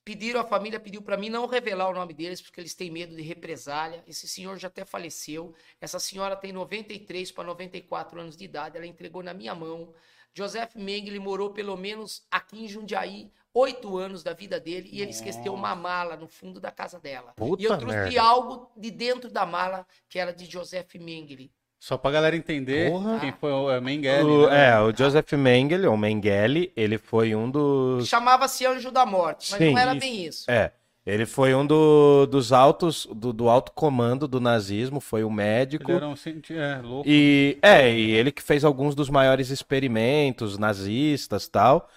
Speaker 3: pediram, a família pediu para mim não revelar o nome deles, porque eles têm medo de represália. Esse senhor já até faleceu. Essa senhora tem noventa e três para noventa e quatro anos de idade. Ela entregou na minha mão. Joseph Mengele morou pelo menos aqui em Jundiaí, oito anos da vida dele, e ele esqueceu uma mala no fundo da casa dela.
Speaker 1: Puta
Speaker 3: e eu trouxe
Speaker 1: merda.
Speaker 3: algo de dentro da mala, que era de Joseph Mengele.
Speaker 2: Só pra galera entender
Speaker 1: Porra.
Speaker 2: quem foi o é, Mengele.
Speaker 1: O-
Speaker 2: né?
Speaker 1: É, o Joseph Mengele, ou Mengele, ele foi um dos...
Speaker 3: Chamava-se Anjo da Morte, mas
Speaker 1: Sim,
Speaker 3: não era
Speaker 1: isso.
Speaker 3: bem isso.
Speaker 1: É, ele foi um do- dos altos, do, do alto comando do nazismo, foi um médico.
Speaker 2: Ele era um cienti- é, louco.
Speaker 1: E é, e ele que fez alguns dos maiores experimentos nazistas e tal.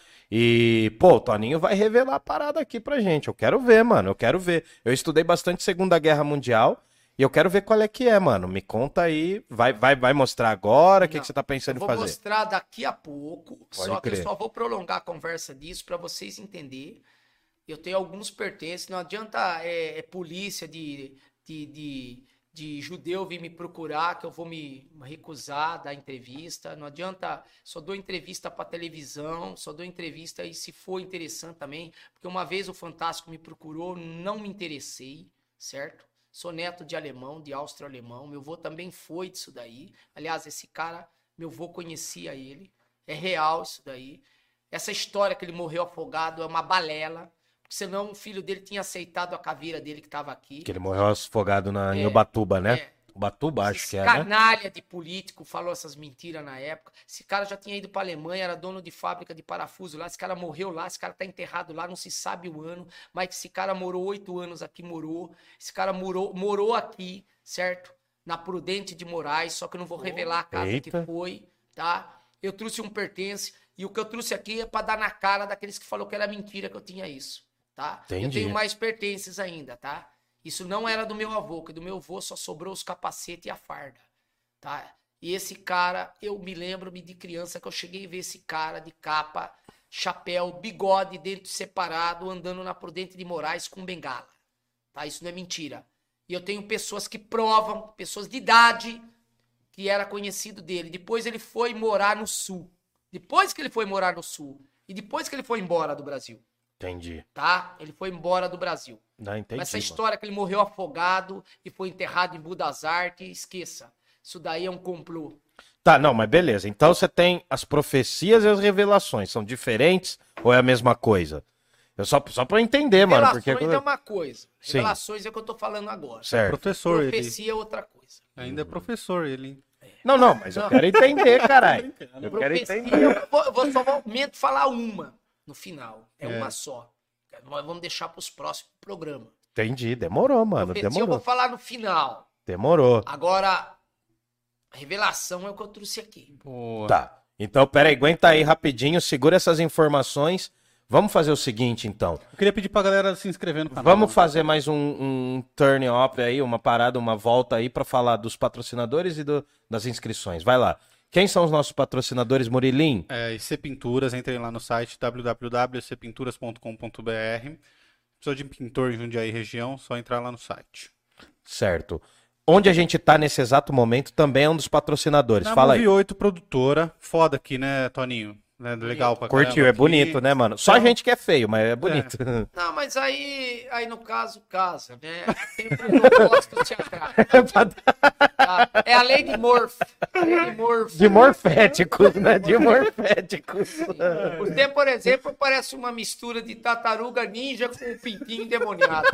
Speaker 1: E, pô, o Toninho vai revelar a parada aqui pra gente. Eu quero ver, mano, eu quero ver. Eu estudei bastante Segunda Guerra Mundial e eu quero ver qual é que é, mano. Me conta aí, vai, vai, vai mostrar agora? O que,
Speaker 3: Não,
Speaker 1: que você tá pensando
Speaker 3: Eu
Speaker 1: em
Speaker 3: vou
Speaker 1: fazer?
Speaker 3: mostrar daqui a pouco, só que
Speaker 1: crer.
Speaker 3: eu só vou prolongar a conversa disso para vocês entenderem. Eu tenho alguns pertences, não adianta é, é polícia de, de, de, de judeu vir me procurar, que eu vou me recusar da entrevista. Não adianta, só dou entrevista para televisão, só dou entrevista e se for interessante também, porque uma vez o Fantástico me procurou, não me interessei, certo? Sou neto de alemão, de austro-alemão, meu avô também foi disso daí. Aliás, esse cara, meu avô conhecia ele, é real isso daí. Essa história que ele morreu afogado é uma balela, senão o filho dele tinha aceitado a caveira dele que estava aqui.
Speaker 1: Que ele morreu afogado na, em
Speaker 3: É,
Speaker 1: Ubatuba, né?
Speaker 3: é.
Speaker 1: Ubatuba, acho
Speaker 3: Esse
Speaker 1: que é, né?
Speaker 3: canalha de político falou essas mentiras na época. Esse cara já tinha ido para Alemanha, era dono de fábrica de parafuso lá. Esse cara morreu lá, esse cara tá enterrado lá, não se sabe o ano. Mas esse cara morou oito anos aqui, morou. Esse cara morou, morou aqui, certo? Na Prudente de Moraes, só que eu não vou revelar a casa
Speaker 1: Eita.
Speaker 3: que foi, tá? Eu trouxe um pertence e o que eu trouxe aqui é para dar na cara daqueles que falou que era mentira que eu tinha isso, tá? Eu
Speaker 1: Entendi.
Speaker 3: tenho mais pertences ainda, tá? Isso não era do meu avô, que do meu avô só sobrou os capacetes e a farda, tá? E esse cara, eu me lembro-me de criança que eu cheguei a ver esse cara de capa, chapéu, bigode, dente separado, andando na Prudente de Moraes com bengala, tá? Isso não é mentira. E eu tenho pessoas que provam, pessoas de idade, que era conhecido dele. Depois ele foi morar no Sul. Depois que ele foi morar no Sul. E depois que ele foi embora do Brasil,
Speaker 1: Entendi.
Speaker 3: tá? Ele foi embora do Brasil.
Speaker 1: Não, entendi,
Speaker 3: Essa
Speaker 1: mano.
Speaker 3: história que ele morreu afogado e foi enterrado em Budas Artes, esqueça. Isso daí é um complô.
Speaker 1: Tá, não, mas beleza. Então você tem as profecias e as revelações. São diferentes ou é a mesma coisa? Eu só, só pra eu entender, mano.
Speaker 3: Revelações
Speaker 1: Porque...
Speaker 3: é uma coisa.
Speaker 1: Sim.
Speaker 3: Revelações é o que eu tô falando agora.
Speaker 1: Certo.
Speaker 2: Professor, ele.
Speaker 3: Profecia é outra coisa.
Speaker 2: Ainda é professor, ele. hein?
Speaker 1: Não, não, mas eu
Speaker 3: Não.
Speaker 1: quero entender, caralho. Eu quero
Speaker 3: Profecia,
Speaker 1: entender.
Speaker 3: eu vou, eu vou só vou medo falar uma no final. É,
Speaker 2: É.
Speaker 3: uma só. Nós vamos deixar pros próximos programas.
Speaker 1: Entendi, demorou, mano.
Speaker 3: Profecia eu
Speaker 1: Demorou.
Speaker 3: vou falar no final.
Speaker 1: Demorou.
Speaker 3: Agora, revelação é o que eu trouxe aqui.
Speaker 2: Boa.
Speaker 1: Tá. Então, peraí, aguenta aí rapidinho, segura essas informações. Vamos fazer o seguinte, então.
Speaker 2: Eu queria pedir pra galera se inscrever no canal.
Speaker 1: Vamos fazer mais um, um turn up aí, uma parada, uma volta aí pra falar dos patrocinadores e do- das inscrições. Vai lá. Quem são os nossos patrocinadores, Murilim?
Speaker 2: É, I C Pinturas, entrem lá no site w w w ponto i c pinturas ponto com ponto b r. Precisou de pintor em Jundiaí região, só entrar lá no site.
Speaker 1: Certo. Onde a gente tá nesse exato momento também é um dos patrocinadores.
Speaker 2: Na
Speaker 1: Fala aí.
Speaker 2: Movie oito produtora, foda aqui, né, Toninho? Né, legal pra
Speaker 1: Curtiu,
Speaker 2: caramba
Speaker 1: é
Speaker 2: aqui.
Speaker 1: bonito, né, mano? Só
Speaker 2: Então,
Speaker 1: gente que é feio, mas é bonito.
Speaker 3: Não, mas aí, aí no caso, casa, né? Sempre no gosto se atrai. Tá? É a lei de Morph. A lei de Morph.
Speaker 1: De morféticos, né? De morféticos.
Speaker 3: Você, por exemplo, parece uma mistura de tartaruga ninja com um pintinho endemoniado.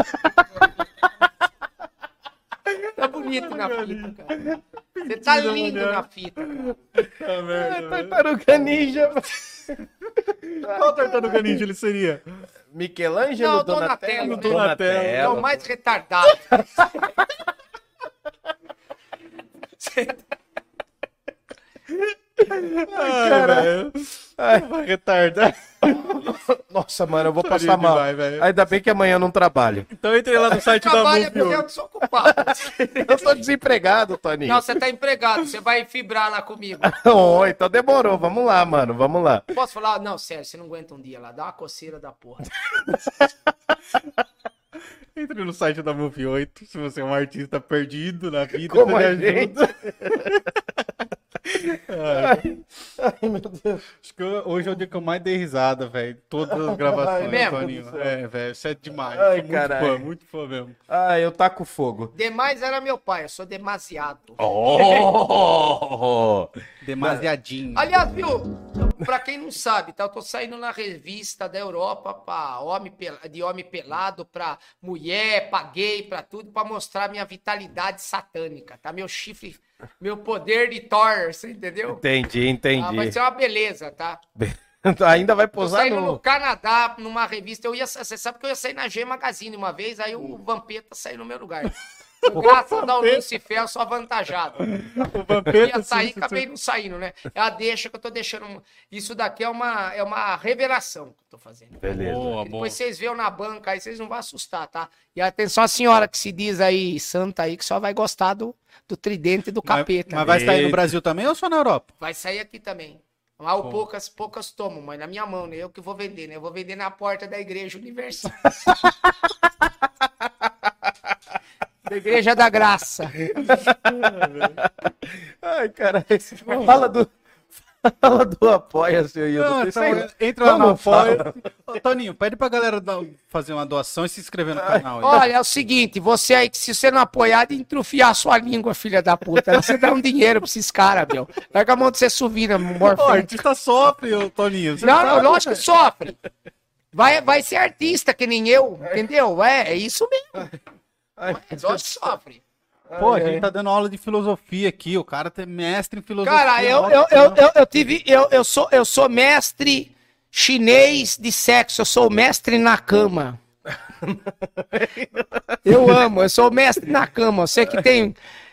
Speaker 3: Tá bonito na fita, cara. Você tá lindo na fita, cara.
Speaker 1: Tartaruga Ninja.
Speaker 2: Qual tartaruga ninja ele seria?
Speaker 1: Michelangelo,
Speaker 3: Não,
Speaker 1: Donatello.
Speaker 3: Donatello, né?
Speaker 2: Donatello.
Speaker 3: É o mais retardado.
Speaker 2: Ai, velho. Vai retardar.
Speaker 1: Nossa, mano, eu vou
Speaker 2: Torinho
Speaker 1: passar
Speaker 2: que
Speaker 1: mal.
Speaker 2: vai, velho.
Speaker 1: Ainda bem que amanhã eu não trabalho.
Speaker 2: Então entre lá no site da
Speaker 3: Trabalha
Speaker 2: Movie
Speaker 3: porque eu
Speaker 2: oito.
Speaker 3: sou ocupado.
Speaker 1: Eu tô desempregado, Toninho.
Speaker 3: Não, você tá empregado. Você vai fibrar lá comigo.
Speaker 1: Oh, então demorou. Vamos lá, mano. Vamos lá.
Speaker 3: Posso falar? Não, sério, você não aguenta um dia lá. Dá uma coceira da porra.
Speaker 2: Entre no site da Movie oito, se você é um artista perdido na vida,
Speaker 1: Como
Speaker 2: você
Speaker 1: a
Speaker 2: me ajuda. Ai,
Speaker 1: Ai, meu Deus.
Speaker 2: acho que eu- hoje é o dia que eu mais dei risada, velho. Todas as gravações,
Speaker 3: É mesmo?
Speaker 2: Toninho. É, velho, isso é demais.
Speaker 1: Ai,
Speaker 2: Sou muito
Speaker 1: caralho.
Speaker 2: fã, muito fã mesmo.
Speaker 1: Ah, eu taco fogo.
Speaker 3: Demais era meu pai, eu sou demasiado.
Speaker 1: Oh!
Speaker 2: Demasiadinho.
Speaker 3: Aliás, viu, pra quem não sabe, tá? Eu tô saindo na revista da Europa pra homem, pel- de homem pelado, pra mulher, pra gay, pra tudo, pra mostrar minha vitalidade satânica, tá? Meu chifre, meu poder de Thor, você entendeu?
Speaker 1: Entendi,
Speaker 3: Ah,
Speaker 1: entendi.
Speaker 3: vai ser uma beleza, tá?
Speaker 1: Ainda vai
Speaker 3: Tô
Speaker 1: posar
Speaker 3: saindo no
Speaker 1: no...
Speaker 3: Canadá, numa revista, eu ia, você sabe que eu ia sair na G Magazine uma vez, aí o Vampeta saiu no meu lugar. Graças ao Lucifer, eu sou avantajado.
Speaker 2: O
Speaker 3: Eu
Speaker 2: Vampeta,
Speaker 3: ia sair,
Speaker 2: sim,
Speaker 3: acabei não saindo, né? É a deixa que eu tô deixando. um- Isso daqui é uma, é uma revelação que eu tô fazendo.
Speaker 1: Beleza.
Speaker 2: Boa, boa.
Speaker 3: Depois vocês veem na banca aí, vocês não vão assustar, tá? E atenção a senhora que se diz aí, santa aí, que só vai gostar do, do tridente e do
Speaker 2: Mas,
Speaker 3: capeta.
Speaker 2: mas
Speaker 3: né?
Speaker 2: vai sair no
Speaker 1: Eita.
Speaker 2: Brasil também ou só na Europa?
Speaker 3: Vai sair aqui também. Mas o poucas, poucas tomam, mas na minha mão, né? Eu que vou vender, né? Eu vou vender na porta da Igreja Universal. Da Igreja da Graça.
Speaker 1: Ai, caralho. Fala do... Fala do Apoia-se aí.
Speaker 2: Não,
Speaker 1: Não,
Speaker 2: então,
Speaker 1: sei...
Speaker 2: entra lá no
Speaker 1: Vamos falar.
Speaker 2: apoio. Ô, Toninho, pede pra galera dar- fazer uma doação e se inscrever no canal. aí.
Speaker 3: Olha, é o seguinte, você aí, que se você não apoiar, de entrofiar a sua língua, filha da puta. Você dá um dinheiro pra esses caras, meu. Larga a mão de ser suvina,
Speaker 2: Ô,
Speaker 3: morfém.
Speaker 2: artista sofre, ô, Toninho. Você
Speaker 3: Não,
Speaker 2: sabe,
Speaker 3: não, lógico que
Speaker 2: né?
Speaker 3: sofre. Vai, vai ser artista, que nem eu, entendeu? É, é isso mesmo. Mas lógico que sofre.
Speaker 2: Pô, a gente tá dando aula de filosofia aqui. O cara é mestre em filosofia.
Speaker 3: Cara, eu,
Speaker 2: Ó,
Speaker 3: eu, eu, eu, eu tive. Eu, eu, sou, eu sou mestre chinês de sexo, eu sou o mestre na cama. Eu amo, eu sou o mestre na cama. Você que tem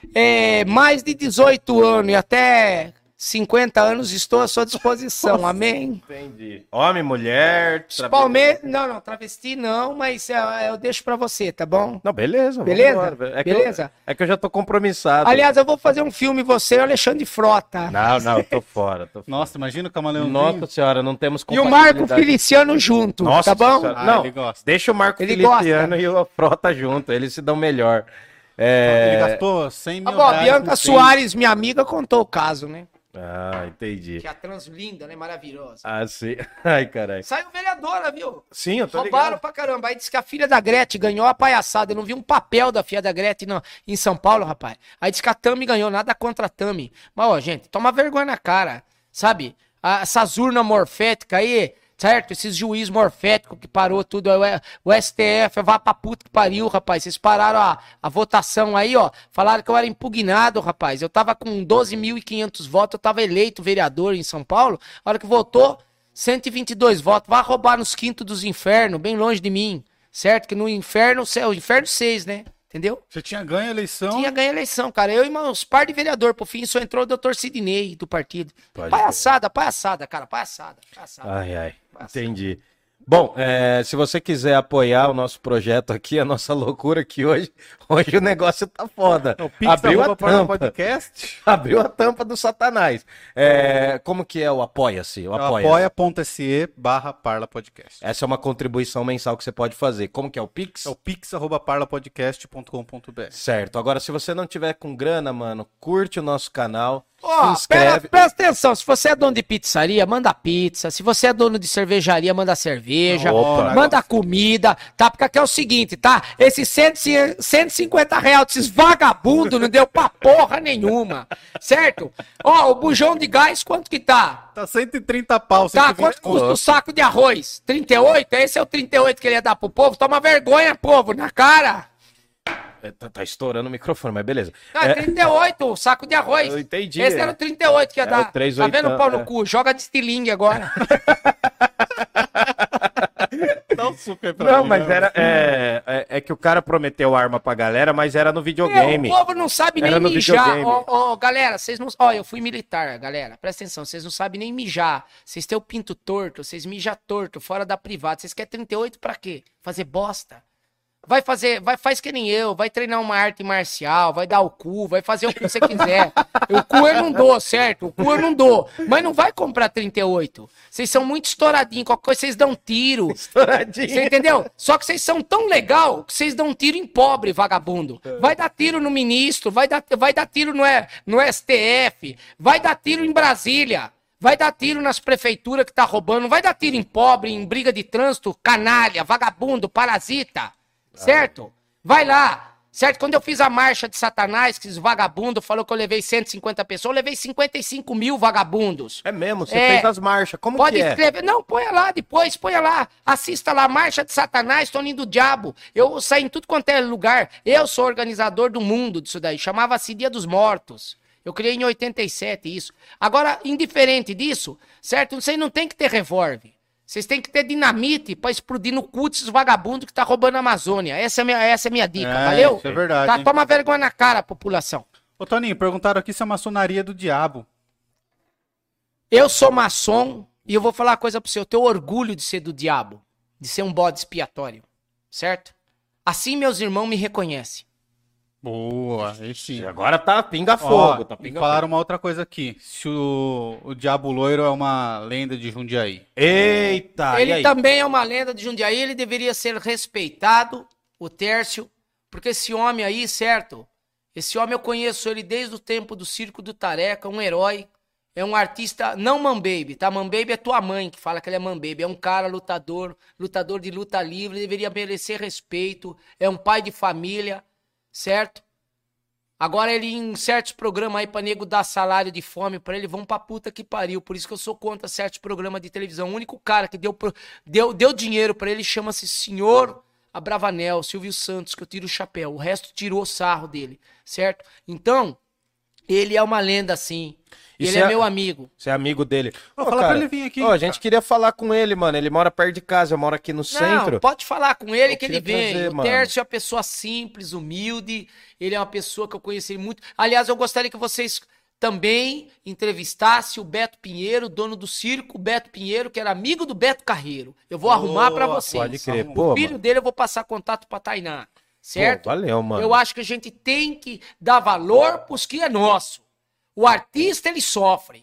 Speaker 3: é, mais de dezoito anos e até cinquenta anos, estou à sua disposição. Amém?
Speaker 1: Entendi. Homem, mulher... tra-
Speaker 3: Palmeiras. Não, não, travesti não, mas é, eu deixo pra você, tá bom?
Speaker 1: Não, beleza. vamos
Speaker 3: Beleza?
Speaker 1: embora, velho. É que
Speaker 3: Beleza?
Speaker 1: Eu, é que eu já tô compromissado.
Speaker 3: Aliás, eu vou fazer um filme, você e o Alexandre Frota.
Speaker 1: Não, não, eu tô fora. Tô fora.
Speaker 2: Nossa, imagina o camaleãozinho.
Speaker 1: Nossa senhora, não temos
Speaker 3: E o Marco
Speaker 1: compatibilidade.
Speaker 3: Feliciano junto,
Speaker 1: Nossa
Speaker 3: tá bom?
Speaker 1: senhora.
Speaker 2: Ah,
Speaker 1: Não,
Speaker 2: ele gosta.
Speaker 1: deixa o Marco
Speaker 3: Ele
Speaker 1: Feliciano e o Frota junto, eles se dão melhor. É...
Speaker 2: Ele gastou cem mil
Speaker 3: Ah, bom, a
Speaker 2: reais
Speaker 3: Bianca
Speaker 2: com
Speaker 3: Soares, minha amiga, contou o caso, né?
Speaker 1: Ah, entendi.
Speaker 3: Que é a translinda, né? Maravilhosa.
Speaker 1: Ah, sim. Ai, caralho.
Speaker 3: Saiu vereadora, viu?
Speaker 1: Sim, eu tô
Speaker 3: Roubaram
Speaker 1: ligado.
Speaker 3: pra caramba. Aí disse que a filha da Gretchen ganhou a palhaçada. Eu não vi um papel da filha da Gretchen não, em São Paulo, rapaz. Aí disse que a Tami ganhou, nada contra a Tami. Mas, ó, gente, toma vergonha na cara, sabe? A- Essas urnas morféticas aí, certo? Esses juiz morféticos que parou tudo. O o S T F, vá pra puta que pariu, rapaz. Vocês pararam a, a votação aí, ó. Falaram que eu era impugnado, rapaz. Eu tava com doze mil e quinhentos votos, eu tava eleito vereador em São Paulo. A hora que votou, cento e vinte e dois votos. Vai roubar nos quintos dos infernos, bem longe de mim. Certo? Que no inferno, o inferno seis, né? Entendeu?
Speaker 2: Você tinha ganho a eleição.
Speaker 3: Tinha ganho a eleição, cara. Eu e meus par de vereador, por fim, só entrou o doutor Sidney do partido.
Speaker 1: Pode
Speaker 3: Palhaçada, palhaçada, cara, palhaçada. palhaçada.
Speaker 1: Ai, ai. Entendi. Bom, é, se você quiser apoiar o nosso projeto aqui, a nossa loucura aqui hoje, hoje o negócio tá foda.
Speaker 2: O Pix
Speaker 1: Abriu a
Speaker 2: arroba para o
Speaker 1: tampa.
Speaker 2: podcast.
Speaker 1: Abriu a tampa do Satanás. É, como que é o Apoia-se? O Apoia-se.
Speaker 2: Apoia.se barra Parla Podcast.
Speaker 1: Essa é uma contribuição mensal que você pode fazer. Como que é o Pix?
Speaker 2: É o pix arroba parlapodcast ponto com ponto br.
Speaker 1: Certo. Agora, se você não tiver com grana, mano, curte o nosso canal, se
Speaker 3: Ó,
Speaker 1: inscreve.
Speaker 3: pera- presta atenção, se você é dono de pizzaria, manda pizza. Se você é dono de cervejaria, manda cerveja.
Speaker 1: Opa.
Speaker 3: Manda comida, tá? Porque aqui é o seguinte, tá? Esses cento e cinquenta reais desses vagabundos não deu pra porra nenhuma, certo? Ó, o bujão de gás, quanto que tá?
Speaker 2: Tá cento e trinta pau.
Speaker 3: Tá,
Speaker 2: cento e vinte
Speaker 3: quanto custa o saco de arroz? trinta e oito? Esse é o trinta e oito que ele ia dar pro povo? Toma vergonha, povo, na cara.
Speaker 1: É, Tá, tá estourando o microfone, mas beleza.
Speaker 3: Não, é trinta e oito, o saco de arroz.
Speaker 1: Eu entendi,
Speaker 3: Esse
Speaker 1: é.
Speaker 3: era o trinta e oito que ia
Speaker 1: É,
Speaker 3: dar.
Speaker 1: o três
Speaker 3: Tá vendo o pau no
Speaker 1: é.
Speaker 3: cu? Joga de estilingue agora.
Speaker 2: Dá um suco aí pra
Speaker 1: Não,
Speaker 2: mim,
Speaker 1: mas
Speaker 2: né?
Speaker 1: era. É, é, é que o cara prometeu arma pra galera, mas era no videogame.
Speaker 3: Meu, o povo não sabe nem
Speaker 1: Era no
Speaker 3: mijar.
Speaker 1: videogame.
Speaker 3: Ó, ó, galera, vocês não. Ó, eu fui militar, galera. Presta atenção, vocês não sabem nem mijar. Vocês têm o pinto torto, vocês mijam torto, fora da privada. Vocês querem trinta e oito pra quê? Fazer bosta. Vai fazer, vai, faz que nem eu, vai treinar uma arte marcial, vai dar o cu, vai fazer o que você quiser. O cu eu não dou, certo? O cu eu não dou. Mas não vai comprar trinta e oito. Vocês são muito estouradinhos, qualquer coisa vocês dão tiro.
Speaker 1: Estouradinho.
Speaker 3: Você entendeu? Só que vocês são tão legal que vocês dão tiro em pobre, vagabundo. Vai dar tiro no ministro, vai dar, vai dar tiro no, no S T F, vai dar tiro em Brasília. Vai dar tiro nas prefeituras que tá roubando, vai dar tiro em pobre, em briga de trânsito, canalha, vagabundo, parasita. Certo? Vai lá. Certo? Quando eu fiz a marcha de Satanás, que os vagabundos falou que eu levei cento e cinquenta pessoas, eu levei cinquenta e cinco mil vagabundos.
Speaker 1: É mesmo, você
Speaker 3: É.
Speaker 1: fez as marchas. Como
Speaker 3: Pode
Speaker 1: que é?
Speaker 3: escrever. Não, ponha lá depois, ponha lá. Assista lá, Marcha de Satanás, Toninho do Diabo. Eu saí em tudo quanto é lugar. Eu sou organizador do mundo disso daí. Chamava-se Dia dos Mortos. Eu criei em oitenta e sete isso. Agora, indiferente disso, certo? Vocês não tem que ter revólver. Vocês têm que ter dinamite pra explodir no cu desses vagabundos que tá roubando a Amazônia. Essa é a minha, essa é a minha dica,
Speaker 2: É,
Speaker 3: valeu?
Speaker 2: isso é verdade,
Speaker 3: Tá,
Speaker 2: hein?
Speaker 3: toma vergonha na cara, população.
Speaker 2: Ô, Toninho, perguntaram aqui se a maçonaria é do diabo.
Speaker 3: Eu sou maçom e eu vou falar uma coisa pra você. Eu tenho orgulho de ser do diabo, de ser um bode expiatório, certo? Assim meus irmãos me reconhecem.
Speaker 2: Boa, aí sim.
Speaker 1: Agora tá pinga
Speaker 2: Ó,
Speaker 1: fogo. Tá
Speaker 2: e
Speaker 1: pinga
Speaker 2: falaram uma outra coisa aqui. Se o, o Diabo Loiro é uma lenda de Jundiaí.
Speaker 1: fogo. Eita, e
Speaker 3: Ele
Speaker 1: aí?
Speaker 3: também é uma lenda de Jundiaí, ele deveria ser respeitado, o Tércio, porque esse homem aí, certo? Esse homem eu conheço ele desde o tempo do Circo do Tareca, um herói, é um artista, não Mambaby, tá? Mambaby é tua mãe que fala que ele é Mambaby, é um cara lutador, lutador de luta livre, deveria merecer respeito, é um pai de família, certo? Agora ele em certos programas aí pra nego dar salário de fome pra ele, vão pra puta que pariu. Por isso que eu sou contra certos programas de televisão. O único cara que deu, pro- deu, deu dinheiro pra ele chama-se Senhor Abravanel, Silvio Santos, que eu tiro o chapéu. O resto tirou sarro dele, certo? Então, ele é uma lenda assim.
Speaker 1: E
Speaker 3: Ele
Speaker 1: cê
Speaker 3: é
Speaker 1: é-
Speaker 3: meu amigo.
Speaker 1: Você é amigo dele.
Speaker 2: Ô,
Speaker 1: Ô,
Speaker 2: fala
Speaker 1: cara,
Speaker 2: pra ele vir aqui.
Speaker 1: ô, a gente queria falar com ele, mano. Ele mora perto de casa, eu moro aqui no
Speaker 3: Não,
Speaker 1: centro.
Speaker 3: pode falar com ele
Speaker 1: Eu
Speaker 3: que ele
Speaker 1: queria
Speaker 3: vem.
Speaker 1: trazer,
Speaker 3: o
Speaker 1: mano.
Speaker 3: Tércio é uma pessoa simples, humilde. Ele é uma pessoa que eu conheci muito. Aliás, eu gostaria que vocês também entrevistassem o Beto Pinheiro, dono do circo, o Beto Pinheiro, que era amigo do Beto Carreiro. Eu vou arrumar pra vocês.
Speaker 1: Pode crer.
Speaker 3: O
Speaker 1: Pô,
Speaker 3: filho
Speaker 1: mano.
Speaker 3: dele eu vou passar contato pra Tainá. Certo?
Speaker 1: Pô, valeu, mano.
Speaker 3: Eu acho que a gente tem que dar valor pros que é nosso. O artista, ele sofre.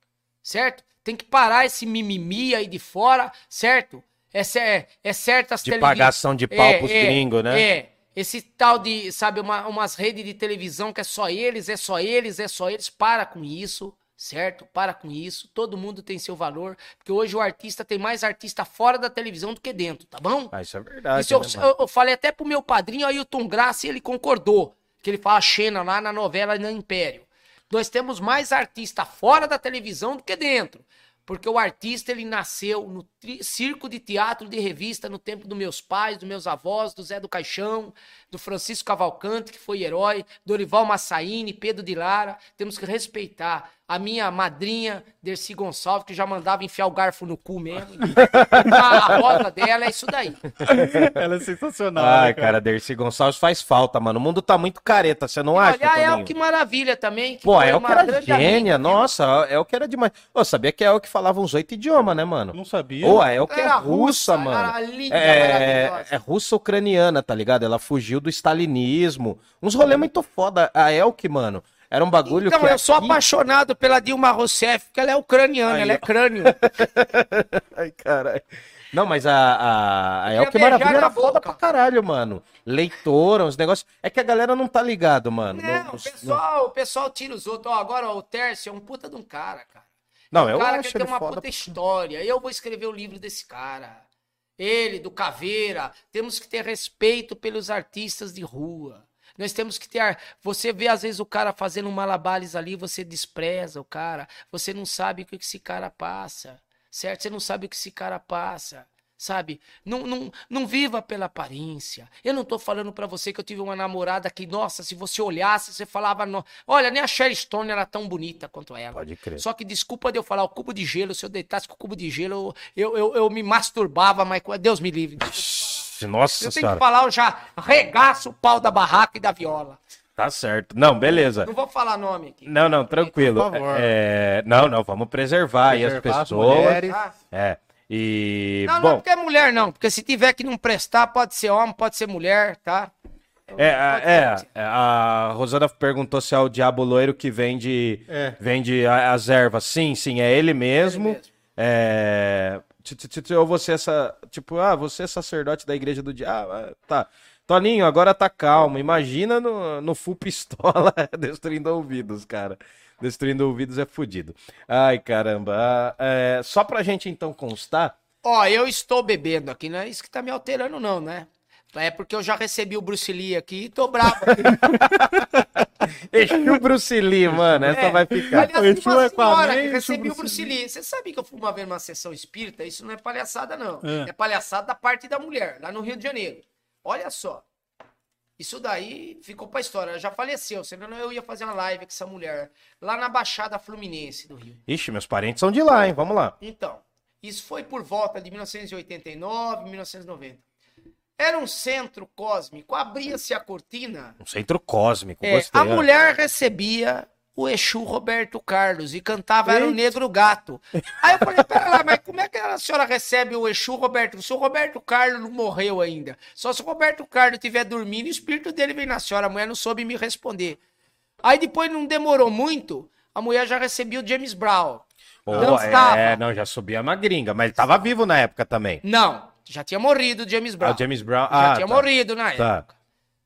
Speaker 3: Certo? Tem que parar esse mimimi aí de fora, certo? É, cer- é certas
Speaker 1: De
Speaker 3: televi-
Speaker 1: pagação de pau pros gringos, né?
Speaker 3: É. Esse tal de, sabe, uma- umas redes de televisão que é só eles, é só eles, é só eles. Para com isso, certo? Para com isso. Todo mundo tem seu valor. Porque hoje o artista tem mais artista fora da televisão do que dentro, tá bom?
Speaker 1: Ah, isso é verdade.
Speaker 3: Isso eu,
Speaker 1: né, mano?
Speaker 3: eu- eu falei até pro meu padrinho Ailton Graça e ele concordou. Que ele fala Xena lá na novela no Império. Nós temos mais artista fora da televisão do que dentro. Porque o artista, ele nasceu no tri- circo de teatro de revista no tempo dos meus pais, dos meus avós, do Zé do Caixão, do Francisco Cavalcante, que foi herói, Dorival Massaíni, Pedro de Lara. Temos que respeitar a minha madrinha, Dercy Gonçalves, que já mandava enfiar o garfo no cu mesmo. A rosa dela é isso daí.
Speaker 2: Ela é sensacional.
Speaker 1: Ai,
Speaker 2: né,
Speaker 1: cara, Dercy Gonçalves faz falta, mano. O mundo tá muito careta, você não acha,
Speaker 3: Olha, é o
Speaker 1: Toninho?
Speaker 3: que maravilha também. Que
Speaker 1: Pô,
Speaker 3: foi
Speaker 1: é o
Speaker 3: uma
Speaker 1: que era
Speaker 3: grande
Speaker 1: gênia,
Speaker 3: amiga, viu?
Speaker 1: nossa, é o que era demais. Ô, sabia que é o que falava uns oito idiomas, né, mano?
Speaker 2: Não sabia.
Speaker 1: Ô, é o que é
Speaker 3: Era
Speaker 1: russa,
Speaker 3: russa,
Speaker 1: mano.
Speaker 3: era linda,
Speaker 1: É,
Speaker 3: maravilhosa.
Speaker 1: é russa-ucraniana, tá ligado? Ela fugiu do stalinismo. Uns rolê muito foda. A Elke, mano, era um bagulho
Speaker 3: Então,
Speaker 1: que
Speaker 3: eu sou
Speaker 1: aqui-
Speaker 3: apaixonado pela Dilma Rousseff, porque ela é ucraniana,
Speaker 1: Aí,
Speaker 3: ela é
Speaker 1: ó.
Speaker 3: crânio.
Speaker 1: Ai, caralho. Não, mas a, a, a
Speaker 3: Queria
Speaker 1: Elke
Speaker 3: beijar
Speaker 1: Maravilha
Speaker 3: na
Speaker 1: era foda
Speaker 3: boca.
Speaker 1: pra caralho, mano. Leitora, uns negócios. É que a galera não tá ligado, mano.
Speaker 3: Não,
Speaker 1: No-
Speaker 3: o
Speaker 1: nos-
Speaker 3: pessoal, o pessoal tira os outros. Ó, agora ó, o Tércio é um puta de um cara, cara.
Speaker 1: Não,
Speaker 3: um
Speaker 1: eu
Speaker 3: cara
Speaker 1: acho
Speaker 3: que tem
Speaker 1: ele
Speaker 3: uma
Speaker 1: foda.
Speaker 3: puta história. Eu vou escrever o livro desse cara. Ele, do Caveira. Temos que ter respeito pelos artistas de rua. Nós temos que ter. Você vê, às vezes, o cara fazendo um malabares ali, você despreza o cara. Você não sabe o que esse cara passa. Certo? Você não sabe o que esse cara passa. Sabe? Não, não, não viva pela aparência. Eu não tô falando pra você que eu tive uma namorada que, nossa, se você olhasse, você falava, no... olha, nem a Sherry Stone era tão bonita quanto ela.
Speaker 1: Pode crer.
Speaker 3: Só que desculpa de eu falar o cubo de gelo, se eu deitasse com o cubo de gelo, eu, eu, eu, eu me masturbava, mas Deus me livre.
Speaker 1: Nossa
Speaker 3: Eu tenho
Speaker 1: senhora.
Speaker 3: que falar, eu já regaço o pau da barraca e da viola.
Speaker 1: Tá certo. Não, beleza.
Speaker 3: Não vou falar nome aqui.
Speaker 1: Não, não, tranquilo.
Speaker 2: Por favor.
Speaker 1: É, não, não, vamos preservar aí as
Speaker 2: Preservar as
Speaker 1: pessoas.
Speaker 2: mulheres.
Speaker 3: Tá?
Speaker 1: É. E,
Speaker 3: Não, não é
Speaker 1: bom,
Speaker 3: porque é mulher, não. Porque se tiver que não prestar, pode ser homem, pode ser mulher, tá?
Speaker 1: é,
Speaker 3: Pode
Speaker 1: é,
Speaker 3: ser.
Speaker 1: é, a Rosana perguntou se é o Diabo Loiro que vende,
Speaker 2: É.
Speaker 1: vende a- as ervas. Sim, sim, é ele mesmo.
Speaker 3: Ele mesmo.
Speaker 1: É, t- t- t- ou você essa, tipo, ah, você é sacerdote da igreja do diabo. Ah, tá. Toninho, agora tá calmo. Imagina no, no full pistola destruindo ouvidos, cara. Destruindo ouvidos é fudido. Ai, caramba. Ah, é, só pra gente então constar.
Speaker 3: Ó, eu estou bebendo aqui, não é isso que tá me alterando, não, né? É porque eu já recebi o Bruce Lee aqui e tô bravo aqui.
Speaker 1: Exu Bruce Lee, mano. Essa
Speaker 3: É.
Speaker 1: vai ficar.
Speaker 3: Aliás, tem
Speaker 2: Exu
Speaker 3: uma
Speaker 2: é
Speaker 3: senhora
Speaker 2: Aquaman,
Speaker 3: que
Speaker 2: Exu
Speaker 3: recebeu o
Speaker 2: Bruce
Speaker 3: Bruce Lee. Você sabe que eu fui uma vez numa sessão espírita? Isso não é palhaçada, não.
Speaker 2: É.
Speaker 3: É palhaçada da parte da mulher, lá no Rio de Janeiro. Olha só. Isso daí ficou pra história. Ela já faleceu, senão eu ia fazer uma live com essa mulher. Lá na Baixada Fluminense do Rio.
Speaker 1: Ixi, meus parentes são de lá, hein? Vamos lá.
Speaker 3: Então, isso foi por volta de mil novecentos e oitenta e nove, mil novecentos e noventa. Era um centro cósmico, abria-se a cortina.
Speaker 1: Um centro cósmico,
Speaker 3: É,
Speaker 1: gostei.
Speaker 3: a
Speaker 1: ó.
Speaker 3: mulher recebia o Exu Roberto Carlos e cantava Era o Negro Gato. Aí eu falei, pera lá, mas como é que a senhora recebe o Exu Roberto? Se o Roberto Carlos não morreu ainda. Só se o Roberto Carlos estiver dormindo, o espírito dele vem na senhora. A mulher não soube me responder. Aí depois não demorou muito, a mulher já recebia o James Brown.
Speaker 1: Pô,
Speaker 3: Dançava.
Speaker 1: é, não, já subia uma gringa, mas ele tava vivo na época também.
Speaker 3: Não, já tinha morrido o James Brown.
Speaker 1: Ah, o James Brown.
Speaker 3: Já
Speaker 1: Ah,
Speaker 3: tinha
Speaker 1: tá.
Speaker 3: morrido na
Speaker 1: Tá.
Speaker 3: época.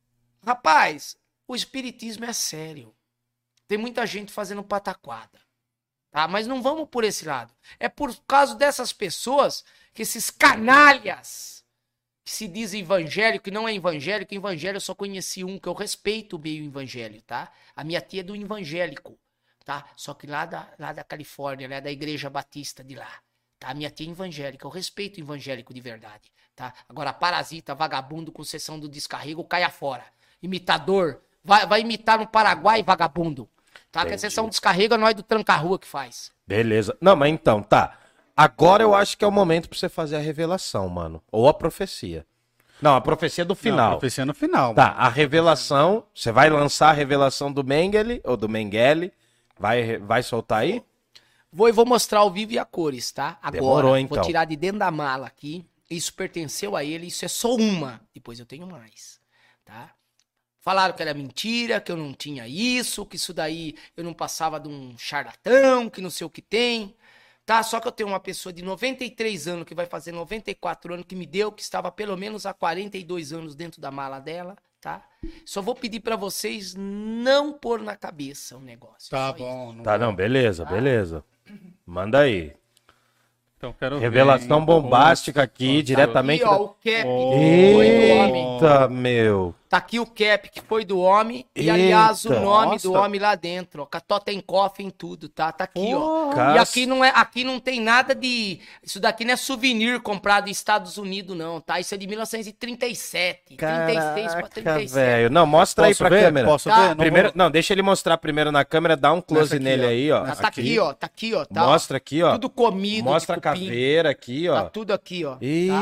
Speaker 3: Rapaz, o espiritismo é sério. Tem muita gente fazendo pataquada. Tá? Mas não vamos por esse lado. É por causa dessas pessoas que esses canalhas que se dizem evangélico e não é evangélico. Evangelho eu só conheci um que eu respeito o meio evangélico, tá? A minha tia é do evangélico, tá? Só que lá da, lá da Califórnia, lá da Igreja Batista de lá. Tá? A minha tia é evangélica, eu respeito o evangélico de verdade, tá? Agora, parasita, vagabundo com sessão do descarrego, caia fora. Imitador, vai, vai imitar no Paraguai, vagabundo. Tá? Que a sessão do descarrego é nós do tranca-rua que faz.
Speaker 1: Beleza. Não, mas então, tá. Agora eu acho que é o momento pra você fazer a revelação, mano. Ou a profecia. Não, a profecia do
Speaker 2: Não,
Speaker 1: final.
Speaker 2: profecia no final.
Speaker 1: Tá, a revelação. Você vai lançar a revelação do Mengele, ou do Mengele. Vai, vai soltar aí?
Speaker 3: Vou e vou mostrar ao vivo e a cores, tá? Agora,
Speaker 1: Demorou, então.
Speaker 3: vou tirar de dentro da mala aqui. Isso pertenceu a ele, isso é só uma. Depois eu tenho mais, tá? Falaram que era mentira, que eu não tinha isso, que isso daí eu não passava de um charlatão, que não sei o que tem, tá? Só que eu tenho uma pessoa de noventa e três anos, que vai fazer noventa e quatro anos, que me deu, que estava pelo menos há quarenta e dois anos dentro da mala dela, tá? Só vou pedir pra vocês não pôr na cabeça o negócio.
Speaker 2: Tá
Speaker 3: só isso.
Speaker 2: bom. Não
Speaker 1: Tá,
Speaker 2: vou.
Speaker 1: não, beleza, beleza. Manda aí.
Speaker 2: Então quero
Speaker 1: Revelação
Speaker 2: ver, hein?
Speaker 1: bombástica aqui,
Speaker 2: Nossa,
Speaker 1: diretamente.
Speaker 3: Aqui, ó,
Speaker 1: da-
Speaker 3: o cap
Speaker 2: Oh.
Speaker 3: que foi do homem.
Speaker 1: Eita, meu.
Speaker 3: Tá aqui o cap que foi do homem. E, aliás, o
Speaker 1: Eita.
Speaker 3: nome
Speaker 2: Nossa.
Speaker 3: do homem lá dentro, ó. Cató tem cofre em tudo, tá? Tá aqui, ó.
Speaker 1: Cas-
Speaker 3: E aqui não, é, aqui não tem nada de... Isso daqui não é souvenir comprado nos Estados Unidos, não, tá? Isso é de mil novecentos e trinta e sete. trinta e seis pra trinta
Speaker 1: Caraca,
Speaker 3: e sete.
Speaker 1: velho. Não, mostra aí
Speaker 2: Posso
Speaker 1: pra
Speaker 2: ver?
Speaker 1: câmera.
Speaker 2: Posso
Speaker 3: Tá.
Speaker 2: ver? Não
Speaker 1: Primeiro,
Speaker 2: vou-
Speaker 1: não, deixa ele mostrar primeiro na câmera, dá um close
Speaker 2: Nessa aqui,
Speaker 1: nele
Speaker 2: ó.
Speaker 1: aí, ó.
Speaker 3: Tá, tá aqui, ó. Tá aqui, ó. Tá, ó.
Speaker 1: Mostra aqui, ó.
Speaker 3: Tudo comido,
Speaker 1: Mostra a
Speaker 3: de cupim.
Speaker 1: caveira aqui, ó.
Speaker 3: Tá tudo aqui, ó. Tá?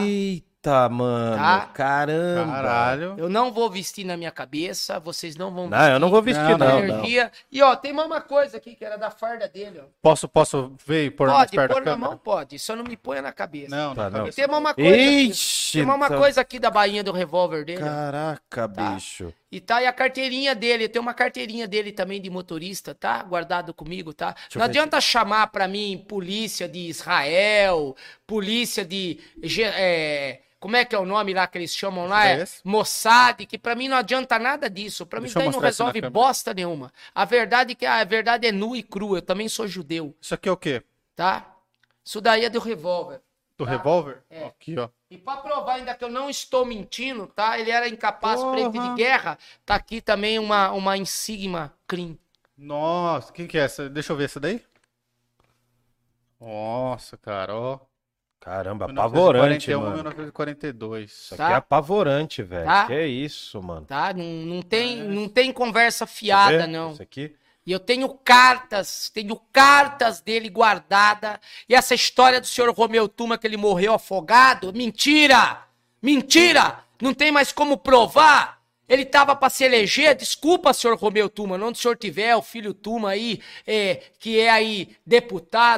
Speaker 1: Eita, mano.
Speaker 3: Tá?
Speaker 1: Caramba.
Speaker 2: Caralho.
Speaker 3: Eu não vou vestir na minha cabeça, vocês não vão
Speaker 1: Não, eu não vou vestir,
Speaker 2: Não,
Speaker 1: não.
Speaker 2: não,
Speaker 1: não.
Speaker 3: energia. E ó, tem uma coisa aqui que era da farda dele, ó.
Speaker 2: Posso, posso ver e pôr mais
Speaker 3: Pode,
Speaker 2: perto
Speaker 3: pôr
Speaker 2: da
Speaker 3: na
Speaker 2: câmera?
Speaker 3: mão, pode. Só não me ponha na cabeça.
Speaker 2: Não,
Speaker 1: Tá,
Speaker 2: na
Speaker 1: não.
Speaker 2: cabeça.
Speaker 3: Tem uma coisa aqui.
Speaker 1: Ixi.
Speaker 3: Tem uma
Speaker 1: tá-
Speaker 3: coisa aqui da bainha do revólver dele. ó.
Speaker 1: Caraca,
Speaker 3: Tá.
Speaker 1: bicho.
Speaker 3: E tá aí a carteirinha dele. Tem uma carteirinha dele também de motorista, tá? Guardado comigo, tá?
Speaker 1: eu
Speaker 3: Não
Speaker 1: ver
Speaker 3: adianta chamar pra mim polícia de Israel, polícia de... Ge- é, como é que é o nome lá que eles chamam lá?
Speaker 2: É
Speaker 3: É
Speaker 2: esse?
Speaker 3: Mossad, que pra mim não adianta nada disso. Pra mim
Speaker 2: Deixa eu
Speaker 3: daí não
Speaker 2: mostrar isso na
Speaker 3: resolve
Speaker 2: câmera.
Speaker 3: bosta nenhuma. A verdade é que a verdade é nua e crua. Eu também sou judeu,
Speaker 2: Isso aqui é o quê?
Speaker 3: tá? Isso daí é do revólver.
Speaker 2: Do
Speaker 3: Tá.
Speaker 2: revólver?
Speaker 3: É.
Speaker 2: Aqui, ó.
Speaker 3: E pra provar ainda que eu não estou mentindo, tá? Ele era incapaz
Speaker 2: Porra.
Speaker 3: frente de guerra. Tá aqui também uma, uma insígnia crim.
Speaker 2: Nossa, quem que é essa? Deixa eu ver essa daí. Nossa, cara, ó.
Speaker 1: Caramba, apavorante, mano.
Speaker 2: mil novecentos e quarenta e dois.
Speaker 1: Isso
Speaker 3: Tá.
Speaker 1: aqui é apavorante, velho.
Speaker 3: Tá.
Speaker 1: Que isso, mano.
Speaker 3: Tá? Não, não, tem, não tem conversa
Speaker 1: Quer
Speaker 3: fiada,
Speaker 1: ver?
Speaker 3: não.
Speaker 1: Isso aqui.
Speaker 3: E eu tenho cartas, tenho cartas dele guardada. E essa história do senhor Romeu Tuma, que ele morreu afogado, mentira! Mentira! Não tem mais como provar. Ele tava para se eleger, desculpa, senhor Romeu Tuma, onde o senhor tiver, o filho Tuma aí, é, que é aí deputado,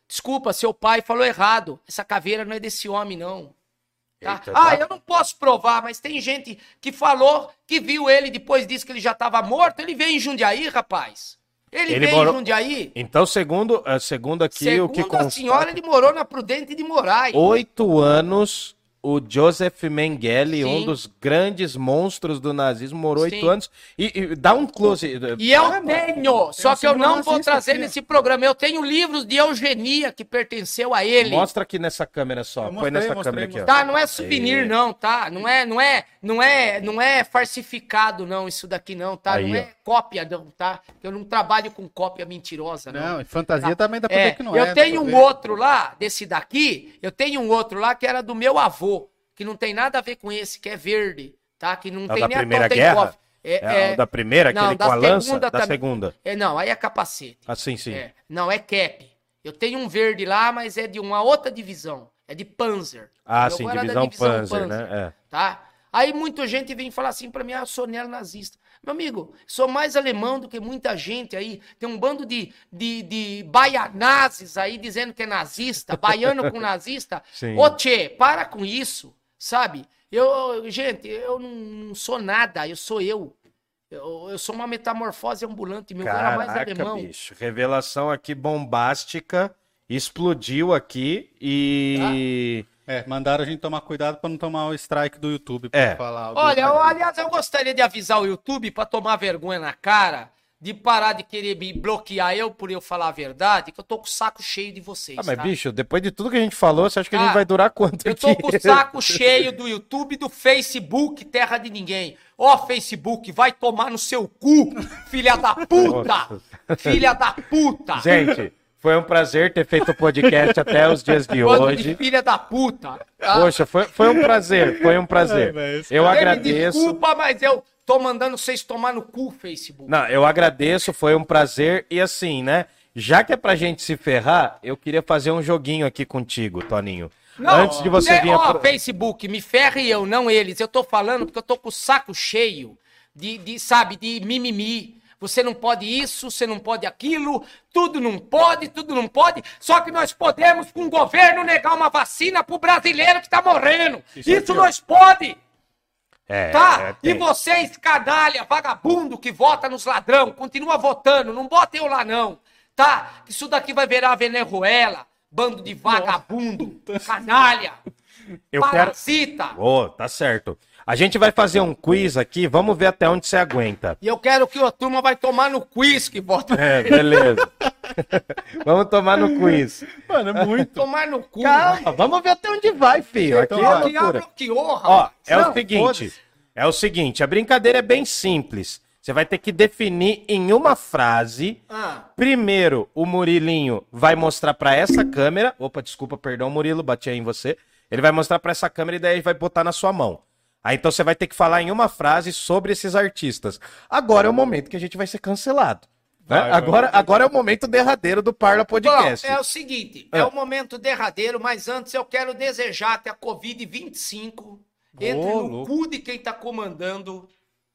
Speaker 3: Desculpa, seu pai falou errado. Essa caveira não é desse homem, não. Tá?
Speaker 1: Eita,
Speaker 3: Ah,
Speaker 1: tá.
Speaker 3: eu não posso provar, mas tem gente que falou que viu ele depois disso que ele já estava morto. Ele veio em Jundiaí, rapaz. Ele,
Speaker 1: Ele
Speaker 3: veio
Speaker 1: morou-
Speaker 3: em Jundiaí.
Speaker 1: Então, segundo, eh, segundo aqui, o
Speaker 3: Segundo
Speaker 1: que
Speaker 3: a
Speaker 1: consta,
Speaker 3: senhora, ele morou na Prudente de Moraes.
Speaker 1: oito anos, o Joseph Mengele, um
Speaker 3: Sim.
Speaker 1: dos grandes monstros do nazismo, morou oito
Speaker 3: Sim.
Speaker 1: anos. E, e dá um close.
Speaker 3: E eu
Speaker 2: Ah,
Speaker 3: tenho, só
Speaker 2: um
Speaker 3: que eu não vou
Speaker 2: nazista
Speaker 3: trazer
Speaker 2: aqui, ó.
Speaker 3: nesse programa. Eu tenho livros de eugenia que pertenceu a ele.
Speaker 1: Mostra aqui nessa câmera só.
Speaker 2: Eu
Speaker 1: Põe
Speaker 2: mostrei,
Speaker 1: nessa
Speaker 2: mostrei,
Speaker 1: câmera aqui, ó.
Speaker 3: Tá, não é souvenir não, tá? Não é, não é, não é, não é falsificado não, isso daqui não, tá?
Speaker 1: Aí,
Speaker 3: não
Speaker 1: ó.
Speaker 3: é cópia não, tá? Eu não trabalho com cópia mentirosa não.
Speaker 2: Não, e fantasia
Speaker 3: Tá.
Speaker 2: também dá pra
Speaker 3: É,
Speaker 2: ver que não é.
Speaker 3: eu
Speaker 2: dá
Speaker 3: tenho
Speaker 2: pra
Speaker 3: um
Speaker 2: ver.
Speaker 3: outro lá, desse daqui, eu tenho um outro lá que era do meu avô, que não tem nada a ver com esse, que é verde, tá? Que não
Speaker 1: É o
Speaker 3: tem
Speaker 1: da
Speaker 3: nem a
Speaker 1: Primeira
Speaker 3: tem
Speaker 1: Guerra?
Speaker 3: cópia.
Speaker 1: É, o da primeira,
Speaker 3: não,
Speaker 1: aquele
Speaker 3: da
Speaker 1: com a lança?
Speaker 3: segunda
Speaker 1: Da
Speaker 3: também.
Speaker 1: segunda.
Speaker 3: É, não, aí é capacete.
Speaker 1: Assim, sim.
Speaker 3: É, não, é cap. Eu tenho um verde lá, mas é de uma outra divisão. É de Panzer.
Speaker 1: Ah,
Speaker 3: O
Speaker 1: sim,
Speaker 3: meu era da
Speaker 1: divisão Panzer, né? É.
Speaker 3: Tá? Aí muita gente vem falar assim pra mim, ah, eu sou neonazista. Meu amigo, sou mais alemão do que muita gente aí. Tem um bando de, de, de baianazes aí dizendo que é nazista, baiano com nazista.
Speaker 1: Sim.
Speaker 3: Ô, tchê, para com isso, sabe? Eu, gente, eu não sou nada, eu sou eu. Eu, eu sou uma metamorfose ambulante, meu cara mais
Speaker 1: Caraca,
Speaker 3: alemão.
Speaker 1: bicho. Revelação aqui bombástica. Explodiu aqui e...
Speaker 2: É, mandaram a gente tomar cuidado pra não tomar o strike do YouTube pra
Speaker 1: É.
Speaker 2: falar. algo
Speaker 3: Olha, eu,
Speaker 2: errado.
Speaker 3: aliás, eu gostaria de avisar o YouTube pra tomar vergonha na cara, de parar de querer me bloquear eu por eu falar a verdade, que eu tô com o saco cheio de vocês.
Speaker 1: Ah, mas
Speaker 3: tá?
Speaker 1: bicho, depois de tudo que a gente falou, você acha que a
Speaker 3: Ah,
Speaker 1: gente vai durar quanto
Speaker 3: Eu
Speaker 1: aqui?
Speaker 3: tô com o saco cheio do YouTube e do Facebook, terra de ninguém. Ó, Facebook, vai tomar no seu cu, filha da puta! Filha da puta!
Speaker 1: Gente, foi um prazer ter feito o podcast até os dias de
Speaker 3: Bando de
Speaker 1: hoje.
Speaker 3: filha da puta! tá?
Speaker 1: Poxa, foi, foi um prazer, foi um prazer.
Speaker 2: Ai, velho, esse
Speaker 1: Eu
Speaker 3: Você me
Speaker 1: agradeço.
Speaker 3: Desculpa, mas eu tô mandando vocês tomar no cu, Facebook.
Speaker 1: Não, eu agradeço, foi um prazer. E assim, né? Já que é pra gente se ferrar, eu queria fazer um joguinho aqui contigo, Toninho. Antes de você
Speaker 3: é,
Speaker 1: vir...
Speaker 3: Ó,
Speaker 1: apro-
Speaker 3: Facebook, me ferre eu, não eles. Eu tô falando porque eu tô com o saco cheio de, de, sabe, de mimimi. Você não pode isso, você não pode aquilo, tudo não pode, tudo não pode. Só que nós podemos, com o governo, negar uma vacina pro brasileiro que tá morrendo.
Speaker 2: Isso é
Speaker 3: Isso
Speaker 2: pior.
Speaker 3: nós pode,
Speaker 1: É,
Speaker 3: tá?
Speaker 1: é,
Speaker 3: E
Speaker 1: tem.
Speaker 3: vocês, canalha, vagabundo que vota nos ladrão, continua votando, não bota eu lá não, tá? Isso daqui vai virar Venezuela, bando de vagabundo, canalha,
Speaker 1: Eu quero...
Speaker 3: parasita.
Speaker 1: Ô, tá certo. A gente vai fazer um quiz aqui, vamos ver até onde você aguenta.
Speaker 3: E eu quero que a turma vai tomar no quiz que vota.
Speaker 1: É, beleza. Vamos tomar no quiz.
Speaker 2: Mano, é muito.
Speaker 3: Tomar no cu.
Speaker 1: Calma, vamos ver até onde vai, filho. Aqui é
Speaker 3: Ó, que
Speaker 1: loucura.
Speaker 3: abra- que honra.
Speaker 1: Ó, é
Speaker 3: Não,
Speaker 1: o seguinte,
Speaker 2: foda-se.
Speaker 1: é o seguinte, a brincadeira é bem simples. Você vai ter que definir em uma frase.
Speaker 3: Ah,
Speaker 1: Primeiro, o Murilinho vai mostrar pra essa câmera. Opa, desculpa, perdão, Murilo, bati aí em você. Ele vai mostrar pra essa câmera e daí vai botar na sua mão. Aí então você vai ter que falar em uma frase sobre esses artistas. Agora é o momento que a gente vai ser cancelado. né?
Speaker 2: Vai,
Speaker 1: agora,
Speaker 2: vai.
Speaker 1: agora é o momento derradeiro do Parla
Speaker 3: bom,
Speaker 1: Podcast.
Speaker 3: é o seguinte, é
Speaker 1: Ah.
Speaker 3: o momento derradeiro, mas antes eu quero desejar que a covid vinte e cinco entre
Speaker 2: Ô,
Speaker 3: no
Speaker 2: louco.
Speaker 3: cu de quem tá comandando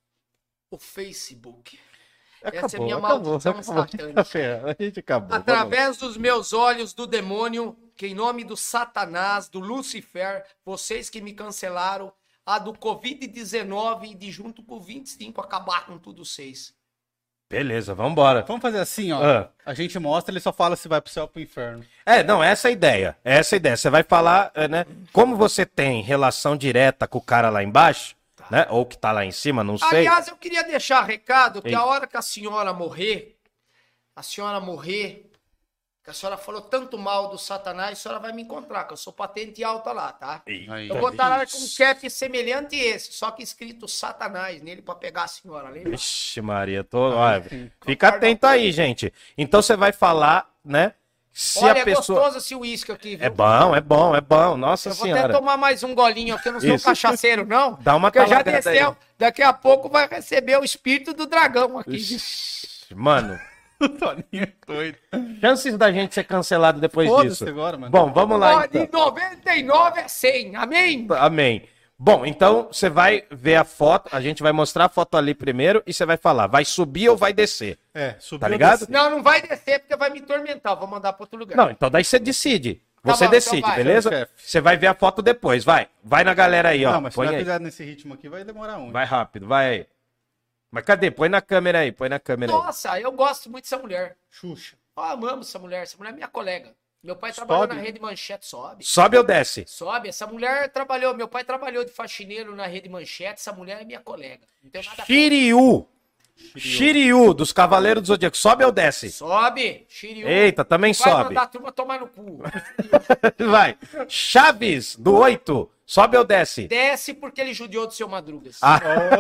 Speaker 3: o Facebook. Essa é
Speaker 1: Acabou,
Speaker 3: minha
Speaker 1: acabou,
Speaker 3: maldição
Speaker 1: acabou.
Speaker 3: satânica.
Speaker 1: A gente acabou. vamos lá.
Speaker 3: Através dos meus olhos do demônio, que em nome do Satanás, do Lucifer, vocês que me cancelaram, a do covid dezenove e de junto com o vinte e cinco acabar com tudo vocês.
Speaker 1: Beleza, vambora.
Speaker 2: Vamos fazer assim, ó.
Speaker 1: Ah.
Speaker 2: A gente mostra, ele só fala se vai pro céu ou pro inferno.
Speaker 1: É, não, essa é a ideia. Essa é a ideia. Você vai falar, é, né? Como você tem relação direta com o cara lá embaixo, né? Ou que tá lá em cima, não sei.
Speaker 3: Aliás, eu queria deixar recado que
Speaker 1: Ei.
Speaker 3: a hora que a senhora morrer, a senhora morrer, que a senhora falou tanto mal do Satanás, a senhora vai me encontrar, que eu sou patente alta lá, tá?
Speaker 2: Aí.
Speaker 3: Eu vou estar lá com um cap semelhante a esse, só que escrito Satanás nele pra pegar a senhora, lembra?
Speaker 1: Vixe, Maria, tô. Olha,
Speaker 2: sim.
Speaker 1: fica atento aí, gente. Então você vai falar, né? Se
Speaker 3: Olha,
Speaker 1: a pessoa.
Speaker 3: é gostoso esse uísque aqui, viu?
Speaker 1: É bom, é bom, é bom. Nossa
Speaker 3: Eu vou
Speaker 1: Senhora.
Speaker 3: até tomar mais um golinho aqui, eu não sou
Speaker 1: Isso.
Speaker 3: cachaceiro, não.
Speaker 1: Dá uma
Speaker 3: Porque já
Speaker 1: talagada
Speaker 3: desceu,
Speaker 1: aí.
Speaker 3: daqui a pouco vai receber o espírito do dragão aqui.
Speaker 1: Ixi, Mano,
Speaker 2: O Toninho é doido.
Speaker 1: chances da gente ser cancelado depois
Speaker 2: Foda-se
Speaker 1: disso.
Speaker 2: agora, mano.
Speaker 1: Bom, vamos lá
Speaker 3: Ó,
Speaker 1: então.
Speaker 3: de noventa e nove é cem, amém?
Speaker 1: Amém. Bom, então você vai ver a foto, a gente vai mostrar a foto ali primeiro e você vai falar, vai subir ou vai descer?
Speaker 2: É, subiu.
Speaker 1: Tá ligado?
Speaker 2: desceu.
Speaker 3: Não, não vai descer porque vai me tormentar. Vou mandar pra outro lugar.
Speaker 1: Não, então daí você decide.
Speaker 3: Tá
Speaker 1: Você
Speaker 3: bom,
Speaker 1: decide,
Speaker 3: então vai.
Speaker 1: beleza?
Speaker 2: Chefe.
Speaker 1: Você vai ver a foto depois, vai. Vai na galera aí, ó.
Speaker 2: Não, mas se
Speaker 1: Põe
Speaker 2: vai
Speaker 1: aí.
Speaker 2: cuidar nesse ritmo aqui, vai demorar muito.
Speaker 1: Vai rápido, vai aí. Mas cadê? Põe na câmera aí, põe na câmera aí.
Speaker 3: Nossa, eu gosto muito dessa mulher.
Speaker 2: Xuxa.
Speaker 3: Eu amo essa mulher. Essa mulher é minha colega. Meu pai trabalhou
Speaker 2: Sobe.
Speaker 3: na Rede Manchete, sobe.
Speaker 1: Sobe ou desce?
Speaker 3: Sobe. Essa mulher trabalhou. Meu pai trabalhou de faxineiro na Rede Manchete. Essa mulher é minha colega. Não tenho nada a
Speaker 1: Shiryu. Shiryu, dos Cavaleiros do Zodíaco. Sobe ou desce?
Speaker 3: Sobe. Shiryu.
Speaker 1: Eita, também
Speaker 3: Vai
Speaker 1: sobe.
Speaker 3: mandar a turma tomar no cu.
Speaker 1: Vai. Chaves, do oito. Sobe ou desce?
Speaker 3: Desce porque ele judiou do seu Madrugas.
Speaker 1: Ah.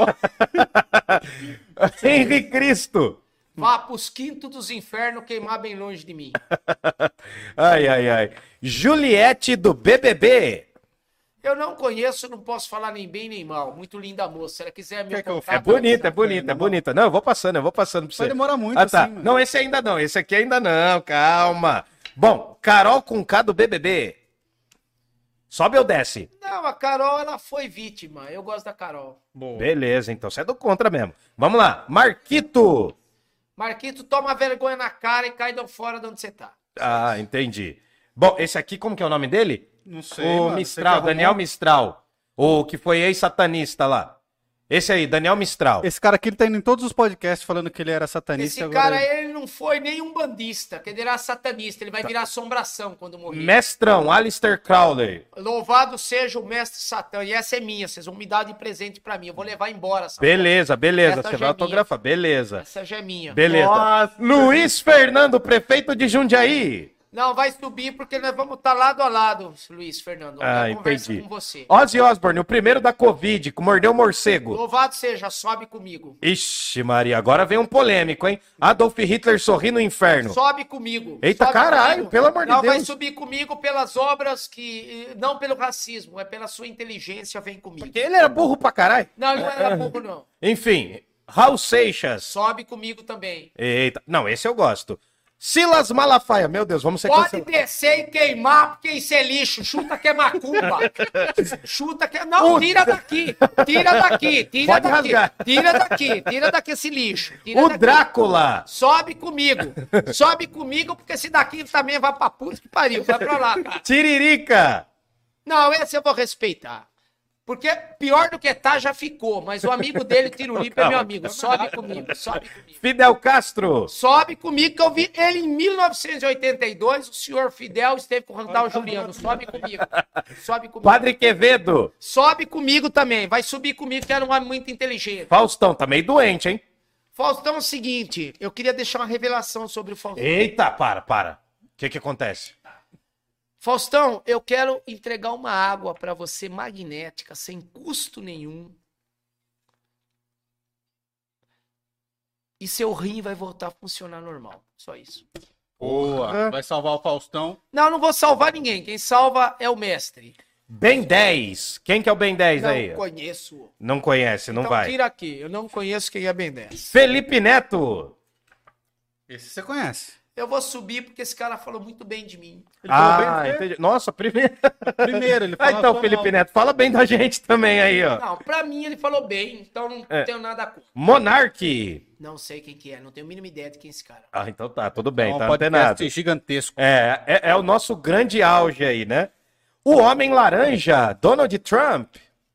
Speaker 1: Henri Cristo.
Speaker 3: Vá pros quintos dos infernos queimar bem longe de mim.
Speaker 1: Ai, ai, ai. Juliette, do B B B.
Speaker 3: Eu não conheço, não posso falar nem bem nem mal. Muito linda moça. Se ela quiser me
Speaker 2: Quer que eu
Speaker 1: É bonita, é bonita, é bonita. Não, eu vou passando, eu vou passando pra você.
Speaker 2: Vai demorar muito
Speaker 1: Ah, tá.
Speaker 2: assim, mano.
Speaker 1: Não, esse ainda não, esse aqui ainda não, calma. Bom, Carol com K do B B B. Sobe ou desce?
Speaker 3: Não, a Carol, ela foi vítima. Eu gosto da Carol.
Speaker 2: Boa.
Speaker 1: Beleza, então você é do contra mesmo. Vamos lá, Marquito.
Speaker 3: Marquito, toma vergonha na cara e cai de fora de onde você tá.
Speaker 1: Ah, entendi. Bom, esse aqui, como que é o nome dele?
Speaker 2: Não sei,
Speaker 1: O
Speaker 2: mano.
Speaker 1: Mistral,
Speaker 2: Você que
Speaker 1: Daniel
Speaker 2: arrumou?
Speaker 1: Mistral. O que foi ex-satanista lá. Esse aí, Daniel Mistral.
Speaker 2: Esse cara aqui, ele tá indo em todos os podcasts falando que ele era satanista.
Speaker 3: Esse
Speaker 2: agora
Speaker 3: cara,
Speaker 2: ele-
Speaker 3: ele não foi nem um bandista, que ele era satanista. Ele vai virar assombração quando morrer.
Speaker 1: Mestrão, Alistair Crowley.
Speaker 3: Louvado seja o mestre Satã. E essa é minha, vocês vão me dar de presente pra mim. Eu vou levar embora essa
Speaker 1: Beleza, beleza.
Speaker 3: Essa
Speaker 1: Você
Speaker 3: já
Speaker 1: vai
Speaker 3: é
Speaker 1: autografar. Beleza.
Speaker 3: Essa já é minha.
Speaker 1: Beleza.
Speaker 2: Nossa.
Speaker 1: Luiz Fernando, prefeito de Jundiaí.
Speaker 3: Não, vai subir porque nós vamos estar lado a lado, Luiz Fernando.
Speaker 1: Ah,
Speaker 3: Eu converso
Speaker 1: entendi.
Speaker 3: com você.
Speaker 1: Ozzy Osbourne, o primeiro da Covid, que mordeu o morcego.
Speaker 3: Louvado seja, sobe comigo.
Speaker 1: Ixi, Maria, agora vem um polêmico, hein? Adolf Hitler sorri no inferno.
Speaker 3: Sobe comigo.
Speaker 1: Eita,
Speaker 3: Sobe
Speaker 1: caralho,
Speaker 3: comigo.
Speaker 1: pelo amor de
Speaker 3: Não, vai
Speaker 1: Deus.
Speaker 3: subir comigo pelas obras que... Não pelo racismo, é pela sua inteligência, vem comigo.
Speaker 1: Porque ele era burro pra caralho.
Speaker 3: Não, ele não era burro, não.
Speaker 1: Enfim, Raul Seixas.
Speaker 3: Sobe comigo também.
Speaker 1: Eita, não, esse eu gosto. Silas Malafaia, meu Deus, vamos ser
Speaker 3: Pode
Speaker 1: cancelados.
Speaker 3: descer e queimar, porque isso é lixo. Chuta que é macumba. Chuta que é... Não, tira daqui. Tira daqui. Tira
Speaker 1: Pode
Speaker 3: daqui.
Speaker 1: rasgar.
Speaker 3: Tira daqui. Tira daqui esse lixo. Tira
Speaker 1: O
Speaker 3: daqui.
Speaker 1: Drácula.
Speaker 3: Sobe comigo. Sobe comigo, porque esse daqui também vai pra puta que pariu. Vai pra lá, cara.
Speaker 1: Tiririca.
Speaker 3: Não, esse eu vou respeitar. Porque pior do que tá, já ficou. Mas o amigo dele, Tirulipa, é meu amigo. Sobe comigo, sobe comigo.
Speaker 1: Fidel Castro.
Speaker 3: Sobe comigo, que eu vi ele em mil novecentos e oitenta e dois. O senhor Fidel esteve com o Randall Juliano. Sobe comigo. Sobe comigo.
Speaker 1: Padre Quevedo.
Speaker 3: Sobe comigo também. Vai subir comigo, que era um homem muito inteligente.
Speaker 1: Faustão, tá meio doente, hein?
Speaker 3: Faustão é o seguinte, eu queria deixar uma revelação sobre o Faustão.
Speaker 1: Eita, para, para. O que que acontece?
Speaker 3: Faustão, eu quero entregar uma água pra você magnética, sem custo nenhum. E seu rim vai voltar a funcionar normal. Só isso.
Speaker 2: Boa. Vai salvar o Faustão.
Speaker 3: Não, não vou salvar ninguém. Quem salva é o mestre.
Speaker 1: Ben dez. Quem que é o Ben dez
Speaker 3: Não
Speaker 1: aí?
Speaker 3: conheço.
Speaker 1: Não conhece, não
Speaker 3: Então
Speaker 1: vai.
Speaker 3: tira aqui. Eu não conheço quem é Ben dez.
Speaker 1: Felipe Neto.
Speaker 2: Esse você conhece.
Speaker 3: Eu vou subir porque esse cara falou muito bem de mim.
Speaker 2: Ele falou
Speaker 1: Ah,
Speaker 2: bem-
Speaker 1: entendi. Nossa, primeiro.
Speaker 2: Primeiro, ele
Speaker 1: Ah,
Speaker 2: falou.
Speaker 1: então, Felipe Neto, fala bem da gente também aí, ó.
Speaker 3: Não, pra mim ele falou bem, então não
Speaker 1: É.
Speaker 3: tenho nada contra.
Speaker 1: Monark.
Speaker 3: Não sei quem que é, não tenho a mínima ideia de quem é esse cara.
Speaker 1: Ah, então tá, tudo
Speaker 2: É
Speaker 1: bem,
Speaker 2: um
Speaker 1: tá
Speaker 2: podcast
Speaker 1: antenado.
Speaker 2: gigantesco.
Speaker 1: É, é, é o nosso grande auge aí, né? O Homem Laranja, Donald Trump.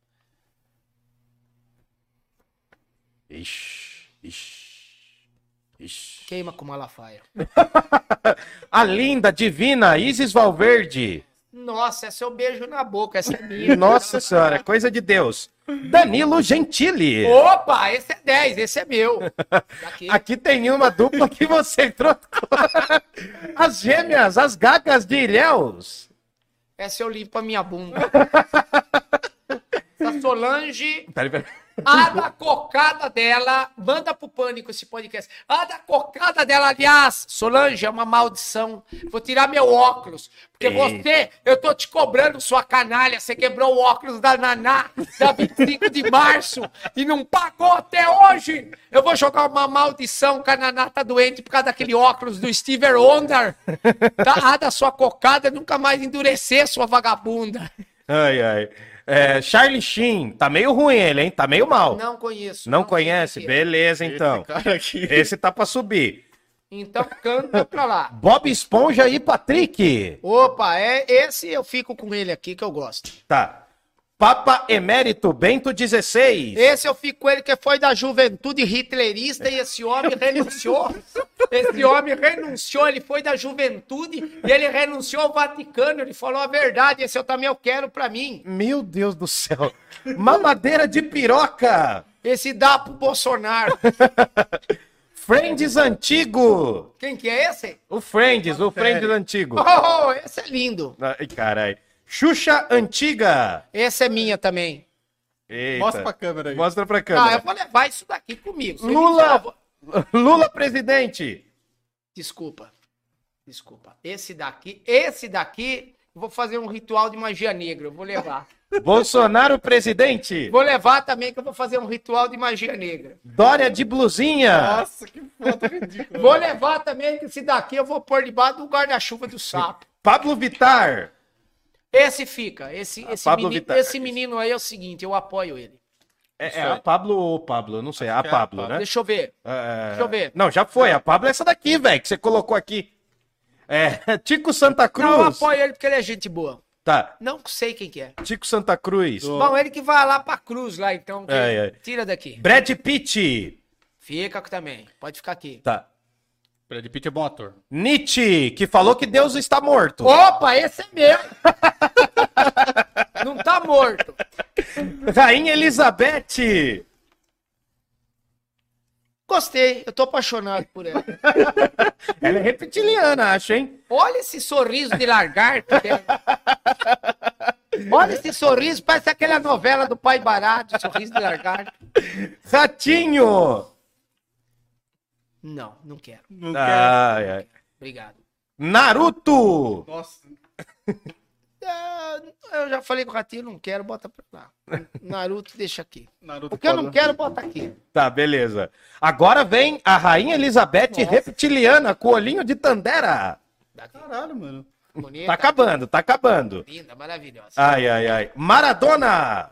Speaker 1: Ixi, ixi, ixi.
Speaker 3: Queima com Malafaia.
Speaker 1: A linda, divina Isis Valverde.
Speaker 3: Nossa, esse é o beijo na boca, essa é minha.
Speaker 1: Nossa senhora, coisa de Deus. Danilo Gentili.
Speaker 3: Opa, esse é dez, esse é meu. Daqui.
Speaker 1: Aqui tem uma dupla que você trocou. As gêmeas, as gagas de Ilhéus.
Speaker 3: Essa eu limpo a minha bunda. Essa Solange,
Speaker 1: Peraí, peraí.
Speaker 3: a da cocada dela, manda pro Pânico esse podcast. A da cocada dela, aliás, Solange, é uma maldição. Vou tirar meu óculos. Porque
Speaker 1: Eita.
Speaker 3: você, eu tô te cobrando, sua canalha. Você quebrou o óculos da Naná, da vinte e cinco de março, e não pagou até hoje. Eu vou jogar uma maldição, que a Naná tá doente por causa daquele óculos do Steve Wonder. Tá? A da sua cocada nunca mais endurecer, sua vagabunda.
Speaker 1: Ai, ai. É, Charlie Sheen, tá meio ruim ele, hein? Tá meio mal.
Speaker 3: Não conheço.
Speaker 1: Não
Speaker 3: sei
Speaker 1: conhece?
Speaker 3: quem que é.
Speaker 1: Beleza, então.
Speaker 2: Esse cara aqui.
Speaker 1: Esse tá pra subir.
Speaker 3: Então canta pra lá.
Speaker 1: Bob Esponja e Patrick.
Speaker 3: Opa, é esse eu fico com ele aqui que eu gosto.
Speaker 1: Tá. Papa Emérito Bento dezesseis.
Speaker 3: Esse eu fico com ele que foi da juventude hitlerista e esse homem renunciou. Esse homem renunciou, ele foi da juventude e ele renunciou ao Vaticano. Ele falou a verdade, esse eu também eu quero pra mim.
Speaker 1: Meu Deus do céu. Mamadeira de piroca.
Speaker 3: Esse dá pro Bolsonaro.
Speaker 1: Friends antigo.
Speaker 3: Quem que é esse?
Speaker 1: O Friends, o Friends antigo.
Speaker 3: Oh, esse é lindo.
Speaker 1: Ai, caralho. Xuxa antiga.
Speaker 3: Esse é minha também.
Speaker 1: Eita.
Speaker 2: Mostra pra câmera aí.
Speaker 1: Mostra pra
Speaker 3: Ah,
Speaker 1: câmera.
Speaker 3: eu vou levar isso daqui comigo. Se
Speaker 1: Lula.
Speaker 3: ele disser, eu vou-
Speaker 1: Lula presidente.
Speaker 3: Desculpa. Desculpa. Esse daqui, esse daqui, eu vou fazer um ritual de magia negra. Eu vou levar.
Speaker 1: Bolsonaro presidente.
Speaker 3: Vou levar também que eu vou fazer um ritual de magia negra.
Speaker 1: Dória de blusinha.
Speaker 2: Nossa, que foto ridícula.
Speaker 3: Vou levar também que esse daqui eu vou pôr debaixo do guarda-chuva do sapo.
Speaker 1: Pablo Vittar.
Speaker 3: Esse fica. Esse, esse,
Speaker 1: Pablo
Speaker 3: menino,
Speaker 1: Vittar.
Speaker 3: esse menino aí é o seguinte, eu apoio ele.
Speaker 1: É, é a Pablo ou Pablo? Eu não sei. A
Speaker 2: que é a
Speaker 1: Pablo,
Speaker 2: Pablo.
Speaker 1: né?
Speaker 3: Deixa eu ver.
Speaker 1: É...
Speaker 3: Deixa eu ver.
Speaker 1: Não, já foi. A Pablo é essa daqui, velho, que você colocou aqui. É, Tico Santa Cruz.
Speaker 3: Não, eu apoio ele porque ele é gente boa.
Speaker 1: Tá,
Speaker 3: Não sei quem que é.
Speaker 1: Tico Santa Cruz.
Speaker 2: Do-
Speaker 3: Bom, ele que vai lá pra cruz lá, então. que-
Speaker 1: Ai, ai.
Speaker 3: Tira daqui.
Speaker 1: Brad Pitt.
Speaker 3: Fica também. Pode ficar aqui.
Speaker 1: Tá.
Speaker 2: Brad Pitt é bom ator.
Speaker 1: Nietzsche, que falou que Deus está morto.
Speaker 3: Opa, esse é meu! Não tá morto.
Speaker 1: Rainha Elizabeth.
Speaker 3: Gostei, eu tô apaixonado por ela.
Speaker 1: Ela é reptiliana, acho, hein?
Speaker 3: Olha esse sorriso de lagarto dela. Olha esse sorriso, parece aquela novela do Pai Barato, sorriso de lagarto.
Speaker 1: Ratinho.
Speaker 3: Não, não quero.
Speaker 2: Não quero.
Speaker 1: Ai, ai.
Speaker 3: Obrigado.
Speaker 1: Naruto.
Speaker 2: Nossa.
Speaker 3: Ah, eu já falei com o Ratinho, não quero, bota pra lá. Naruto, deixa aqui.
Speaker 2: Naruto
Speaker 3: O que eu não
Speaker 2: foda.
Speaker 3: quero, bota aqui.
Speaker 1: Tá, beleza. Agora vem a Rainha Elizabeth
Speaker 3: Nossa.
Speaker 1: reptiliana com olhinho de Tandera.
Speaker 3: Daqui.
Speaker 2: Caralho, mano.
Speaker 3: Bonita,
Speaker 1: Tá acabando, tá acabando.
Speaker 3: linda, maravilhosa.
Speaker 1: Ai, ai, ai. Maradona.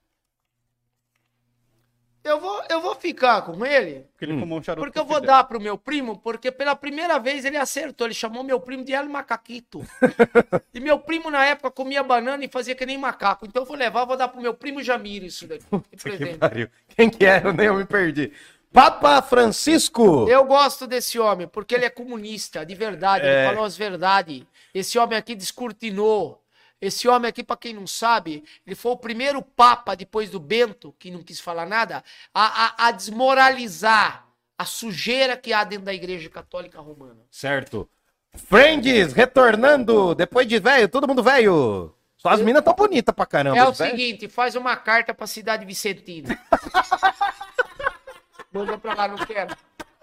Speaker 3: Eu, vou, eu vou ficar com ele,
Speaker 2: Porque ele
Speaker 1: Hum.
Speaker 2: fumou um charuto.
Speaker 3: porque eu
Speaker 2: com
Speaker 3: vou
Speaker 2: Fidel.
Speaker 3: dar pro meu primo, porque pela primeira vez ele acertou. Ele chamou meu primo de El Macaquito. E meu primo, na época, comia banana e fazia que nem macaco. Então eu vou levar, vou dar pro meu primo Jamir isso daqui. de
Speaker 1: Que
Speaker 3: presente.
Speaker 1: pariu. Quem que é? Eu nem eu me perdi. Papa Francisco.
Speaker 3: Eu gosto desse homem, porque ele é comunista, de verdade.
Speaker 1: É.
Speaker 3: Ele falou as verdades. Esse homem aqui descortinou. Esse homem aqui, para quem não sabe, ele foi o primeiro papa, depois do Bento, que não quis falar nada, a, a, a desmoralizar a sujeira que há dentro da Igreja Católica Romana.
Speaker 1: Certo. Friends retornando depois de velho, todo mundo velho. Só as minas tão bonitas pra caramba.
Speaker 3: É o
Speaker 1: os velho.
Speaker 3: seguinte, faz uma carta pra cidade Vicentina. Manda pra lá, não quero.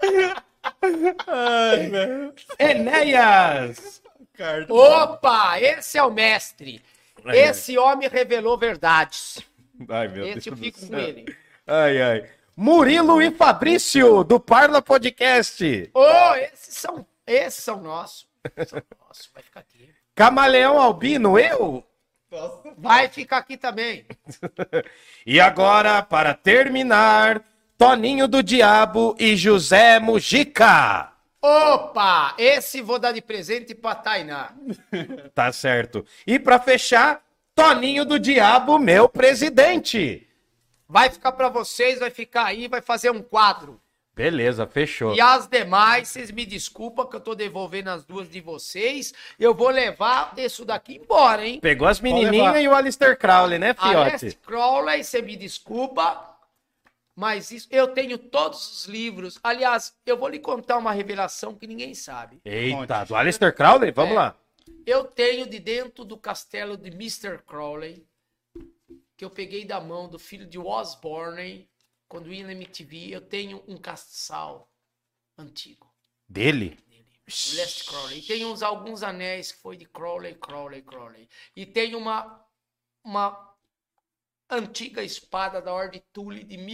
Speaker 2: Ai, velho.
Speaker 1: Enéas.
Speaker 2: Carta.
Speaker 3: Opa, esse é o mestre.
Speaker 1: Ai,
Speaker 3: Esse homem revelou verdades.
Speaker 1: Ai, meu
Speaker 3: Esse eu
Speaker 1: Deus
Speaker 3: fico
Speaker 1: do
Speaker 3: com
Speaker 1: céu.
Speaker 3: ele.
Speaker 1: Ai, ai. Murilo e Fabrício, do Parla Podcast.
Speaker 3: Oh, esses são, esses são nossos. São nossos, vai ficar aqui.
Speaker 1: Camaleão Albino, eu.
Speaker 2: Nossa.
Speaker 3: Vai ficar aqui também.
Speaker 1: E agora, para terminar, Toninho do Diabo e José Mujica.
Speaker 3: Opa, esse vou dar de presente pra Tainá.
Speaker 1: Tá certo. E para fechar, Toninho do Diabo, meu presidente.
Speaker 3: Vai ficar pra vocês, vai ficar aí, vai fazer um quadro.
Speaker 1: Beleza, fechou.
Speaker 3: E as demais, vocês me desculpam que eu tô devolvendo as duas de vocês. Eu vou levar isso daqui embora, hein?
Speaker 1: Pegou as
Speaker 2: levar.
Speaker 1: menininhas e o Alistair Crowley, né,
Speaker 3: Alex
Speaker 1: fiote?
Speaker 3: Crowley, você me desculpa, mas isso, eu tenho todos os livros. Aliás, eu vou lhe contar uma revelação que ninguém sabe.
Speaker 1: Eita, do Alistair Crowley? Vamos
Speaker 3: É.
Speaker 1: lá.
Speaker 3: Eu tenho de dentro do castelo de mister Crowley, que eu peguei da mão do filho de Osborne, quando ia na M T V, eu tenho um castiçal antigo
Speaker 1: Dele?
Speaker 3: dele, o Lest Crowley. E tem uns, alguns anéis que foi de Crowley, Crowley, Crowley. E tem uma, uma antiga espada da Ordem Tully de mil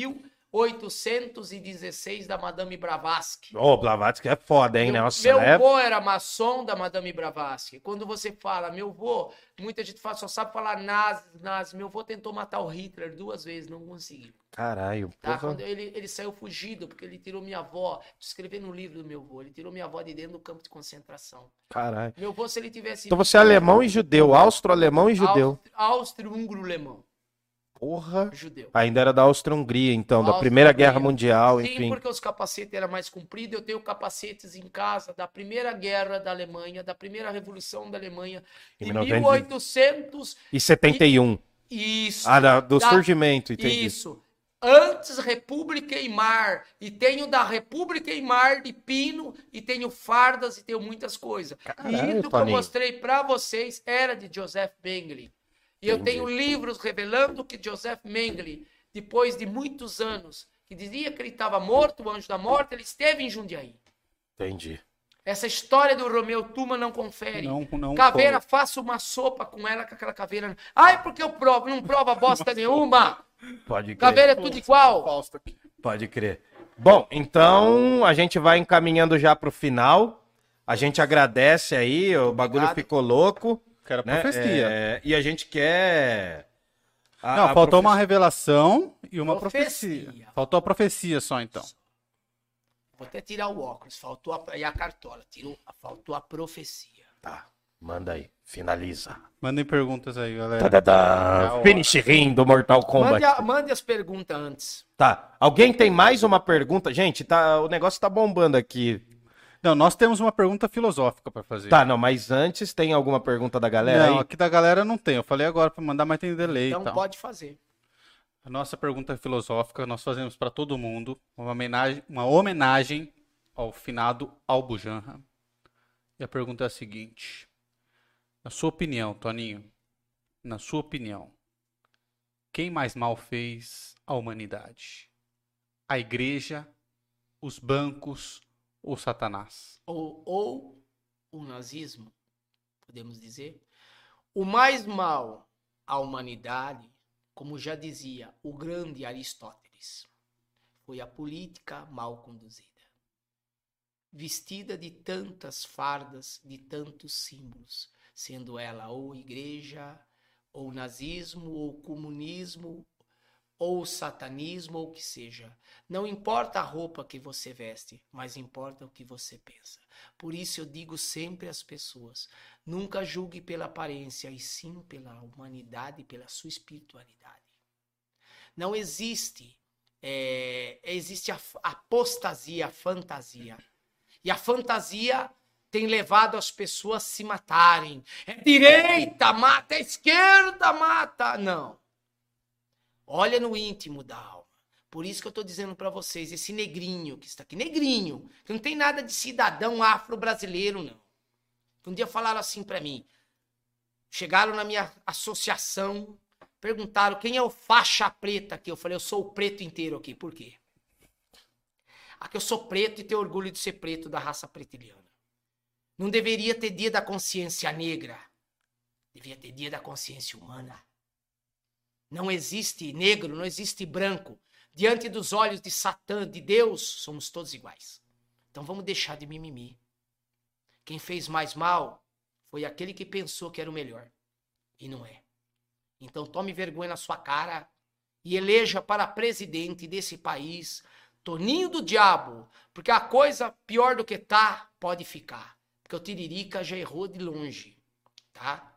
Speaker 3: oitocentos e dezesseis da Madame Blavatsky.
Speaker 1: Ô, Blavatsky é foda, hein,
Speaker 3: Meu,
Speaker 1: Nossa,
Speaker 3: meu
Speaker 1: é...
Speaker 3: avô era maçom da Madame Blavatsky. Quando você fala, meu avô, muita gente fala, só sabe falar nazi, nazi. Meu avô tentou matar o Hitler duas vezes, não conseguiu.
Speaker 1: Caralho,
Speaker 3: Tá?
Speaker 1: porra.
Speaker 3: Quando ele, ele saiu fugido, porque ele tirou minha avó. Escrevi no livro do meu avô, ele tirou minha avó de dentro do campo de concentração.
Speaker 1: Caralho.
Speaker 3: Meu avô, se ele tivesse...
Speaker 1: Então você é alemão e judeu, austro-alemão e judeu.
Speaker 3: Áustrio-húngaro-alemão.
Speaker 1: Porra.
Speaker 3: Judeu.
Speaker 1: Ainda era da Áustria-Hungria, então, da
Speaker 3: Áustria-Hungria.
Speaker 1: Primeira Guerra Mundial,
Speaker 3: Sim,
Speaker 1: enfim.
Speaker 3: porque os capacetes eram mais compridos. Eu tenho capacetes em casa da Primeira Guerra da Alemanha, da Primeira Revolução da Alemanha,
Speaker 1: Em
Speaker 3: de
Speaker 1: mil e novecentos
Speaker 3: mil oitocentos...
Speaker 1: E setenta e um.
Speaker 3: Isso.
Speaker 1: Ah, da- do
Speaker 3: Da-
Speaker 1: surgimento, entendi.
Speaker 3: Isso. Antes República e Mar. E tenho da República e Mar de Pino, e tenho fardas, e tenho muitas coisas.
Speaker 1: Caralho,
Speaker 3: e isso que eu
Speaker 1: Toninho.
Speaker 3: mostrei pra vocês era de Joseph Mengele. E eu
Speaker 1: Entendi.
Speaker 3: tenho livros revelando que Joseph Mengele, depois de muitos anos, que dizia que ele estava morto, o anjo da morte, ele esteve em Jundiaí.
Speaker 1: Entendi.
Speaker 3: Essa história do Romeu Tuma não confere.
Speaker 2: Não, não
Speaker 3: Caveira, faça uma sopa com ela, com aquela caveira. Ai, porque eu provo, não prova bosta nenhuma.
Speaker 1: Pode crer.
Speaker 3: Caveira é tudo igual.
Speaker 2: Fausto aqui.
Speaker 1: Pode crer. Bom, então a gente vai encaminhando já pro final. A gente agradece aí, o bagulho
Speaker 3: Obrigado.
Speaker 1: ficou louco.
Speaker 2: Quero
Speaker 1: Né?
Speaker 2: profecia.
Speaker 1: É, e a gente quer... a-
Speaker 2: Não,
Speaker 1: a
Speaker 2: faltou uma
Speaker 1: profe-
Speaker 2: revelação e uma
Speaker 3: Profecia.
Speaker 2: profecia. Faltou a profecia só, então.
Speaker 3: Vou até tirar o óculos, faltou a, e a cartola, tirou, faltou a profecia.
Speaker 1: Tá, manda aí, finaliza.
Speaker 2: Mandem perguntas aí, galera.
Speaker 1: Tadadá. Finish rim do Mortal Kombat.
Speaker 3: Mande, a- mande as perguntas antes.
Speaker 1: Tá, alguém tem mais uma pergunta? Gente, tá, o negócio tá bombando aqui.
Speaker 2: Não, nós temos uma pergunta filosófica para fazer.
Speaker 1: Tá, não, mas antes tem alguma pergunta da galera
Speaker 2: Não,
Speaker 1: aí?
Speaker 2: aqui da galera não tem. Eu falei agora para mandar, mas tem delay.
Speaker 3: Então
Speaker 2: e tal.
Speaker 3: pode fazer.
Speaker 2: A nossa pergunta filosófica nós fazemos para todo mundo, uma homenagem, uma homenagem ao finado Albujanra. E a pergunta é a seguinte: na sua opinião, Toninho, na sua opinião, quem mais mal fez à humanidade? A igreja, os bancos ou Satanás?
Speaker 3: Ou, ou o nazismo, podemos dizer. O mais mal à humanidade, como já dizia o grande Aristóteles, foi a política mal conduzida. Vestida de tantas fardas, de tantos símbolos, sendo ela ou igreja, ou nazismo, ou comunismo, ou satanismo, ou o que seja. Não importa a roupa que você veste, mas importa o que você pensa. Por isso eu digo sempre às pessoas, nunca julgue pela aparência, e sim pela humanidade, pela sua espiritualidade. Não existe, é, existe a apostasia, a fantasia. E a fantasia tem levado as pessoas a se matarem. É direita, mata, é esquerda, mata. Não. Olha no íntimo da alma. Por isso que eu estou dizendo para vocês, esse negrinho que está aqui, negrinho, que não tem nada de cidadão afro-brasileiro, não. Um dia falaram assim para mim, chegaram na minha associação, perguntaram quem é o faixa preta aqui. Eu falei, eu sou o preto inteiro aqui. Por quê? Aqui eu sou preto e tenho orgulho de ser preto da raça pretiliana. Não deveria ter dia da consciência negra. Devia ter dia da consciência humana. Não existe negro, não existe branco. Diante dos olhos de Satã, de Deus, somos todos iguais. Então vamos deixar de mimimi. Quem fez mais mal foi aquele que pensou que era o melhor. E não é. Então tome vergonha na sua cara e eleja para presidente desse país Toninho do Diabo. Porque a coisa pior do que tá, pode ficar. Porque o Tiririca já errou de longe. Tá?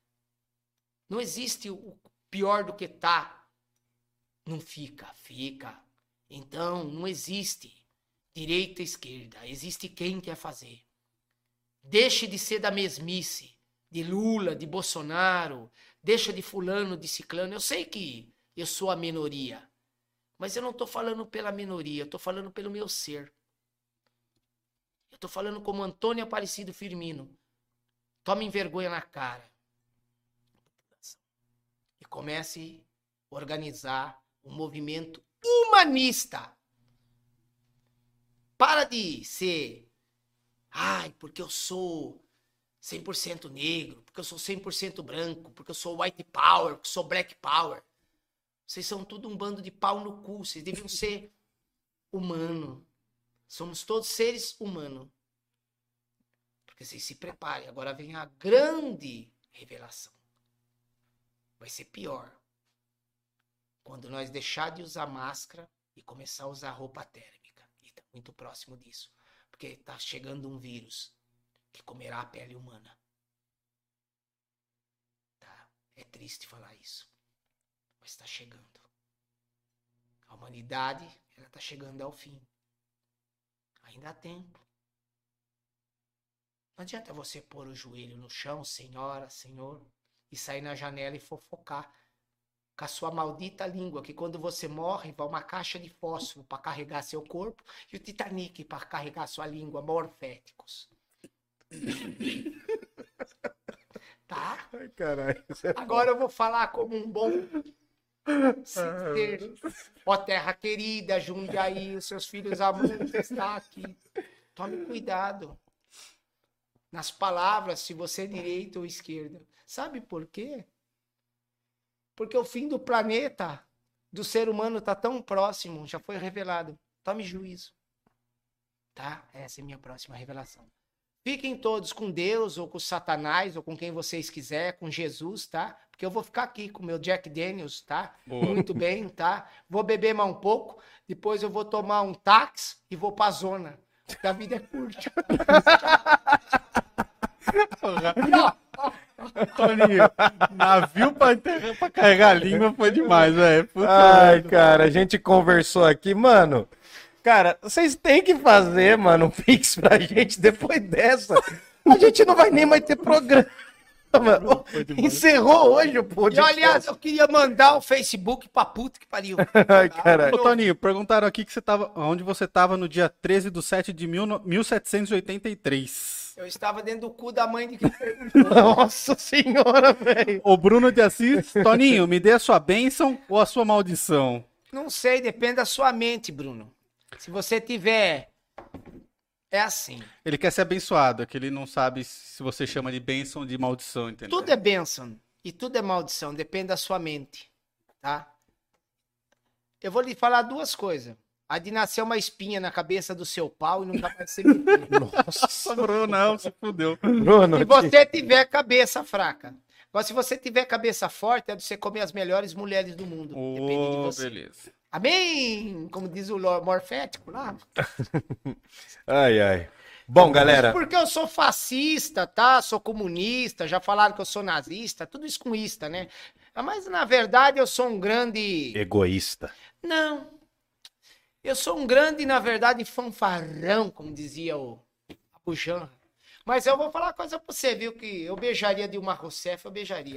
Speaker 3: Não existe o pior do que tá. Não fica, fica. Então, não existe direita e esquerda. Existe quem quer fazer. Deixe de ser da mesmice. De Lula, de Bolsonaro. Deixa de fulano, de ciclano. Eu sei que eu sou a minoria. Mas eu não estou falando pela minoria. Eu estou falando pelo meu ser. Eu estou falando como Antônio Aparecido Firmino. Tome vergonha na cara. E comece a organizar um movimento humanista. Para de ser, ai, porque eu sou cem por cento negro, porque eu sou cem por cento branco, porque eu sou white power, porque eu sou black power. Vocês são tudo um bando de pau no cu. Vocês deviam ser humano. Somos todos seres humanos. Porque vocês se preparem. Agora vem a grande revelação. Vai ser pior. Quando nós deixar de usar máscara e começar a usar roupa térmica. E tá muito próximo disso. Porque tá chegando um vírus que comerá a pele humana. Tá? É triste falar isso. Mas está chegando. A humanidade, ela está chegando ao fim. Ainda há tempo. Não adianta você pôr o joelho no chão, senhora, senhor, e sair na janela e fofocar com a sua maldita língua, que quando você morre, vai uma caixa de fósforo para carregar seu corpo e o Titanic para carregar sua língua, morféticos. Tá?
Speaker 1: Ai, caralho. Isso é
Speaker 3: Agora eu vou falar como um bom ser. Ó terra querida, Jundiaí, os seus filhos amantes está aqui. Tome cuidado nas palavras, se você é direita ou esquerda. Sabe por quê? Porque o fim do planeta, do ser humano, está tão próximo, já foi revelado. Tome juízo. Tá? Essa é a minha próxima revelação. Fiquem todos com Deus, ou com Satanás, ou com quem vocês quiserem, com Jesus, tá? Porque eu vou ficar aqui com o meu Jack Daniels, tá?
Speaker 2: Boa.
Speaker 3: Muito bem, tá? Vou beber mais um pouco, depois eu vou tomar um táxi e vou pra zona. Porque a vida é curta.
Speaker 2: Toninho, navio pra, enterrar- pra carregar a língua foi demais, velho. Puta
Speaker 1: Ai,
Speaker 2: merda.
Speaker 1: cara, a gente conversou aqui, mano. Cara, vocês têm que fazer, mano, um pix pra gente depois dessa. A gente não vai nem mais ter programa. Mano.
Speaker 2: Foi demais.
Speaker 1: Encerrou hoje o
Speaker 3: E
Speaker 1: podcast.
Speaker 3: aliás, eu queria mandar o Facebook pra puta que pariu.
Speaker 1: Ai, caralho.
Speaker 2: Ô, Toninho, perguntaram aqui que você tava, onde você tava no dia treze de setembro de mil no- mil setecentos e oitenta e três.
Speaker 3: Eu estava dentro do cu da mãe de quem perguntou.
Speaker 1: Nossa senhora, velho.
Speaker 2: O Bruno de Assis, Toninho, me dê a sua bênção ou a sua maldição?
Speaker 3: Não sei, depende da sua mente, Bruno. Se você tiver... É assim.
Speaker 2: Ele quer ser abençoado, é que ele não sabe se você chama de bênção ou de maldição, entendeu?
Speaker 3: Tudo é bênção e tudo é maldição, depende da sua mente, tá? Eu vou lhe falar duas coisas. A de nascer uma espinha na cabeça do seu pau e nunca mais ser menino.
Speaker 2: Nossa, Bruno, não, se fudeu.
Speaker 1: Bruno,
Speaker 3: Se você tiver cabeça fraca. Agora, se você tiver cabeça forte, é de você comer as melhores mulheres do mundo. Depende de
Speaker 2: Ô,
Speaker 3: você.
Speaker 2: beleza.
Speaker 3: Amém! Como diz o Lor- morfético lá.
Speaker 1: Ai, ai. Bom, galera,
Speaker 3: Porque eu sou fascista, tá? Sou comunista, já falaram que eu sou nazista, tudo isso com ista, né? Mas, na verdade, eu sou um grande...
Speaker 1: egoísta.
Speaker 3: Não. Eu sou um grande, na verdade, fanfarrão, como dizia o Abu Janra. Mas eu vou falar uma coisa pra você, viu? Que eu beijaria Dilma Rousseff, eu beijaria.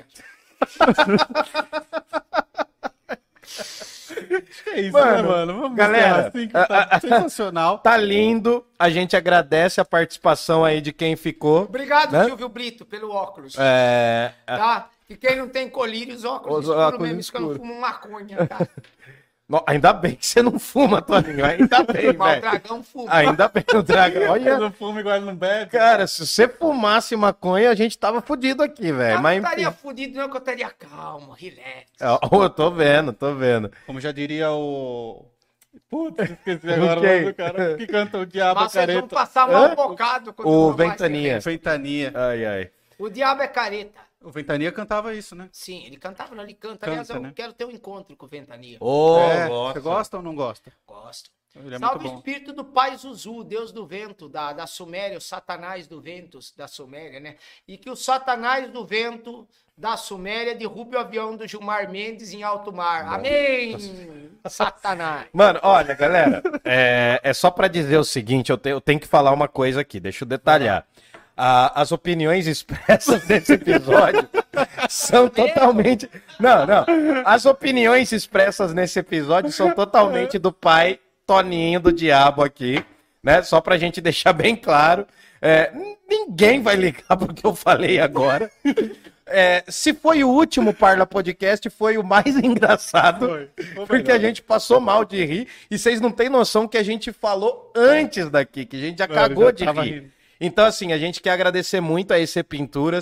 Speaker 2: É isso,
Speaker 1: Mano,
Speaker 2: né, mano? Vamos
Speaker 1: galera,
Speaker 2: encerrar assim, que tá sensacional.
Speaker 1: Tá lindo. A gente agradece a participação aí de quem ficou.
Speaker 3: Obrigado,
Speaker 1: Né?
Speaker 3: Silvio Brito, pelo óculos.
Speaker 1: É...
Speaker 3: Tá? E quem não tem colírio, os óculos
Speaker 1: Os
Speaker 3: escuros
Speaker 1: óculos
Speaker 3: mesmo, isso que eu não
Speaker 1: escuros.
Speaker 3: fumo maconha, tá?
Speaker 1: No- Ainda bem que você não fuma, Toninho. Ainda bem,
Speaker 3: Mas o
Speaker 1: velho.
Speaker 3: dragão fuma.
Speaker 1: Ainda bem o dragão.
Speaker 2: Ele
Speaker 1: Olha,
Speaker 2: não fuma igual ele não bebe.
Speaker 1: cara, se você fumasse maconha, a gente tava fudido aqui, velho.
Speaker 3: Eu
Speaker 1: Mas
Speaker 3: não estaria
Speaker 1: enfim.
Speaker 3: fudido, não, que eu estaria calmo, relax.
Speaker 1: Ó, eu tô vendo, tô vendo.
Speaker 2: Como já diria o... Putz, esqueci agora o
Speaker 1: quem?
Speaker 2: nome do cara que canta o Diabo
Speaker 3: Mas vocês vão
Speaker 2: Careta.
Speaker 3: passar mal
Speaker 1: Hã?
Speaker 3: bocado quando
Speaker 1: O
Speaker 3: não vai
Speaker 1: Ventania.
Speaker 2: Ventania.
Speaker 1: Ai, ai.
Speaker 3: ser. O diabo é careta.
Speaker 2: O Ventania cantava isso, né?
Speaker 3: Sim, ele cantava, não, ele canta.
Speaker 2: Canta,
Speaker 3: Aliás, eu
Speaker 2: né?
Speaker 3: quero ter um encontro com o Ventania.
Speaker 1: Ô,
Speaker 2: É,
Speaker 1: nossa.
Speaker 2: você gosta ou não gosta?
Speaker 3: Gosto.
Speaker 2: Ele é
Speaker 3: Salve
Speaker 2: muito
Speaker 3: o
Speaker 2: bom.
Speaker 3: espírito do pai Zuzu, Deus do vento, da, da Suméria, o Satanás do vento da Suméria, né? E que o Satanás do vento da Suméria derrube o avião do Gilmar Mendes em alto mar. Amém! Satanás.
Speaker 1: Mano, olha, galera, é, é só pra dizer o seguinte, eu, te- eu tenho que falar uma coisa aqui, deixa eu detalhar. A- as opiniões expressas nesse episódio são totalmente... Não, não. As opiniões expressas nesse episódio são totalmente do pai Toninho do Diabo aqui, né? Só pra gente deixar bem claro. É, ninguém vai ligar pro que eu falei agora. É, se foi o último Parla Podcast, foi o mais engraçado.
Speaker 2: Foi. Foi
Speaker 1: Porque
Speaker 2: melhor.
Speaker 1: a gente passou mal de rir. E vocês não têm noção que a gente falou antes daqui, que a gente já
Speaker 2: Mano,
Speaker 1: cagou
Speaker 2: já
Speaker 1: de
Speaker 2: tava
Speaker 1: rir.
Speaker 2: rindo.
Speaker 1: Então, assim, a gente quer agradecer muito a E C Pinturas,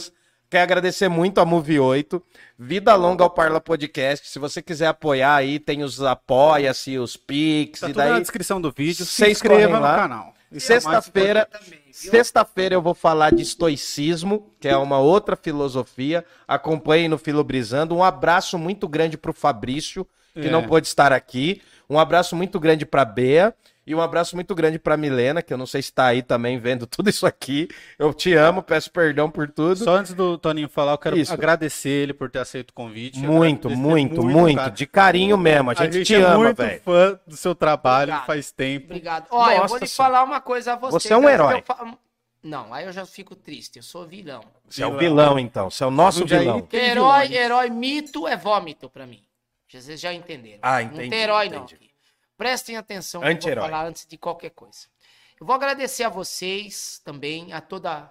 Speaker 1: Quero agradecer muito a Move oito. Vida longa ao Parla Podcast. Se você quiser apoiar aí, tem os apoia-se, os Pix.
Speaker 2: Tá
Speaker 1: e
Speaker 2: tudo na
Speaker 1: daí
Speaker 2: descrição do vídeo. Se
Speaker 1: vocês
Speaker 2: inscreva
Speaker 1: correm
Speaker 2: no
Speaker 1: lá.
Speaker 2: canal. Isso é mais
Speaker 1: Sexta-feira,
Speaker 2: importante também, viu?
Speaker 1: sexta-feira eu vou falar de estoicismo, que é uma outra filosofia. Acompanhe no Filobrizando. Um abraço muito grande pro Fabrício, que
Speaker 2: É.
Speaker 1: não pôde estar aqui. Um abraço muito grande pra Bea. E um abraço muito grande pra Milena, que eu não sei se tá aí também vendo tudo isso aqui. Eu te amo, peço perdão por tudo.
Speaker 2: Só antes do Toninho falar, eu quero
Speaker 1: Isso.
Speaker 2: agradecer ele por ter aceito o convite.
Speaker 1: Muito,
Speaker 2: Agradecer
Speaker 1: muito, muito.
Speaker 2: cara.
Speaker 1: De carinho mesmo. A
Speaker 2: A
Speaker 1: gente,
Speaker 2: gente
Speaker 1: te
Speaker 2: é
Speaker 1: ama,
Speaker 2: muito
Speaker 1: velho.
Speaker 2: fã do seu trabalho
Speaker 3: Obrigado.
Speaker 2: faz tempo.
Speaker 3: Obrigado. Ó, eu
Speaker 1: Nossa
Speaker 3: vou lhe
Speaker 1: Senhora.
Speaker 3: falar uma coisa a vocês.
Speaker 1: Você é um
Speaker 3: antes de
Speaker 1: herói.
Speaker 3: eu fa- Não, aí eu já fico triste. Eu sou vilão.
Speaker 1: Você é o vilão, então. Você é o nosso
Speaker 2: Jundiaí
Speaker 1: vilão.
Speaker 2: tem
Speaker 3: Herói,
Speaker 2: vilões.
Speaker 3: herói, mito é vômito pra mim. Vocês já entenderam.
Speaker 1: Ah,
Speaker 3: Não
Speaker 1: entendi,
Speaker 3: tem herói, não.
Speaker 1: entendi.
Speaker 3: Aqui. Prestem atenção no que eu vou
Speaker 1: Anti-herói.
Speaker 3: falar antes de qualquer coisa. Eu vou agradecer a vocês também, a toda a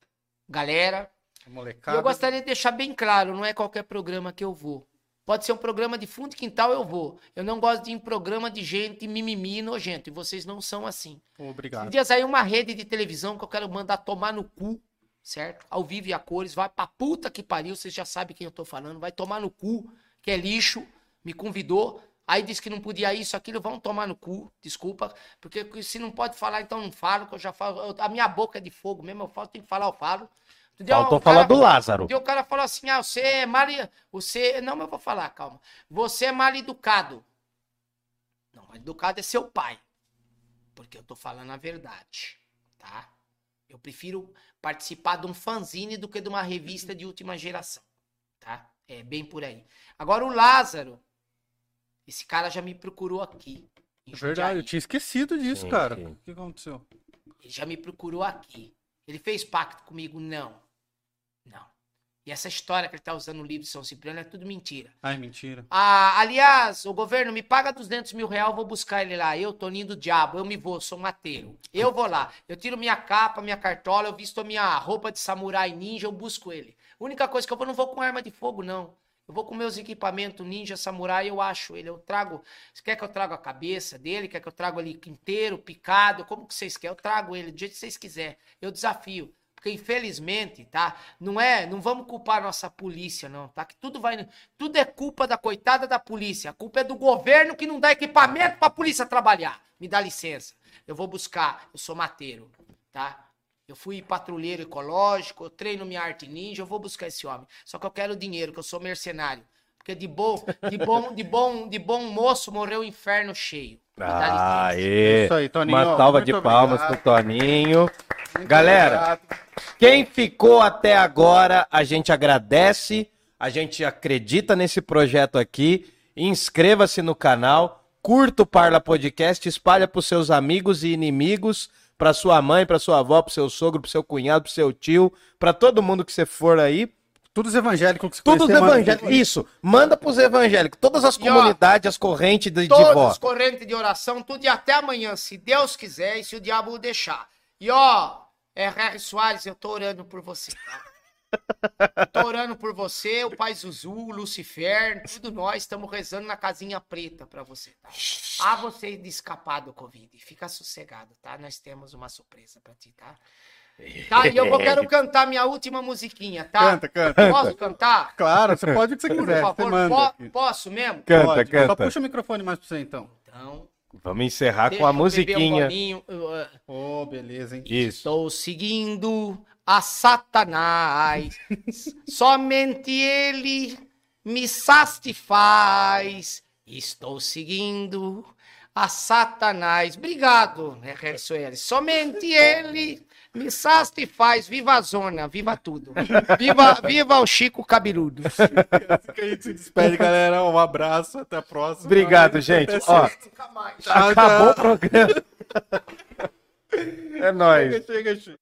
Speaker 3: galera. E
Speaker 2: Molecada.
Speaker 3: eu gostaria de deixar bem claro, não é qualquer programa que eu vou. Pode ser um programa de fundo de quintal, eu vou. Eu não gosto de ir em programa de gente mimimi e nojento. E vocês não são assim. Esses
Speaker 2: Obrigado.
Speaker 3: dias aí uma rede de televisão que eu quero mandar tomar no cu, certo? Ao vivo e a cores, vai pra puta que pariu, vocês já sabem quem eu tô falando, vai tomar no cu, que é lixo, me convidou, aí disse que não podia isso, aquilo, vão tomar no cu, desculpa, porque se não pode falar, então não falo, que eu já falo, eu- a minha boca é de fogo mesmo, eu falo, tem que falar, eu falo. Entendeu?
Speaker 1: Faltou
Speaker 3: O cara-
Speaker 1: falar do Lázaro.
Speaker 3: Entendeu? O cara falou assim, ah, você é mal, você, não, mas eu vou falar, calma, você é mal educado. Não, mal educado é seu pai. Porque eu tô falando a verdade, tá? Eu prefiro participar de um fanzine do que de uma revista de última geração, tá? É bem por aí. Agora o Lázaro, esse cara já me procurou aqui. Em
Speaker 2: Verdade,
Speaker 3: Jundiaí.
Speaker 2: eu tinha esquecido disso,
Speaker 1: Sim,
Speaker 2: cara.
Speaker 1: sim.
Speaker 2: O que aconteceu?
Speaker 3: Ele já me procurou aqui. Ele fez pacto comigo? Não. Não. E essa história que ele tá usando no livro de São Cipriano é tudo mentira.
Speaker 2: Ai, mentira.
Speaker 3: Ah, aliás, o governo me paga duzentos mil reais, eu vou buscar ele lá. Eu, Toninho do Diabo, eu me vou, sou mateiro. Eu vou lá, eu tiro minha capa, minha cartola, eu visto a minha roupa de samurai ninja, eu busco ele. A única coisa que eu vou, não vou com arma de fogo, não. Eu vou com meus equipamentos ninja, samurai, eu acho ele. Eu trago, você quer que eu traga a cabeça dele? Quer que eu trago ele inteiro, picado? Como que vocês querem? Eu trago ele do jeito que vocês quiserem. Eu desafio. Porque, infelizmente, tá? Não é, não vamos culpar a nossa polícia, não, tá? Que tudo vai, tudo é culpa da coitada da polícia. A culpa é do governo que não dá equipamento pra polícia trabalhar. Me dá licença. Eu vou buscar, eu sou mateiro, tá? Eu fui patrulheiro ecológico, eu treino minha arte ninja, eu vou buscar esse homem. Só que eu quero dinheiro, que eu sou mercenário. Porque de bom, de bom, de bom, de bom moço morreu o inferno cheio. Me dá licença.
Speaker 1: Aê.
Speaker 2: Isso aí, Toninho,
Speaker 1: Uma salva
Speaker 2: muito
Speaker 1: de palmas
Speaker 2: obrigado.
Speaker 1: pro Toninho.
Speaker 2: Muito
Speaker 1: Galera,
Speaker 2: obrigado.
Speaker 1: quem ficou até agora, a gente agradece, a gente acredita nesse projeto aqui. Inscreva-se no canal, curta o Parla Podcast, espalha pros seus amigos e inimigos, pra sua mãe, pra sua avó, pro seu sogro, pro seu cunhado, pro seu tio, pra todo mundo que você for aí.
Speaker 2: Todos evangélicos que você
Speaker 1: Todos os
Speaker 2: conhecer, manda
Speaker 1: evangélicos.
Speaker 2: aqui.
Speaker 1: Isso, manda pros evangélicos. Todas as
Speaker 3: E, ó,
Speaker 1: comunidades, as correntes de, de
Speaker 3: Todos
Speaker 1: vó.
Speaker 3: os correntes de oração, tudo e até amanhã, se Deus quiser e se o diabo o deixar. E ó, é Harry Soares, eu tô orando por você, tá? Tô orando por você, o Pai Zuzu, o Lucifer, tudo nós estamos rezando na casinha preta pra você, tá? Ah, você de escapar do Covid, fica sossegado, tá? Nós temos uma surpresa pra ti, tá? Tá, e eu vou, quero cantar minha última musiquinha, tá?
Speaker 2: Canta, canta.
Speaker 3: Posso cantar?
Speaker 2: Claro, você pode o que você
Speaker 3: Por
Speaker 2: quiser. Você
Speaker 3: favor,
Speaker 2: manda.
Speaker 3: po-
Speaker 2: aqui.
Speaker 3: posso mesmo?
Speaker 1: Canta,
Speaker 2: Pode.
Speaker 1: canta.
Speaker 2: Só puxa o microfone mais pra você, então.
Speaker 3: Então,
Speaker 1: Vamos encerrar
Speaker 3: deixa
Speaker 1: com a
Speaker 3: eu beber um
Speaker 1: musiquinha.
Speaker 3: golinho. Eu, eh,
Speaker 2: Ô, beleza, hein?
Speaker 1: Isso.
Speaker 3: Estou seguindo a Satanás, somente ele me satisfaz. Estou seguindo a Satanás. Obrigado, né, Hersueli? Somente ele me satisfaz. Viva a zona, viva tudo. Viva, viva o Chico Cabeludo.
Speaker 2: Assim que a gente se despede, galera. Um abraço, até a próxima.
Speaker 1: Obrigado, gente. Ó,
Speaker 3: Nunca mais.
Speaker 2: Tchau,
Speaker 1: acabou o
Speaker 2: tchau.
Speaker 1: programa. É nóis.
Speaker 2: Chega, chega, chega.